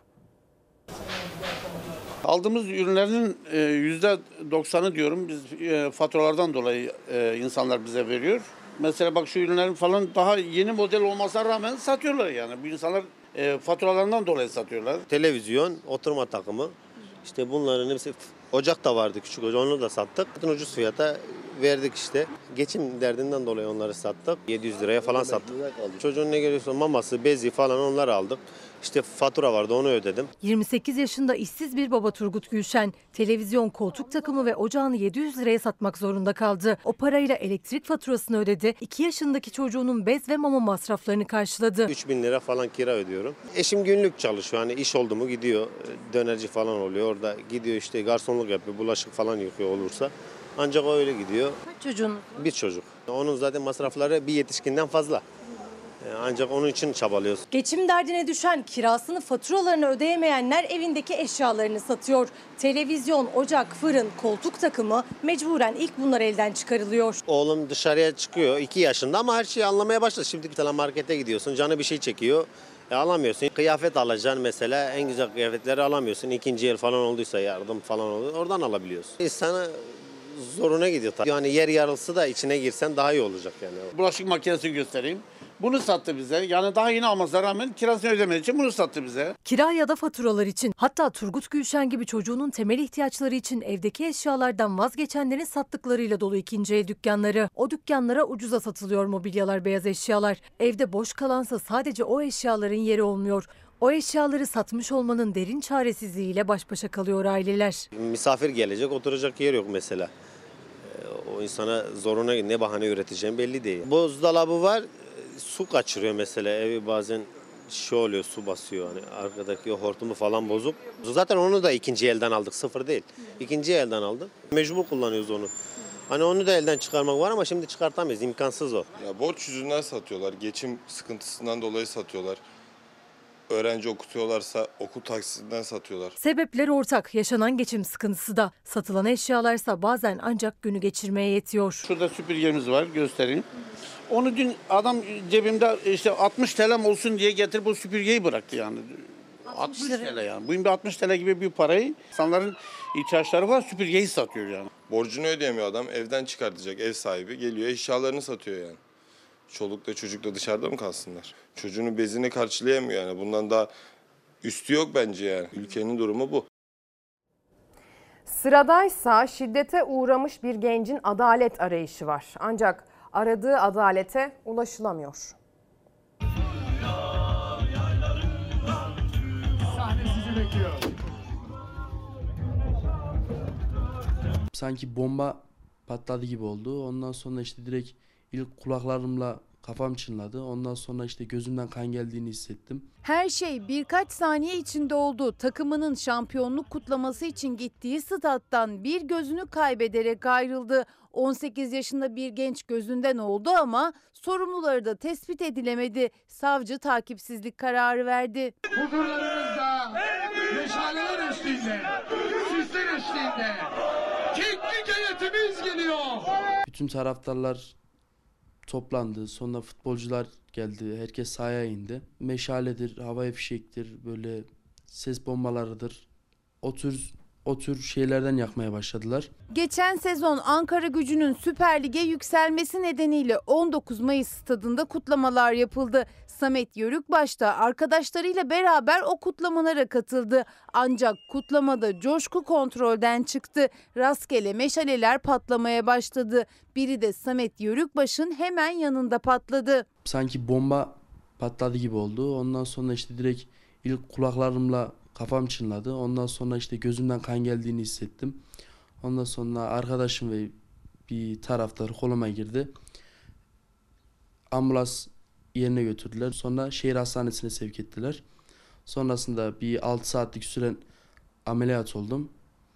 Aldığımız ürünlerin %90'ı diyorum biz faturalardan dolayı insanlar bize veriyor. Mesela bak şu ürünlerin falan daha yeni model olmasına rağmen satıyorlar yani. Bu insanlar faturalarından dolayı satıyorlar. Televizyon, oturma takımı, işte bunların hepsi ocak da vardı küçük ocak onu da sattık. Ucuz fiyata verdik işte. Geçim derdinden dolayı onları sattık. 700 liraya falan sattık. Çocuğun ne geliyorsa maması, bezi falan onları aldık. İşte fatura vardı onu ödedim. 28 yaşında işsiz bir baba Turgut Gülşen, televizyon, koltuk takımı ve ocağını 700 liraya satmak zorunda kaldı. O parayla elektrik faturasını ödedi. 2 yaşındaki çocuğunun bez ve mama masraflarını karşıladı. 3000 lira falan kira ödüyorum. Eşim günlük çalışıyor. Hani iş oldu mu gidiyor. Dönerci falan oluyor. Orada gidiyor işte garsonluk yapıyor. Bulaşık falan yıkıyor olursa. Ancak öyle gidiyor. Kaç çocuğunuz? Bir çocuk. Onun zaten masrafları bir yetişkinden fazla. Ancak onun için çabalıyoruz. Geçim derdine düşen, kirasını, faturalarını ödeyemeyenler evindeki eşyalarını satıyor. Televizyon, ocak, fırın, koltuk takımı mecburen ilk bunlar elden çıkarılıyor. Oğlum dışarıya çıkıyor 2 yaşında ama her şeyi anlamaya başladı. Şimdi bir tane markete gidiyorsun, canı bir şey çekiyor. Alamıyorsun. Kıyafet alacaksın mesela, en güzel kıyafetleri alamıyorsun. 2. el falan olduysa yardım falan oluyor. Oradan alabiliyorsun. Sana zoruna gidiyor tabii. Yani yer yarılsı da içine girsen daha iyi olacak yani. Bulaşık makinesi göstereyim. Bunu sattı bize. Yani daha yeni almasına rağmen kirasını ödemediği için bunu sattı bize. Kira ya da faturalar için, hatta Turgut Gülşen gibi çocuğunun temel ihtiyaçları için evdeki eşyalardan vazgeçenlerin sattıklarıyla dolu ikinci el dükkanları. O dükkanlara ucuza satılıyor mobilyalar, beyaz eşyalar. Evde boş kalansa sadece o eşyaların yeri olmuyor. O eşyaları satmış olmanın derin çaresizliğiyle baş başa kalıyor aileler. Misafir gelecek, oturacak yer yok mesela. O insana zoruna ne bahane üreteceğim belli değil. Buzdolabı var. Su kaçırıyor mesela, evi bazen oluyor, su basıyor, hani arkadaki hortumu falan bozuk. Zaten onu da 2. elden aldık, sıfır değil. 2. elden aldık. Mecbur kullanıyoruz onu. Hani onu da elden çıkarmak var ama şimdi çıkartamayız, imkansız o. Ya borç yüzünden satıyorlar, geçim sıkıntısından dolayı satıyorlar. Öğrenci okutuyorlarsa okul taksisinden satıyorlar. Sebepler ortak, yaşanan geçim sıkıntısı da. Satılan eşyalarsa bazen ancak günü geçirmeye yetiyor. Şurada süpürgemiz var, göstereyim. Onu dün adam cebimde işte 60 TL'm olsun diye getirip bu süpürgeyi bıraktı yani. 60 TL yani. Bugün bir 60 TL gibi bir parayı, insanların ihtiyaçları var, süpürgeyi satıyor yani. Borcunu ödeyemiyor adam, evden çıkartacak ev sahibi geliyor eşyalarını satıyor yani. Çolukla çocukla dışarıda mı kalsınlar? Çocuğunun bezini karşılayamıyor yani. Bundan daha üstü yok bence yani. Ülkenin durumu bu. Sıradaysa şiddete uğramış bir gencin adalet arayışı var. Ancak aradığı adalete ulaşılamıyor. Sahne sizi bekliyor. Sanki bomba patladı gibi oldu. Ondan sonra işte direkt ilk kulaklarımla kafam çınladı. Ondan sonra işte gözümden kan geldiğini hissettim. Her şey birkaç saniye içinde oldu. Takımının şampiyonluk kutlaması için gittiği stat'tan bir gözünü kaybederek ayrıldı. 18 yaşında bir genç gözünden oldu ama sorumluları da tespit edilemedi. Savcı takipsizlik kararı verdi. Huzurlarınızda meşaleler eşliğinde, süsler eşliğinde keklik heyetimiz geliyor. Bütün taraftarlar toplandı. Sonra futbolcular geldi. Herkes sahaya indi. Meşaledir, havai fişektir, böyle ses bombalarıdır. O tür şeylerden yakmaya başladılar. Geçen sezon Ankara Gücü'nün Süper Lig'e yükselmesi nedeniyle 19 Mayıs stadında kutlamalar yapıldı. Samet Yörükbaş da arkadaşlarıyla beraber o kutlamalara katıldı. Ancak kutlamada coşku kontrolden çıktı. Rastgele meşaleler patlamaya başladı. Biri de Samet Yörükbaş'ın hemen yanında patladı. Sanki bomba patladı gibi oldu. Ondan sonra işte direkt ilk kulaklarımla kafam çınladı. Ondan sonra işte gözümden kan geldiğini hissettim. Ondan sonra arkadaşım ve bir taraftar koluma girdi. Ambulans yerine götürdüler. Sonra şehir hastanesine sevk ettiler. Sonrasında bir 6 saatlik süren ameliyat oldum.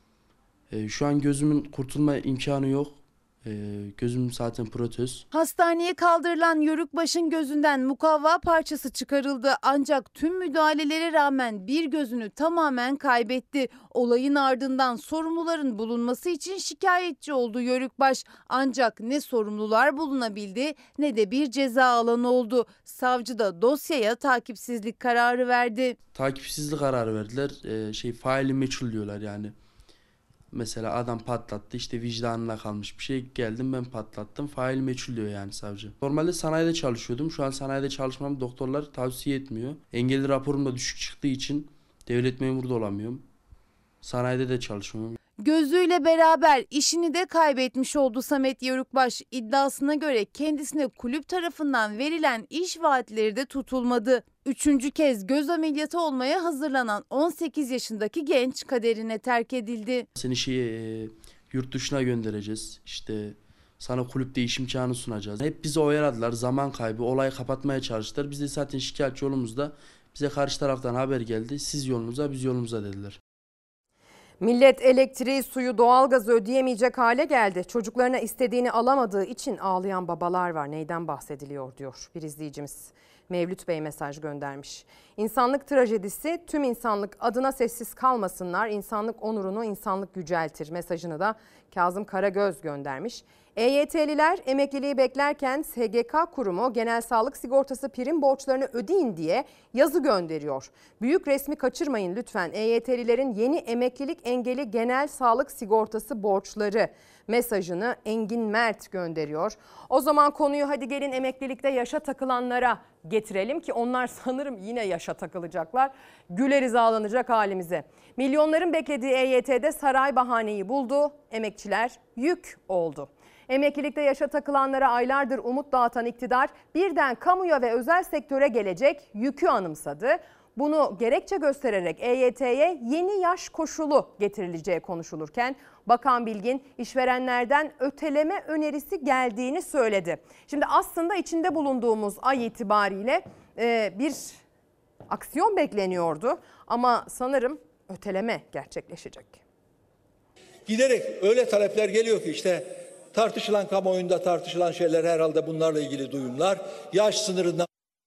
Şu an gözümün kurtulma imkanı yok. Gözüm zaten protez. Hastaneye kaldırılan Yörükbaş'ın gözünden mukavva parçası çıkarıldı. Ancak tüm müdahalelere rağmen bir gözünü tamamen kaybetti. Olayın ardından sorumluların bulunması için şikayetçi oldu Yörükbaş. Ancak ne sorumlular bulunabildi ne de bir ceza alanı oldu. Savcı da dosyaya takipsizlik kararı verdi. Takipsizlik kararı verdiler. Faili meçhul diyorlar yani. Mesela adam patlattı, işte vicdanına kalmış bir şey, geldim ben patlattım, fail meçhul diyor yani savcı. Normalde sanayide çalışıyordum, şu an sanayide çalışmamı doktorlar tavsiye etmiyor. Engelli raporum da düşük çıktığı için devlet memuru da olamıyorum. Sanayide de çalışmıyorum. Gözüyle beraber işini de kaybetmiş oldu Samet Yörükbaş. İddiasına göre kendisine kulüp tarafından verilen iş vaatleri de tutulmadı. 3. kez göz ameliyatı olmaya hazırlanan 18 yaşındaki genç kaderine terk edildi. Seni yurt dışına göndereceğiz. İşte sana kulüpte iş imkanı sunacağız. Hep bizi oyaladılar. Zaman kaybı, olayı kapatmaya çalıştılar. Biz de zaten şikayetçi yolumuzda bize karşı taraftan haber geldi. Siz yolunuza, biz yolumuza dediler. Millet elektriği, suyu, doğalgazı ödeyemeyecek hale geldi. Çocuklarına istediğini alamadığı için ağlayan babalar var. Neyden bahsediliyor diyor bir izleyicimiz. Mevlüt Bey mesaj göndermiş. İnsanlık trajedisi, tüm insanlık adına sessiz kalmasınlar. İnsanlık onurunu insanlık yüceltir mesajını da Kazım Karagöz göndermiş. EYT'liler emekliliği beklerken SGK kurumu genel sağlık sigortası prim borçlarını ödeyin diye yazı gönderiyor. Büyük resmi kaçırmayın lütfen. EYT'lilerin yeni emeklilik engeli genel sağlık sigortası borçları mesajını Engin Mert gönderiyor. O zaman konuyu hadi gelin emeklilikte yaşa takılanlara getirelim ki onlar sanırım yine yaşa takılacaklar. Güleriz ağlanacak halimize. Milyonların beklediği EYT'de saray bahaneyi buldu. Emekçiler yük oldu. Emeklilikte yaşa takılanlara aylardır umut dağıtan iktidar birden kamuya ve özel sektöre gelecek yükü anımsadı. Bunu gerekçe göstererek EYT'ye yeni yaş koşulu getirileceği konuşulurken Bakan Bilgin işverenlerden öteleme önerisi geldiğini söyledi. Şimdi aslında içinde bulunduğumuz ay itibariyle bir aksiyon bekleniyordu ama sanırım öteleme gerçekleşecek. Giderek öyle talepler geliyor ki işte tartışılan kamuoyunda tartışılan şeyler herhalde bunlarla ilgili duyumlar. Yaş sınırından...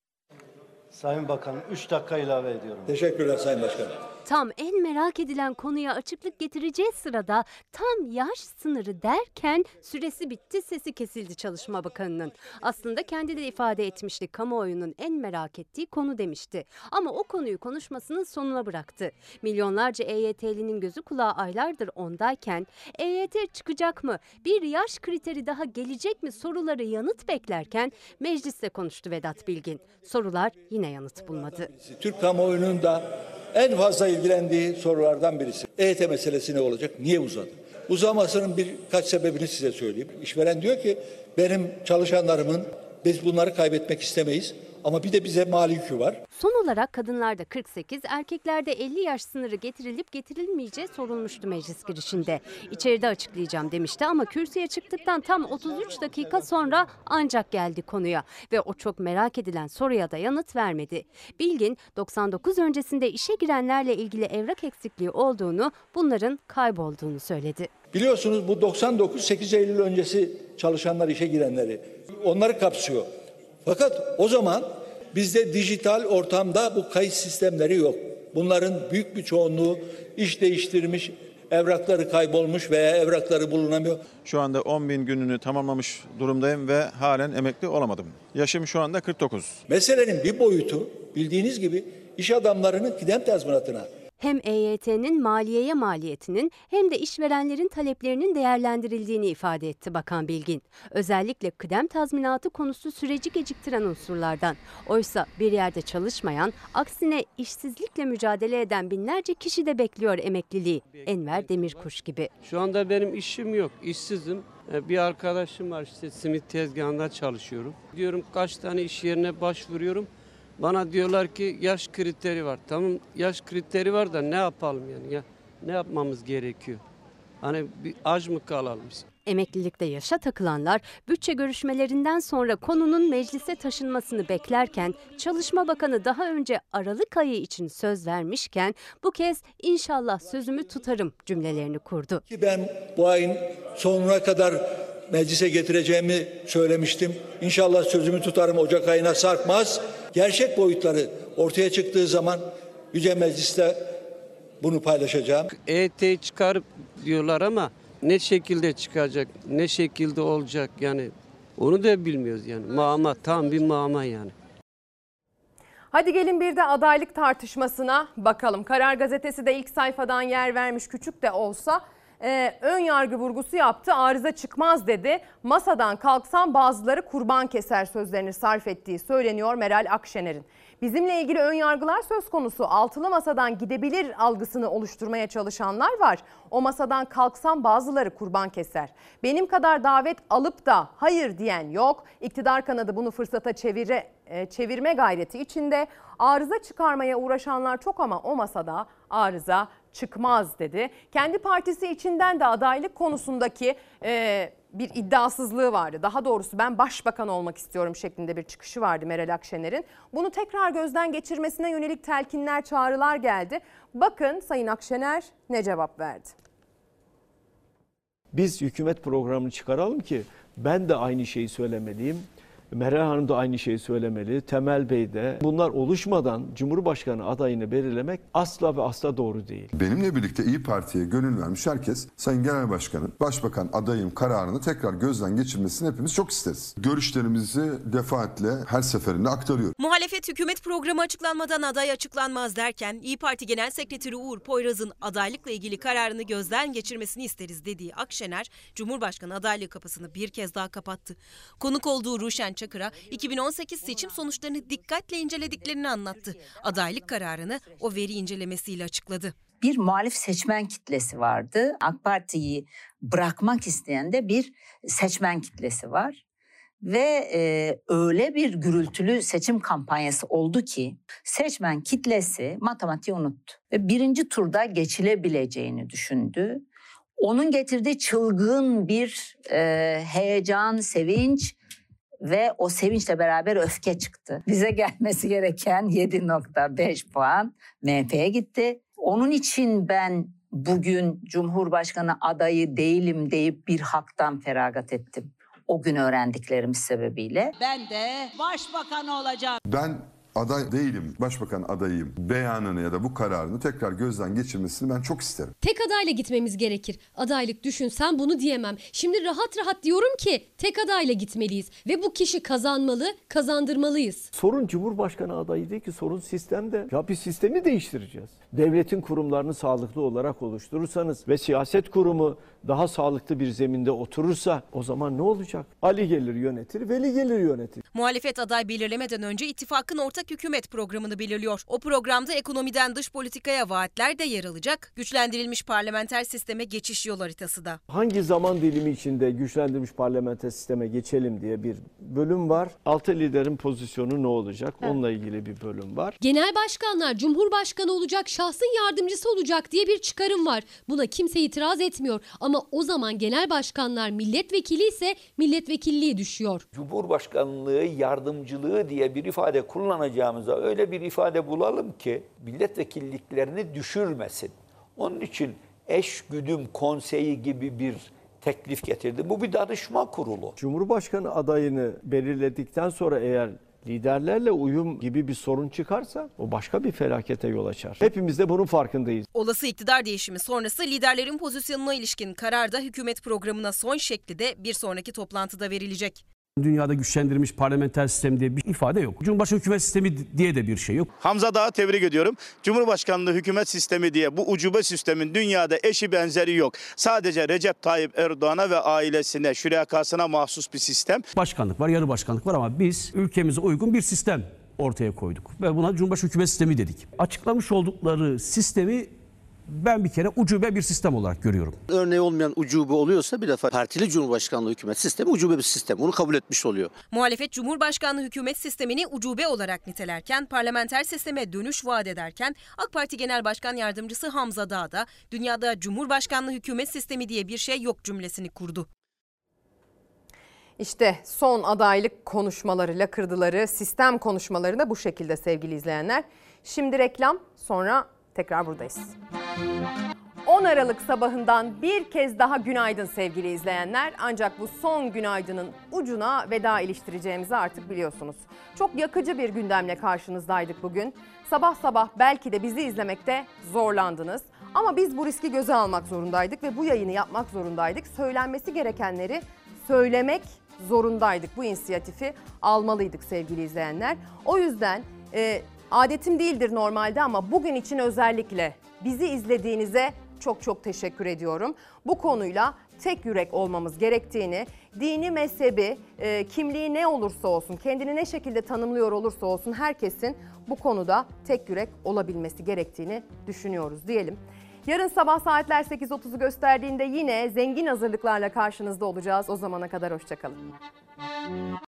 Sayın Bakanım 3 dakika ilave ediyorum. Teşekkürler Sayın Başkanım. Tam en merak edilen konuya açıklık getireceği sırada tam yaş sınırı derken süresi bitti, sesi kesildi Çalışma Bakanı'nın. Aslında kendi de ifade etmişti, kamuoyunun en merak ettiği konu demişti. Ama o konuyu konuşmasının sonuna bıraktı. Milyonlarca EYT'linin gözü kulağı aylardır ondayken EYT çıkacak mı, bir yaş kriteri daha gelecek mi soruları yanıt beklerken mecliste konuştu Vedat Bilgin. Sorular yine yanıt bulmadı. Türk kamuoyunun da en fazla ilgilendiği sorulardan birisi. EYT meselesi ne olacak? Niye uzadı? Uzamasının birkaç sebebini size söyleyeyim. İşveren diyor ki benim çalışanlarımın biz bunları kaybetmek istemeyiz. Ama bir de bize mali yükü var. Son olarak kadınlarda 48, erkeklerde 50 yaş sınırı getirilip getirilmeyeceği sorulmuştu meclis girişinde. İçeride açıklayacağım demişti ama kürsüye çıktıktan tam 33 dakika sonra ancak geldi konuya. Ve o çok merak edilen soruya da yanıt vermedi. Bilgin 99 öncesinde işe girenlerle ilgili evrak eksikliği olduğunu, bunların kaybolduğunu söyledi. Biliyorsunuz bu 99 8 Eylül öncesi çalışanlar, işe girenleri, onları kapsıyor. Fakat o zaman bizde dijital ortamda bu kayıt sistemleri yok. Bunların büyük bir çoğunluğu iş değiştirmiş, evrakları kaybolmuş veya evrakları bulunamıyor. Şu anda 10.000 gününü tamamlamış durumdayım ve halen emekli olamadım. Yaşım şu anda 49. Meselenin bir boyutu bildiğiniz gibi iş adamlarının kıdem tazminatına. Hem EYT'nin maliyeye maliyetinin hem de işverenlerin taleplerinin değerlendirildiğini ifade etti Bakan Bilgin. Özellikle kıdem tazminatı konusu süreci geciktiren unsurlardan. Oysa bir yerde çalışmayan, aksine işsizlikle mücadele eden binlerce kişi de bekliyor emekliliği. Enver Demirkuş gibi. Şu anda benim işim yok, işsizim. Bir arkadaşım var, işte simit tezgahında çalışıyorum. Diyorum kaç tane iş yerine başvuruyorum. Bana diyorlar ki yaş kriteri var. Tamam, yaş kriteri var da ne yapalım yani ya? Ne yapmamız gerekiyor? Hani bir aç mı kalalım biz? Emeklilikte yaşa takılanlar bütçe görüşmelerinden sonra konunun meclise taşınmasını beklerken Çalışma Bakanı daha önce Aralık ayı için söz vermişken bu kez inşallah sözümü tutarım cümlelerini kurdu. Ben bu ayın sonuna kadar meclise getireceğimi söylemiştim. İnşallah sözümü tutarım, Ocak ayına sarkmaz. Gerçek boyutları ortaya çıktığı zaman Yüce Meclis'te bunu paylaşacağım. EYT çıkarıp diyorlar ama ne şekilde çıkacak, ne şekilde olacak yani onu da bilmiyoruz yani. Muamma, tam bir muamma yani. Hadi gelin bir de adaylık tartışmasına bakalım. Karar Gazetesi de ilk sayfadan yer vermiş, küçük de olsa. ön yargı vurgusu yaptı. Arıza çıkmaz dedi. Masadan kalksam bazıları kurban keser sözlerini sarf ettiği söyleniyor Meral Akşener'in. Bizimle ilgili ön yargılar söz konusu. Altılı masadan gidebilir algısını oluşturmaya çalışanlar var. O masadan kalksam bazıları kurban keser. Benim kadar davet alıp da hayır diyen yok. İktidar kanadı bunu fırsata çevirme gayreti içinde. Arıza çıkarmaya uğraşanlar çok ama o masada arıza çıkmaz dedi. Kendi partisi içinden de adaylık konusundaki bir iddiasızlığı vardı. Daha doğrusu ben başbakan olmak istiyorum şeklinde bir çıkışı vardı Meral Akşener'in. Bunu tekrar gözden geçirmesine yönelik telkinler, çağrılar geldi. Bakın Sayın Akşener ne cevap verdi? Biz hükümet programını çıkaralım ki ben de aynı şeyi söylemeliyim. Meral Hanım da aynı şeyi söylemeli, Temel Bey de. Bunlar oluşmadan Cumhurbaşkanı adayını belirlemek asla ve asla doğru değil. Benimle birlikte İYİ Parti'ye gönül vermiş herkes Sayın Genel Başkan'ın Başbakan adayım kararını tekrar gözden geçirmesini hepimiz çok isteriz. Görüşlerimizi defaatle her seferinde aktarıyoruz. Muhalefet hükümet programı açıklanmadan aday açıklanmaz derken İYİ Parti Genel Sekreteri Uğur Poyraz'ın adaylıkla ilgili kararını gözden geçirmesini isteriz dediği Akşener, Cumhurbaşkanı adaylığı kapısını bir kez daha kapattı. Konuk olduğu Ruşen Çakır'a 2018 seçim sonuçlarını dikkatle incelediklerini anlattı. Adaylık kararını o veri incelemesiyle açıkladı. Bir muhalif seçmen kitlesi vardı. AK Parti'yi bırakmak isteyen de bir seçmen kitlesi var. Ve öyle bir gürültülü seçim kampanyası oldu ki seçmen kitlesi matematiği unuttu. Ve birinci turda geçilebileceğini düşündü. Onun getirdiği çılgın bir heyecan, sevinç ve o sevinçle beraber öfke çıktı. Bize gelmesi gereken 7.5 puan MHP'ye gitti. Onun için ben bugün Cumhurbaşkanı adayı değilim deyip bir haktan feragat ettim. O gün öğrendiklerimiz sebebiyle. Ben de başbakan olacağım. Ben aday değilim, başbakan adayıyım beyanını ya da bu kararını tekrar gözden geçirmesini ben çok isterim. Tek adayla gitmemiz gerekir. Adaylık düşünsem bunu diyemem. Şimdi rahat rahat diyorum ki tek adayla gitmeliyiz. Ve bu kişi kazanmalı, kazandırmalıyız. Sorun Cumhurbaşkanı adayı değil ki, sorun sistemde. Ya bir sistemi değiştireceğiz. Devletin kurumlarını sağlıklı olarak oluşturursanız ve siyaset kurumu daha sağlıklı bir zeminde oturursa o zaman ne olacak? Ali gelir yönetir, Veli gelir yönetir. Muhalefet aday belirlemeden önce ittifakın ortak hükümet programını belirliyor. O programda ekonomiden dış politikaya vaatler de yer alacak. Güçlendirilmiş parlamenter sisteme geçiş yol haritası da. Hangi zaman dilimi içinde güçlendirilmiş parlamenter sisteme geçelim diye bir bölüm var. 6 liderin pozisyonu ne olacak? Onunla ilgili bir bölüm var. Genel başkanlar Cumhurbaşkanı olacak, şahsın yardımcısı olacak diye bir çıkarım var. Buna kimse itiraz etmiyor. Ama o zaman genel başkanlar milletvekili ise milletvekilliği düşüyor. Cumhurbaşkanlığı yardımcılığı diye bir ifade kullanacağımıza öyle bir ifade bulalım ki milletvekilliklerini düşürmesin. Onun için eşgüdüm konseyi gibi bir teklif getirdi. Bu bir danışma kurulu. Cumhurbaşkanı adayını belirledikten sonra eğer liderlerle uyum gibi bir sorun çıkarsa o başka bir felakete yol açar. Hepimiz de bunun farkındayız. Olası iktidar değişimi sonrası liderlerin pozisyonuna ilişkin karar da hükümet programına son şekli de bir sonraki toplantıda verilecek. Dünyada güçlendirilmiş parlamenter sistem diye bir ifade yok. Cumhurbaşkanı hükümet sistemi diye de bir şey yok. Hamza Dağ'ı tebrik ediyorum. Cumhurbaşkanlığı hükümet sistemi diye bu ucube sistemin dünyada eşi benzeri yok. Sadece Recep Tayyip Erdoğan'a ve ailesine, şürekasına mahsus bir sistem. Başkanlık var, yarı başkanlık var ama biz ülkemize uygun bir sistem ortaya koyduk. Ve buna Cumhurbaşkanı hükümet sistemi dedik. Açıklamış oldukları sistemi ben bir kere ucube bir sistem olarak görüyorum. Örneği olmayan ucube oluyorsa bir defa partili Cumhurbaşkanlığı hükümet sistemi ucube bir sistem. Bunu kabul etmiş oluyor. Muhalefet Cumhurbaşkanlığı hükümet sistemini ucube olarak nitelerken, parlamenter sisteme dönüş vaat ederken AK Parti Genel Başkan Yardımcısı Hamza Dağ da dünyada Cumhurbaşkanlığı hükümet sistemi diye bir şey yok cümlesini kurdu. İşte son adaylık konuşmaları, lakırdıları, sistem konuşmaları da bu şekilde sevgili izleyenler. Şimdi reklam, sonra tekrar buradayız. 10 Aralık sabahından bir kez daha günaydın sevgili izleyenler. Ancak bu son günaydının ucuna veda iliştireceğimizi artık biliyorsunuz. Çok yakıcı bir gündemle karşınızdaydık bugün. Sabah sabah belki de bizi izlemekte zorlandınız. Ama biz bu riski göze almak zorundaydık ve bu yayını yapmak zorundaydık. Söylenmesi gerekenleri söylemek zorundaydık. Bu inisiyatifi almalıydık sevgili izleyenler. O yüzden adetim değildir normalde ama bugün için özellikle bizi izlediğinize çok teşekkür ediyorum. Bu konuyla tek yürek olmamız gerektiğini, dini, mezhebi, kimliği ne olursa olsun, kendini ne şekilde tanımlıyor olursa olsun herkesin bu konuda tek yürek olabilmesi gerektiğini düşünüyoruz diyelim. Yarın sabah saatler 8.30'u gösterdiğinde yine zengin hazırlıklarla karşınızda olacağız. O zamana kadar hoşça kalın.